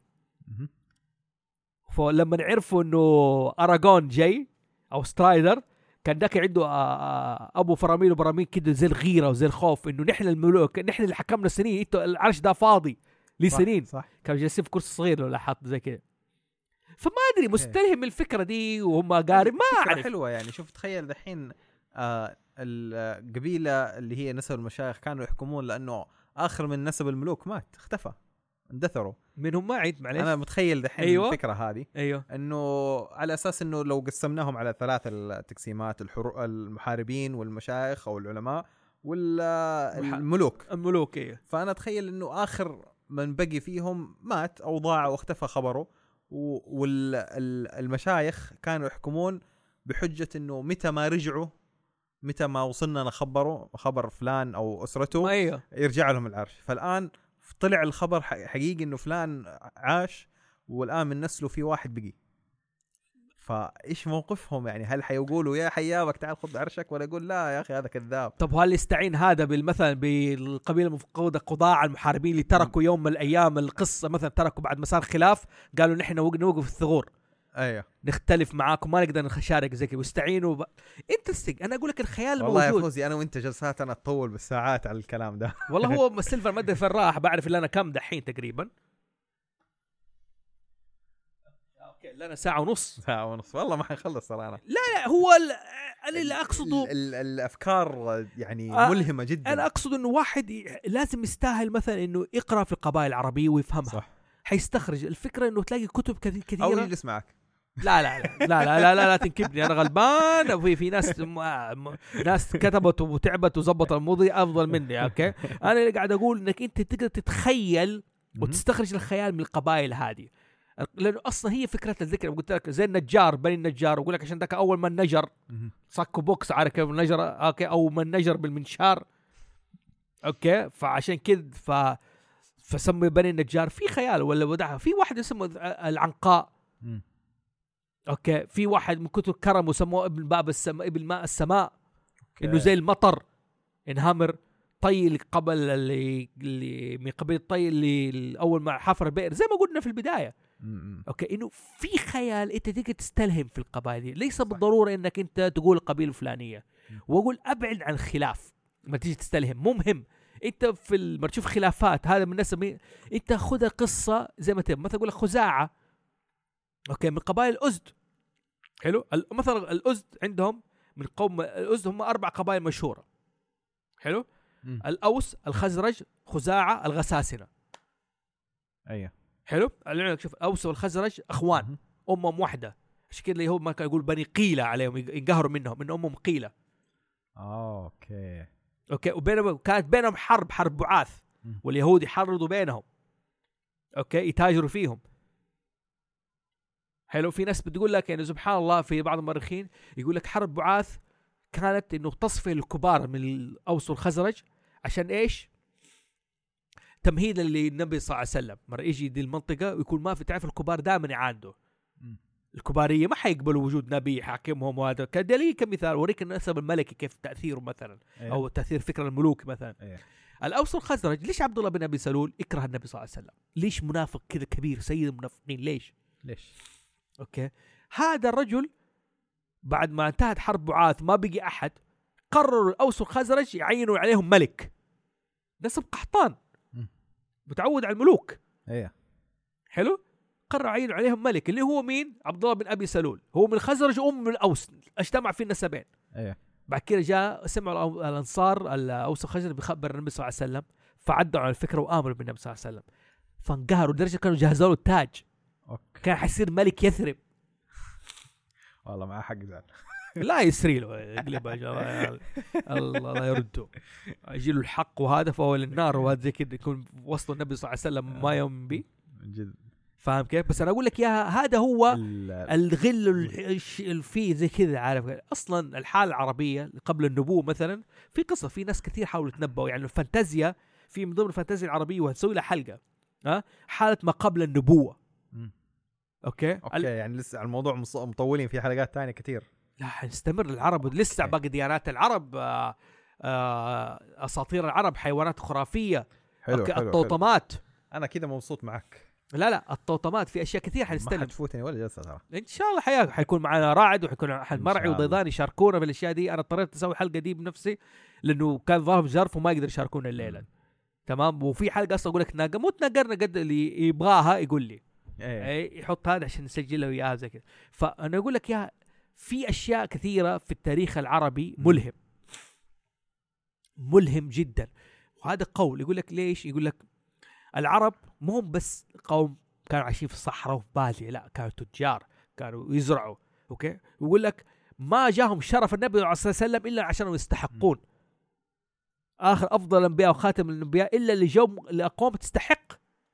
فلما نعرفوا إنه أراغون جاي أو سترايدر، كان ذاك عنده أبو فرامير وبرهامير كده زي الغيرة وزي الخوف إنه نحن الملوك، نحن اللي حكمنا سنين، إنتوا العرش ده فاضي لي سنين. صح. كانوا جالسين في كرسي صغير لو لاحظت زي كده. فما ادري مستلهم الفكره دي وهم قارب ما اعرف.
حلوه يعني. شوف تخيل دحين آه القبيله اللي هي نسب المشايخ كانوا يحكمون لانه اخر من نسب الملوك مات اختفى اندثروا
منهم. ما عيد معلش
انا متخيل دحين
أيوة.
الفكره هذه
ايوه
انه على اساس انه لو قسمناهم على ثلاث التقسيمات، الحرو... المحاربين والمشايخ او العلماء والملوك
الملوك ايوه.
فانا اتخيل انه اخر من بقي فيهم مات او ضاع او اختفى خبره، والمشايخ كانوا يحكمون بحجة انه متى ما رجعوا، متى ما وصلنا نخبره خبر فلان او اسرته
أيوه.
يرجع لهم العرش. فالان طلع الخبر حقيقي انه فلان عاش والان من نسله في واحد بقي. فايش موقفهم يعني؟ هل حيقولوا يا حيابك تعال خذ عرشك، ولا يقول لا يا اخي هذا كذاب؟
طب هل يستعين هذا بالمثل بالقبيله المفقوده قضاع المحاربين اللي تركوا يوم من الايام القصه، مثلا تركوا بعد ما صار خلاف قالوا نحن نوقف الثغور،
ايوه
نختلف معاكم ما نقدر نشارك زي كذا واستعينوا ب... انترستنج. انا اقول لك الخيال
والله
موجود.
والله يا فوزي انا وانت جلساتنا تطول بالساعات على الكلام ده.
والله هو السيلفر ما ادري فين راح، بعرف اللي انا كم دحين تقريبا. اوكي لنا ساعه ونص.
ساعه ونص والله ما حنخلص ترى انا.
لا لا هو ال... اللي اقصده
ال... ال... الافكار يعني آه ملهمه جدا.
انا اقصد انه واحد ي... لازم يستاهل مثلا انه يقرا في القبائل العربيه ويفهمها. صح. حيستخرج الفكره انه تلاقي كتب كثيره
او يجلس معك.
لا لا لا لا لا لا, لا, لا تنكبني انا غلبان. وفي في ناس م... ناس كتبت وتعبت وزبط الموضوع افضل مني. اوكي انا اللي قاعد اقول انك انت تقدر تتخيل وتستخرج الخيال من القبائل هذه، لانه اصلا هي فكره الذكر. قلت لك زي النجار بني النجار، واقول لك عشان ذاك اول ما النجر صكوا بوكس عارف كيف النجر. اوكي او من نجر بالمنشار. اوكي فعشان كذا ف فسمي بني النجار في خيال. ولا ودعها في واحد اسمه العنقاء. م. اوكي في واحد من كتب كرم وسموه ابن باب السماء، ابن ماء السماء. أوكي. انه زي المطر انهمر طي قبل اللي, اللي من قبيل الطي اللي اول ما حفر البئر زي ما قلنا في البدايه.
م- م.
اوكي انه في خيال انت تقدر تستلهم في القبائل دي، ليس بالضروره انك انت تقول القبيله الفلانيه. واقول ابعد عن الخلاف ما تيجي تستلهم، مو مهم انت في لما تشوف خلافات هذا من نسب، انت خذ قصه زي ما تبي. مثلا اقول لك خزاعه اوكي من قبائل الازد، حلو. مثلا الازد عندهم من قوم الازد هم اربع قبائل مشهوره، حلو.
م.
الاوس، الخزرج، خزاعه، الغساسنه.
ايوه
حلو. اللي شوف الاوس والخزرج اخوان،
م-
امم واحده، عشان كذا اللي هو ما كان يقول بني قيله عليهم، ينقهروا منهم ان امهم قيله.
اوكي
اوكي. وبينهم كانت بينهم حرب حرب بعاث،
م.
واليهود يحرضوا بينهم، اوكي، يتاجروا فيهم. حلو. في ناس بتقول لك يعني سبحان الله في بعض المؤرخين يقول لك حرب بعاث كانت انه تصفي الكبار من الاوس والخزرج عشان ايش؟ تمهيدا للنبي صلى الله عليه وسلم مره يجي دي المنطقه ويكون ما في، تعرف الكبار دائما يعاندوا
م.
الكباريه، ما حيقبلوا وجود نبي حاكمهم. وهذا كدليل كمثال وريك النسب الملكي كيف تاثيره مثلا،
أيوة.
او تاثير فكر الملوك مثلا.
أيوة.
الاوس والخزرج ليش عبد الله بن ابي سلول يكره النبي صلى الله عليه وسلم؟ ليش منافق كذا كبير سيد المنافقين؟ ليش؟
ليش؟
اوكي. هذا الرجل بعد ما انتهت حرب بعاث ما بقي احد، قرروا الاوس والخزرج يعينوا عليهم ملك، نسب قحطان
م.
متعود على الملوك.
ايوه
حلو. قرروا يعينوا عليهم ملك اللي هو مين؟ عبد الله بن ابي سلول، هو من الخزرج وام من الاوس، اجتمع في النسبين.
ايوه.
بعد كده جاء سمعوا الانصار الاوس والخزرج بخبر النبي صلى الله عليه وسلم، فعدوا على الفكره وامروا بالنبي صلى الله عليه وسلم، فانقهروا لدرجه كانوا جهزوا له التاج.
اوكي.
كان حيصير ملك يثرب.
والله معاه حق زعل.
لا يسري له يقلب الله لا يرده، يجي له الحق وهذا فهو للنار، وهذا زي كده يكون وصل النبي صلى الله عليه وسلم ما يؤمن به.
جد
فاهم كيف؟ بس انا اقول لك يا هذا هو
ال-
الغل اللي فيه زي كذا. عارف اصلا الحاله العربيه قبل النبوه مثلا في قصه، في ناس كثير حاولوا يتنبؤوا، يعني الفانتازيا في من ضمن الفانتازيا العربيه وهتسوي لها حلقه، ها، حاله ما قبل النبوه.
م.
اوكي
اوكي يعني لسه على الموضوع مص- مطولين في حلقات تانية كتير.
لا حنستمر. العرب لسه
أوكي.
باقي ديانات العرب، آه آه اساطير العرب، حيوانات خرافيه.
حلو
أوكي.
حلو
الطوطمات
حلو. انا كده مبسوط معك.
لا لا الطوطمات في اشياء كثير
ما
حنستلم
حتفوتني ولا جلسه ترى.
ان شاء الله. حياك حيكون معنا راعد وحيكون احد
إن
مرعي
شاء الله.
وضيضان يشاركونا في الاشياء دي. انا اضطريت اسوي حلقه دي بنفسي لانه كان ظرف جرف وما يقدر يشاركونا الليله.
م.
تمام. وفي حلقه اصلا اقول لك ناقه مو تناقرنا قد اللي يبغاها يقول لي
ايه
اي يحط هذا عشان نسجلها وياها زي كذا. فانا اقول لك يا في اشياء كثيره في التاريخ العربي ملهم ملهم جدا. وهذا قول يقول لك ليش؟ يقول لك العرب مو هم بس قوم كانوا عايشين في الصحراء وفي بادية، لا كانوا تجار، كانوا يزرعوا. اوكي. يقول لك ما جاهم شرف النبي صلى الله عليه وسلم الا عشان يستحقون. اخر افضل الانبياء وخاتم الانبياء الا اللي جو لاقوام تستحق.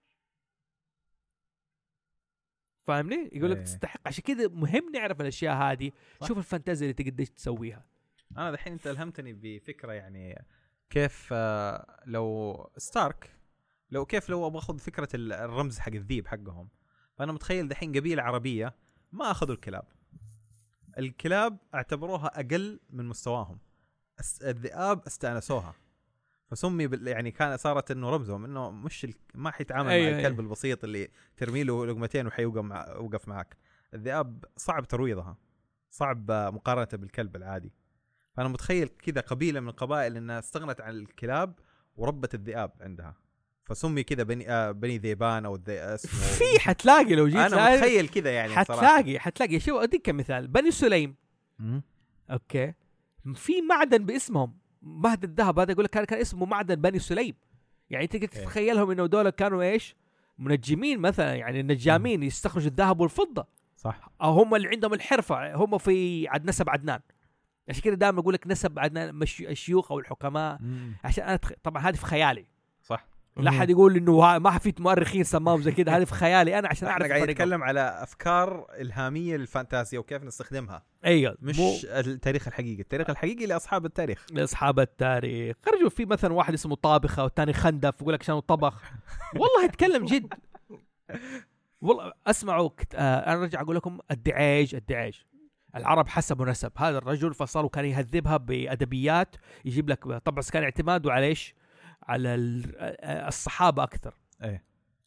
فاهمني؟ يقول لك
ايه.
تستحق. عشان كذا مهم نعرف الاشياء هذه.
صح.
شوف الفانتازيا اللي تقدر تسويها.
انا دحين انت الهمتني بفكره، يعني كيف آه، لو ستارك، لو كيف لو ابغى اخذ فكره ال- الرمز حق الذيب حقهم. فانا متخيل دحين قبيله عربيه ما اخذوا الكلاب. الكلاب اعتبروها اقل من مستواهم. الس- الذئاب استانسوها، فسمي بال يعني كان صارت انه رمزهم انه مش ال... ما حيتعامل
أيوة
مع الكلب
أيوة.
البسيط اللي ترمي له لقمتين وحيوقف مع... وقف معك. الذئاب صعب ترويضها، صعب آه، مقارنه بالكلب العادي. فانا متخيل كذا قبيله من القبائل انها استغنت عن الكلاب وربت الذئاب عندها، فسمي كذا بني آه بني ذيبان او الذي اسمه
في حتلاقي لو جيت
انا متخيل كذا يعني
حتلاقي حتلاقي شو اديك كمثال بني سليم.
صراحة.
اوكي. في معدن باسمهم مهد الذهب، هذا يقول لك كان كان اسمه معدن بني سليم. يعني تقدر تتخيلهم انه دول كانوا ايش؟ منجمين مثلا، يعني النجامين يستخرجوا الذهب والفضه،
صح.
او هم اللي عندهم الحرفه، هم في عد نسب عدنان. عشان كده دائما اقول لك نسب عدنان مش الشيوخ او الحكماء.
مم.
عشان انا تخ... طبعا هذه في خيالي،
صح.
لا حد يقول انه ها- ما في مؤرخين سماهم زي كده، هذه في خيالي انا عشان اعرف
احنا قاعد
فريقهم.
نتكلم على افكار الهاميه للفانتازيا وكيف نستخدمها،
ايوه
مش
مو
التاريخ الحقيقي. التاريخ الحقيقي لاصحاب التاريخ.
لاصحاب التاريخ. خرجوا في مثلا واحد اسمه طابخه والثاني خندف يقول لك عشان طبخ. والله يتكلم جد والله. اسمعوا كت... آه انا رجع اقول لكم الدعيج الدعيج العرب حسبوا نسب هذا الرجل، فصاروا كان يهذبها بادبيات، يجيب لك طبعا كان اعتماده على ايش؟ على ال- الصحابه اكثر.
ايه.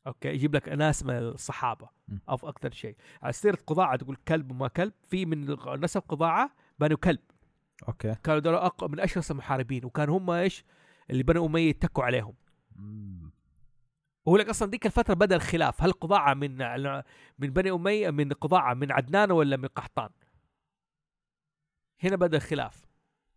اوكي يجيب لك ناس من الصحابه او اكثر شيء. على سيره قضاعه تقول كلب وما كلب، في من نسب قضاعه بنو كلب
اوكي
كانوا دول أق... من اشرس المحاربين، وكانوا هم ايش اللي بنو اميه يتكوا عليهم. وهو لك اصلا ديك الفتره بدا الخلاف، هل قضاعه من من بني اميه من قضاعه من عدنان ولا من قحطان؟ هنا بدا الخلاف.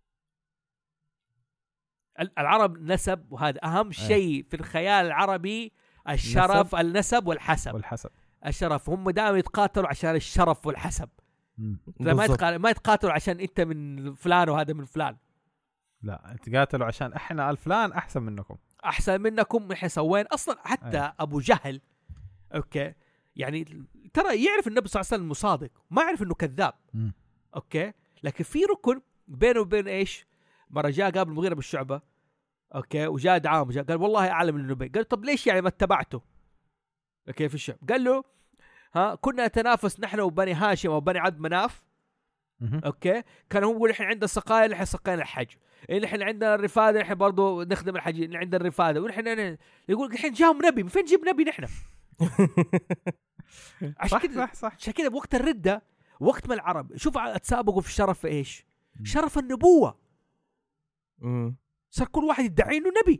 العرب نسب، وهذا اهم شيء في الخيال العربي، الشرف نسب. النسب والحسب
والحسب
الشرف. هم دائما يتقاتلوا عشان الشرف والحسب. ما يتقاتلوا ما يتقاتلوا عشان انت من فلان وهذا من فلان،
لا يتقاتلوا عشان احنا الفلان احسن منكم
احسن منكم. احنا سوين اصلا حتى أيه. ابو جهل اوكي يعني ترى يعرف النبي صلى الله عليه وسلم صادق، ما يعرف انه كذاب. م. اوكي لكن في ركن بينه وبين ايش. مره جاء قابل المغيرة بالشعبة اوكي وجاء دعام جاء قال والله اعلم من النبي. قال طب ليش يعني ما اتبعته اوكي في الشعب؟ قال له ها كنا نتنافس نحن وبني هاشم وبني عبد مناف اوكي كان هو يقول احنا عندنا سقايه نحن سقينا الحج، نحن عندنا الرفاده نحن برضو نخدم الحج عندنا الرفاده، ونحن يقول الحين جاهم نبي من فين نجيب نبي نحن؟ عشان كده صح صح عشان كده بوقت الرده وقت ما العرب شوف اتسابقوا في الشرف في ايش؟ شرف النبوه.
امم
صار كل واحد يدعي انه نبي.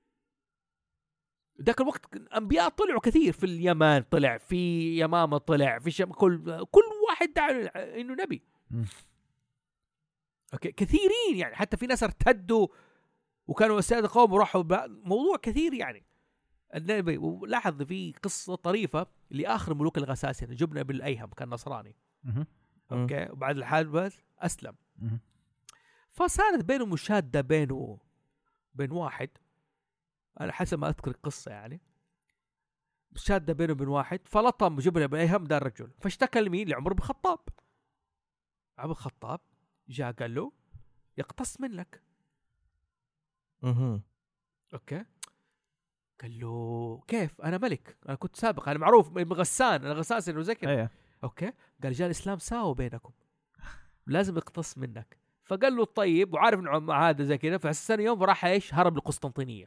ذاك الوقت انبياء طلعوا كثير، في اليمن طلع، في يمامه طلع، في شم... كل كل واحد دعا انه نبي. م. اوكي كثيرين يعني، حتى في ناس ارتدوا وكانوا اساد قوم وراحوا ب... موضوع كثير يعني النبي. ولاحظ في قصه طريفه لاخر ملوك الغساسنه، جبنا بالايهم كان نصراني. م. اوكي وبعد الحال اسلم. م. فصارت بينه مشاده بينه بين واحد، أنا حسب ما أذكر القصة يعني مشاده بينه وبين واحد، فلطم جبنا بالايهم ده الرجل، فاشتكى لمين؟ لعمر بن الخطاب. عمر الخطاب جاء قال له يقتص منك.
اها
اوكي قال له كيف انا ملك، انا كنت سابق، انا معروف من غسان، انا غساس انه زي كده. اوكي قال جاء الاسلام ساوى بينكم لازم يقتص منك. فقال له طيب، وعارف انه هذا زي كده، فالسنه يوم راح ايش هرب للقسطنطينيه.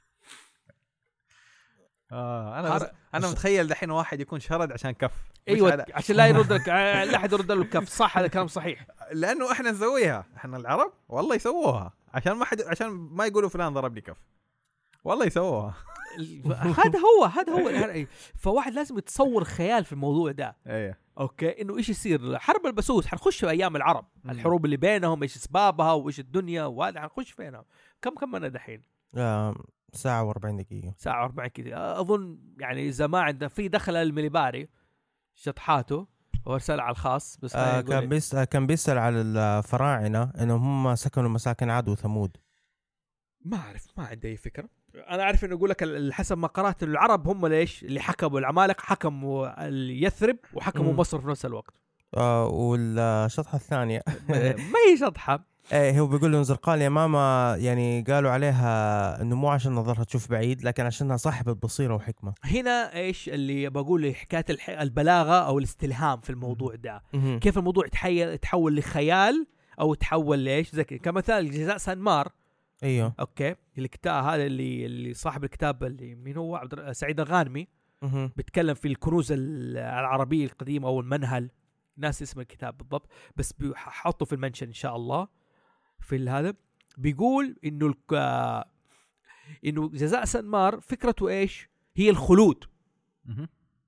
اه انا هر... انا متخيل دحين واحد يكون شرد عشان كف.
ايوه هذا... عشان لا يرد لك لا احد يرد له الكف. صح هذا كلام صحيح،
لانه احنا نسويها، احنا العرب والله يسووها عشان ما حد عشان ما يقولوا فلان ضرب لي كف، والله يسووها.
هذا هو هذا هو فواحد لازم يتصور خيال في الموضوع ده.
ايوه
اوكي انه ايش يصير حرب البسوس، حنخش في ايام العرب م. الحروب اللي بينهم ايش اسبابها وايش الدنيا، وهذا حنخش فينا. كم كم انا دحين؟
آه ساعه وأربعين دقيقه
ساعه وأربعين كذا اظن يعني. اذا ما عنده في دخل المليباري شطحاته وارسل على الخاص بس
آه كان بيس آه كان بيسأل على الفراعنه انهم هم سكنوا مساكن عاد وثمود.
ما اعرف، ما عندي اي فكره. انا عارف انه يقول لك حسب ما قرات العرب هم ليش اللي حكموا العمالقه، حكموا اليثرب وحكموا مصر في نفس الوقت.
آه والشطحه الثانيه
ما هي شطحه.
ايه هو بيقول له زرقاء اليمامة يعني قالوا عليها انه مو عشان نظرها تشوف بعيد، لكن عشانها صاحبة بصيرة وحكمة.
هنا ايش اللي بقول حكاية الح... البلاغة او الاستلهام في الموضوع ده. م- كيف الموضوع يتحول يتحول لخيال او يتحول ليش زي كمثال جزاء سنمار.
ايوه
اوكي الكتاب هذا اللي اللي صاحب الكتاب اللي مين هو عبد سعيد الغانمي
م-
بيتكلم في الكنوز العربية القديمة او المنهل، ناس اسم الكتاب بالضبط بس بحطه في المنشن ان شاء الله. في هذا بيقول انه الك... انه جزاء سنمار فكرته ايش؟ هي الخلود.
م-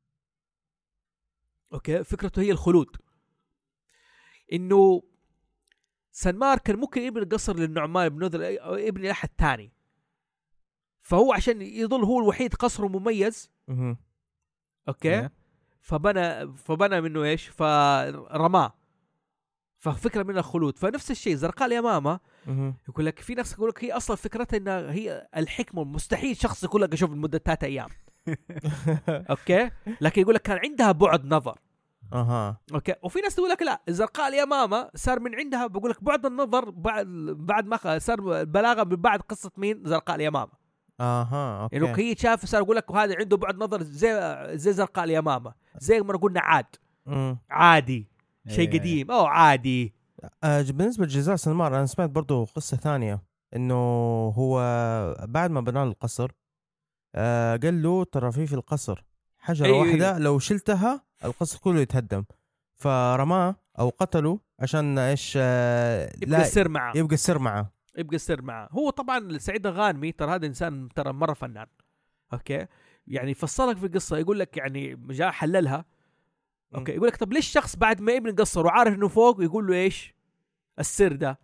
اوكي فكرته هي الخلود، انه سنمار كان ممكن يبني قصر للنعمان بن نذر او يبني احد ثاني، فهو عشان يظل هو الوحيد قصره مميز.
م-
اوكي فبنى فبنى منه ايش؟ فرماه، ففكرة من الخلود. فنفس الشيء زرقاء اليمامة يقول لك في ناس يقول لك هي اصلا فكرتها انها هي الحكمة، مستحيل شخص يقول لك اشوف لمدة ثلاثة ايام. اوكي لكن يقول لك كان عندها بعد نظر.
اها
اوكي وفي ناس تقول لك لا زرقاء اليمامة صار من عندها بقول لك بعد النظر بعد بعد ما صار البلاغة من بعد قصة مين؟ زرقاء اليمامة.
اها اوكي
انه هي شاف صار يقول لك وهذا عنده بعد نظر زي زي زرقاء اليمامة، زي ما قلنا عاد
م-
عادي شيء قديم او عادي.
آه بالنسبة لجزاء سنمار انا سمعت برضو قصة ثانية، انه هو بعد ما بنى القصر آه قال له ترى في في القصر حجرة
أيوة
واحدة
أيوة.
لو شلتها القصر كله يتهدم، فرماه أو قتله عشان إيش آه
يبقى السر معه
يبقى السر معه
يبقى السر معه هو طبعا سعيد الغانمي ترى هذا إنسان ترى مرة فنان. أوكي يعني فصلك في القصة، يقول لك يعني جاء حللها. أوكي يقول لك طب ليش شخص بعد ما ابن قصر وعارف إنه فوق يقول له إيش السر ده؟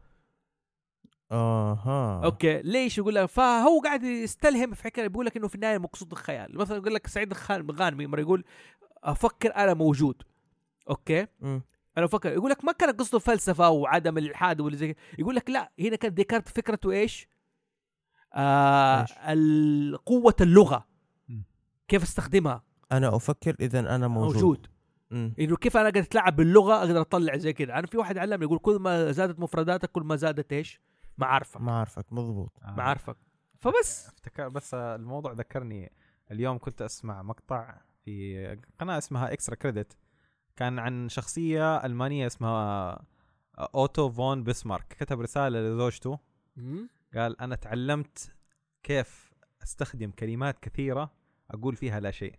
اها
اوكي ليش؟ يقول لك فهو قاعد يستلهم في حكايه، بيقول لك انه في النهايه مقصود الخيال. مثلا يقول لك سعيد الغانمي مره يقول افكر انا موجود. اوكي
م.
انا افكر، يقول لك ما كان قصده فلسفه وعدم الالحاد ولا زي، يقول لك لا هنا كان ديكارت فكرته ايش؟ آه قوه اللغه كيف استخدمها.
انا افكر اذا انا موجود,
موجود.
م.
انه كيف انا اقدر اتلاعب باللغه، اقدر اطلع زي كذا. انا في واحد علمني يقول كل ما زادت مفرداتك كل ما زادت ايش؟ معارفك.
معارفك مضبوط.
آه.
معارفك. فبس
افتكر بس الموضوع ذكرني اليوم كنت اسمع مقطع في قناة اسمها اكسترا كريدت، كان عن شخصية ألمانية اسمها اوتو فون بيسمارك. كتب رسالة لزوجته قال انا تعلمت كيف استخدم كلمات كثيرة اقول فيها لا شيء.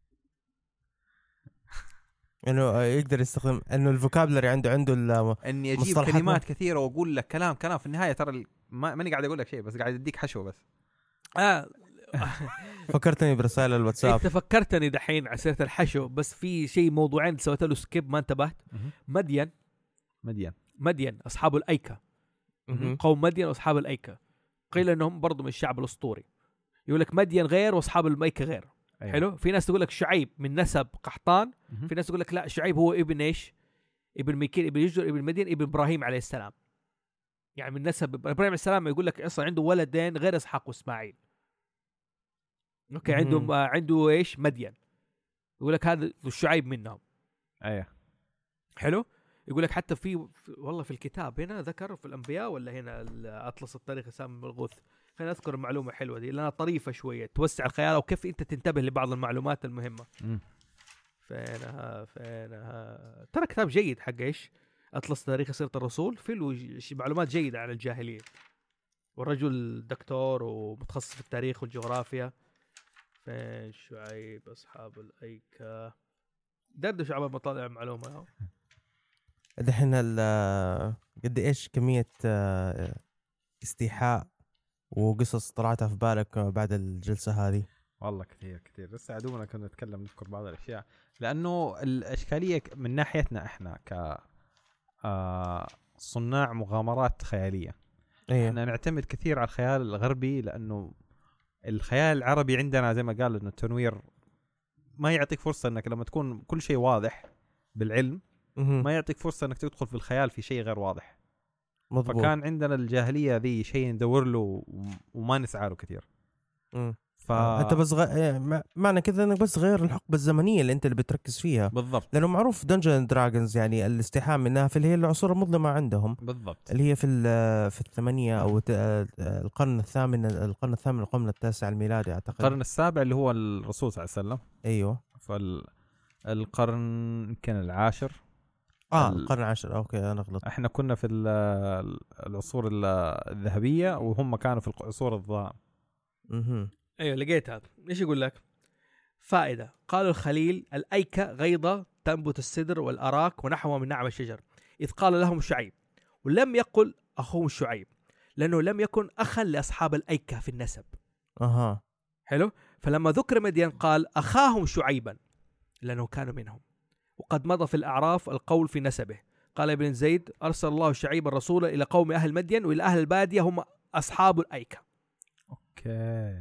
انه يقدر يستخدم انه الفوكابلري عنده عنده
اني اجيب كلمات كثيره واقول لك كلام كلام في النهايه ترى ما ماني قاعد اقول لك شيء، بس قاعد اديك حشو بس.
اه
فكرتني برسائل الواتساب.
انت فكرتني دحين على سيره الحشو، بس في شيء موضوعين سويت له سكيب ما انتبهت. مدين
مدين
مدين اصحاب الايكه، قوم مدين واصحاب الايكه قيل انهم برضو من الشعب الاسطوري. يقول لك مدين غير واصحاب الايكه غير. أيوة. حلو. في ناس تقول لك شعيب من نسب قحطان، في ناس تقول لك لا شعيب هو ابن ايش؟ ابن ميكيل ابن يجر ابن مدين ابن ابراهيم عليه السلام، يعني من نسب ابراهيم عليه السلام. يقول لك اصلا عنده ولدين غير اسحاق واسماعيل. اوكي عنده آه عنده ايش؟ مدين. يقول لك هذا الشعيب منهم.
ايوه
حلو. يقول لك حتى في, في والله في الكتاب هنا ذكر في الانبياء ولا هنا اطلس التاريخ سام الغوث. خلينا نذكر المعلومه حلوه دي لانها طريفه شويه توسع الخيال وكيف انت تنتبه لبعض المعلومات المهمه. م. فينها فينها ترى كتاب جيد حق ايش؟ اطلس تاريخ سيره الرسول، في له معلومات جيده عن الجاهليه، والرجل دكتور ومتخصص في التاريخ والجغرافيا. فين شعيب اصحاب الايكه؟ دردش على ما طالع معلومه اهو.
دحين قد ايش كميه استيحاء وقصص طلعتها في بالك بعد الجلسه هذه؟
والله كثير كثير. لسه عدونا كنا نتكلم نذكر بعض الاشياء، لانه الاشكاليه من ناحيتنا احنا ك صناع مغامرات خياليه.
أيه.
احنا نعتمد كثير على الخيال الغربي، لانه الخيال العربي عندنا زي ما قال انه التنوير ما يعطيك فرصه انك لما تكون كل شيء واضح بالعلم ما يعطيك فرصه انك تدخل في الخيال في شيء غير واضح. مضبوط. فكان عندنا الجاهليه ذي شيء ندور له وما نسعى له كثير.
امم ف... انت بس غ... معنى كذا انك بس غير الحقبه الزمنيه اللي انت اللي بتركز فيها.
بالضبط.
لانه معروف دنجن دراجونز يعني الاستيحاء منها في اللي هي العصور المظلمه عندهم.
بالضبط.
اللي هي في في الثمانيه او القرن الثامن القرن الثامن القرن التاسع الميلادي اعتقد.
القرن السابع اللي هو الرسول صلى الله عليه وسلم.
ايوه.
فالقرن يمكن العاشر.
اه القرن العاشر. اوكي انا غلط.
احنا كنا في العصور الذهبيه وهم كانوا في العصور الظلام.
اها ايوه لقيت هذا. ايش يقول لك؟ فائده. قالوا الخليل الايكه غيضه تنبت السدر والاراك ونحوها من نعم الشجر، اذ قال لهم شعيب، ولم يقل اخوهم شعيب لانه لم يكن اخا لاصحاب الايكه في النسب.
اها
حلو. فلما ذكر مدين قال اخاهم شعيبا لانه كانوا منهم، وقد مضى في الأعراف القول في نسبه. قال ابن زيد أرسل الله شعيب الرسول إلى قوم أهل مدين وإلى أهل البادية هم أصحاب الأيكة.
أوكي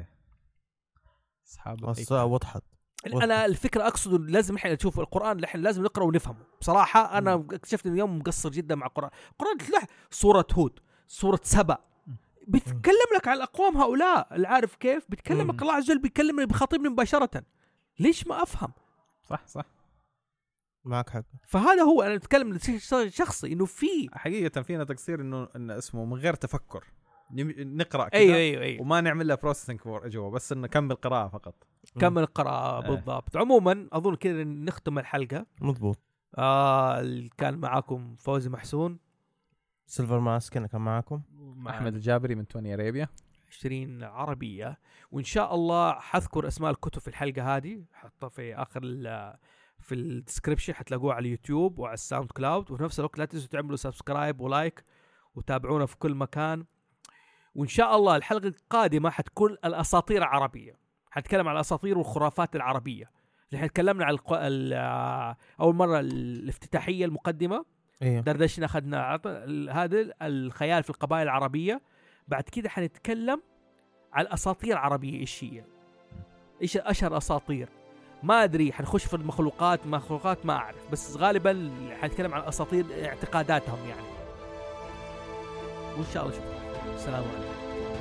أصحاب الأيكة وضحت.
أنا الفكرة أقصد لازم إحنا نشوف القرآن، إحنا لازم نقرأ ونفهمه. بصراحة أنا اكتشفت إن يوم مقصر جدا مع القرآن. القرآن تلاح سورة هود، سورة سبأ، بيتكلم لك على الأقوام هؤلاء العارف كيف بيتكلمك الله عز وجل، بيكلمني بخاطبني مباشرة. ليش ما أفهم؟
صح صح
معك حق.
فهذا هو انا اتكلم شخصي انه في
حقيقه فينا تقصير انه ان اسمه من غير تفكر نقرا كذا.
أيوة أيوة أيوة.
وما نعمل لها بروسيسنج فور جوا، بس انه كمل قراءه فقط.
كمل القراءه بالضبط. عموما اظن كذا نختم الحلقه.
مضبوط.
آه كان معاكم فوزي محسون،
سيلفر ماسك، انا كان معاكم
مع احمد الجابري من توني ارابيا.
وعشرين عربية. وإن شاء الله حذكر أسماء الكتب في الحلقة هذه، حطها في آخر في الديسكريبشن، حتلاقوها على اليوتيوب وعلى الساوند كلاود. وفي نفس الوقت لا تنسوا تعملوا سبسكرايب ولايك وتابعونا في كل مكان. وإن شاء الله الحلقة القادمة حتكون الأساطير العربية، حنتكلم عن الأساطير والخرافات العربية. اللي تكلمنا على الق... ال... أول مرة الافتتاحية المقدمة،
إيه.
دردشنا أخذنا عط... هذا الخيال في القبائل العربية. بعد كده حنتكلم على الأساطير العربية إيش هي، إيش أشهر أساطير. ما أدري حنخش في المخلوقات مخلوقات ما أعرف، بس غالبا حنتكلم عن أساطير اعتقاداتهم يعني. وإن شاء الله شكرا. السلام عليكم.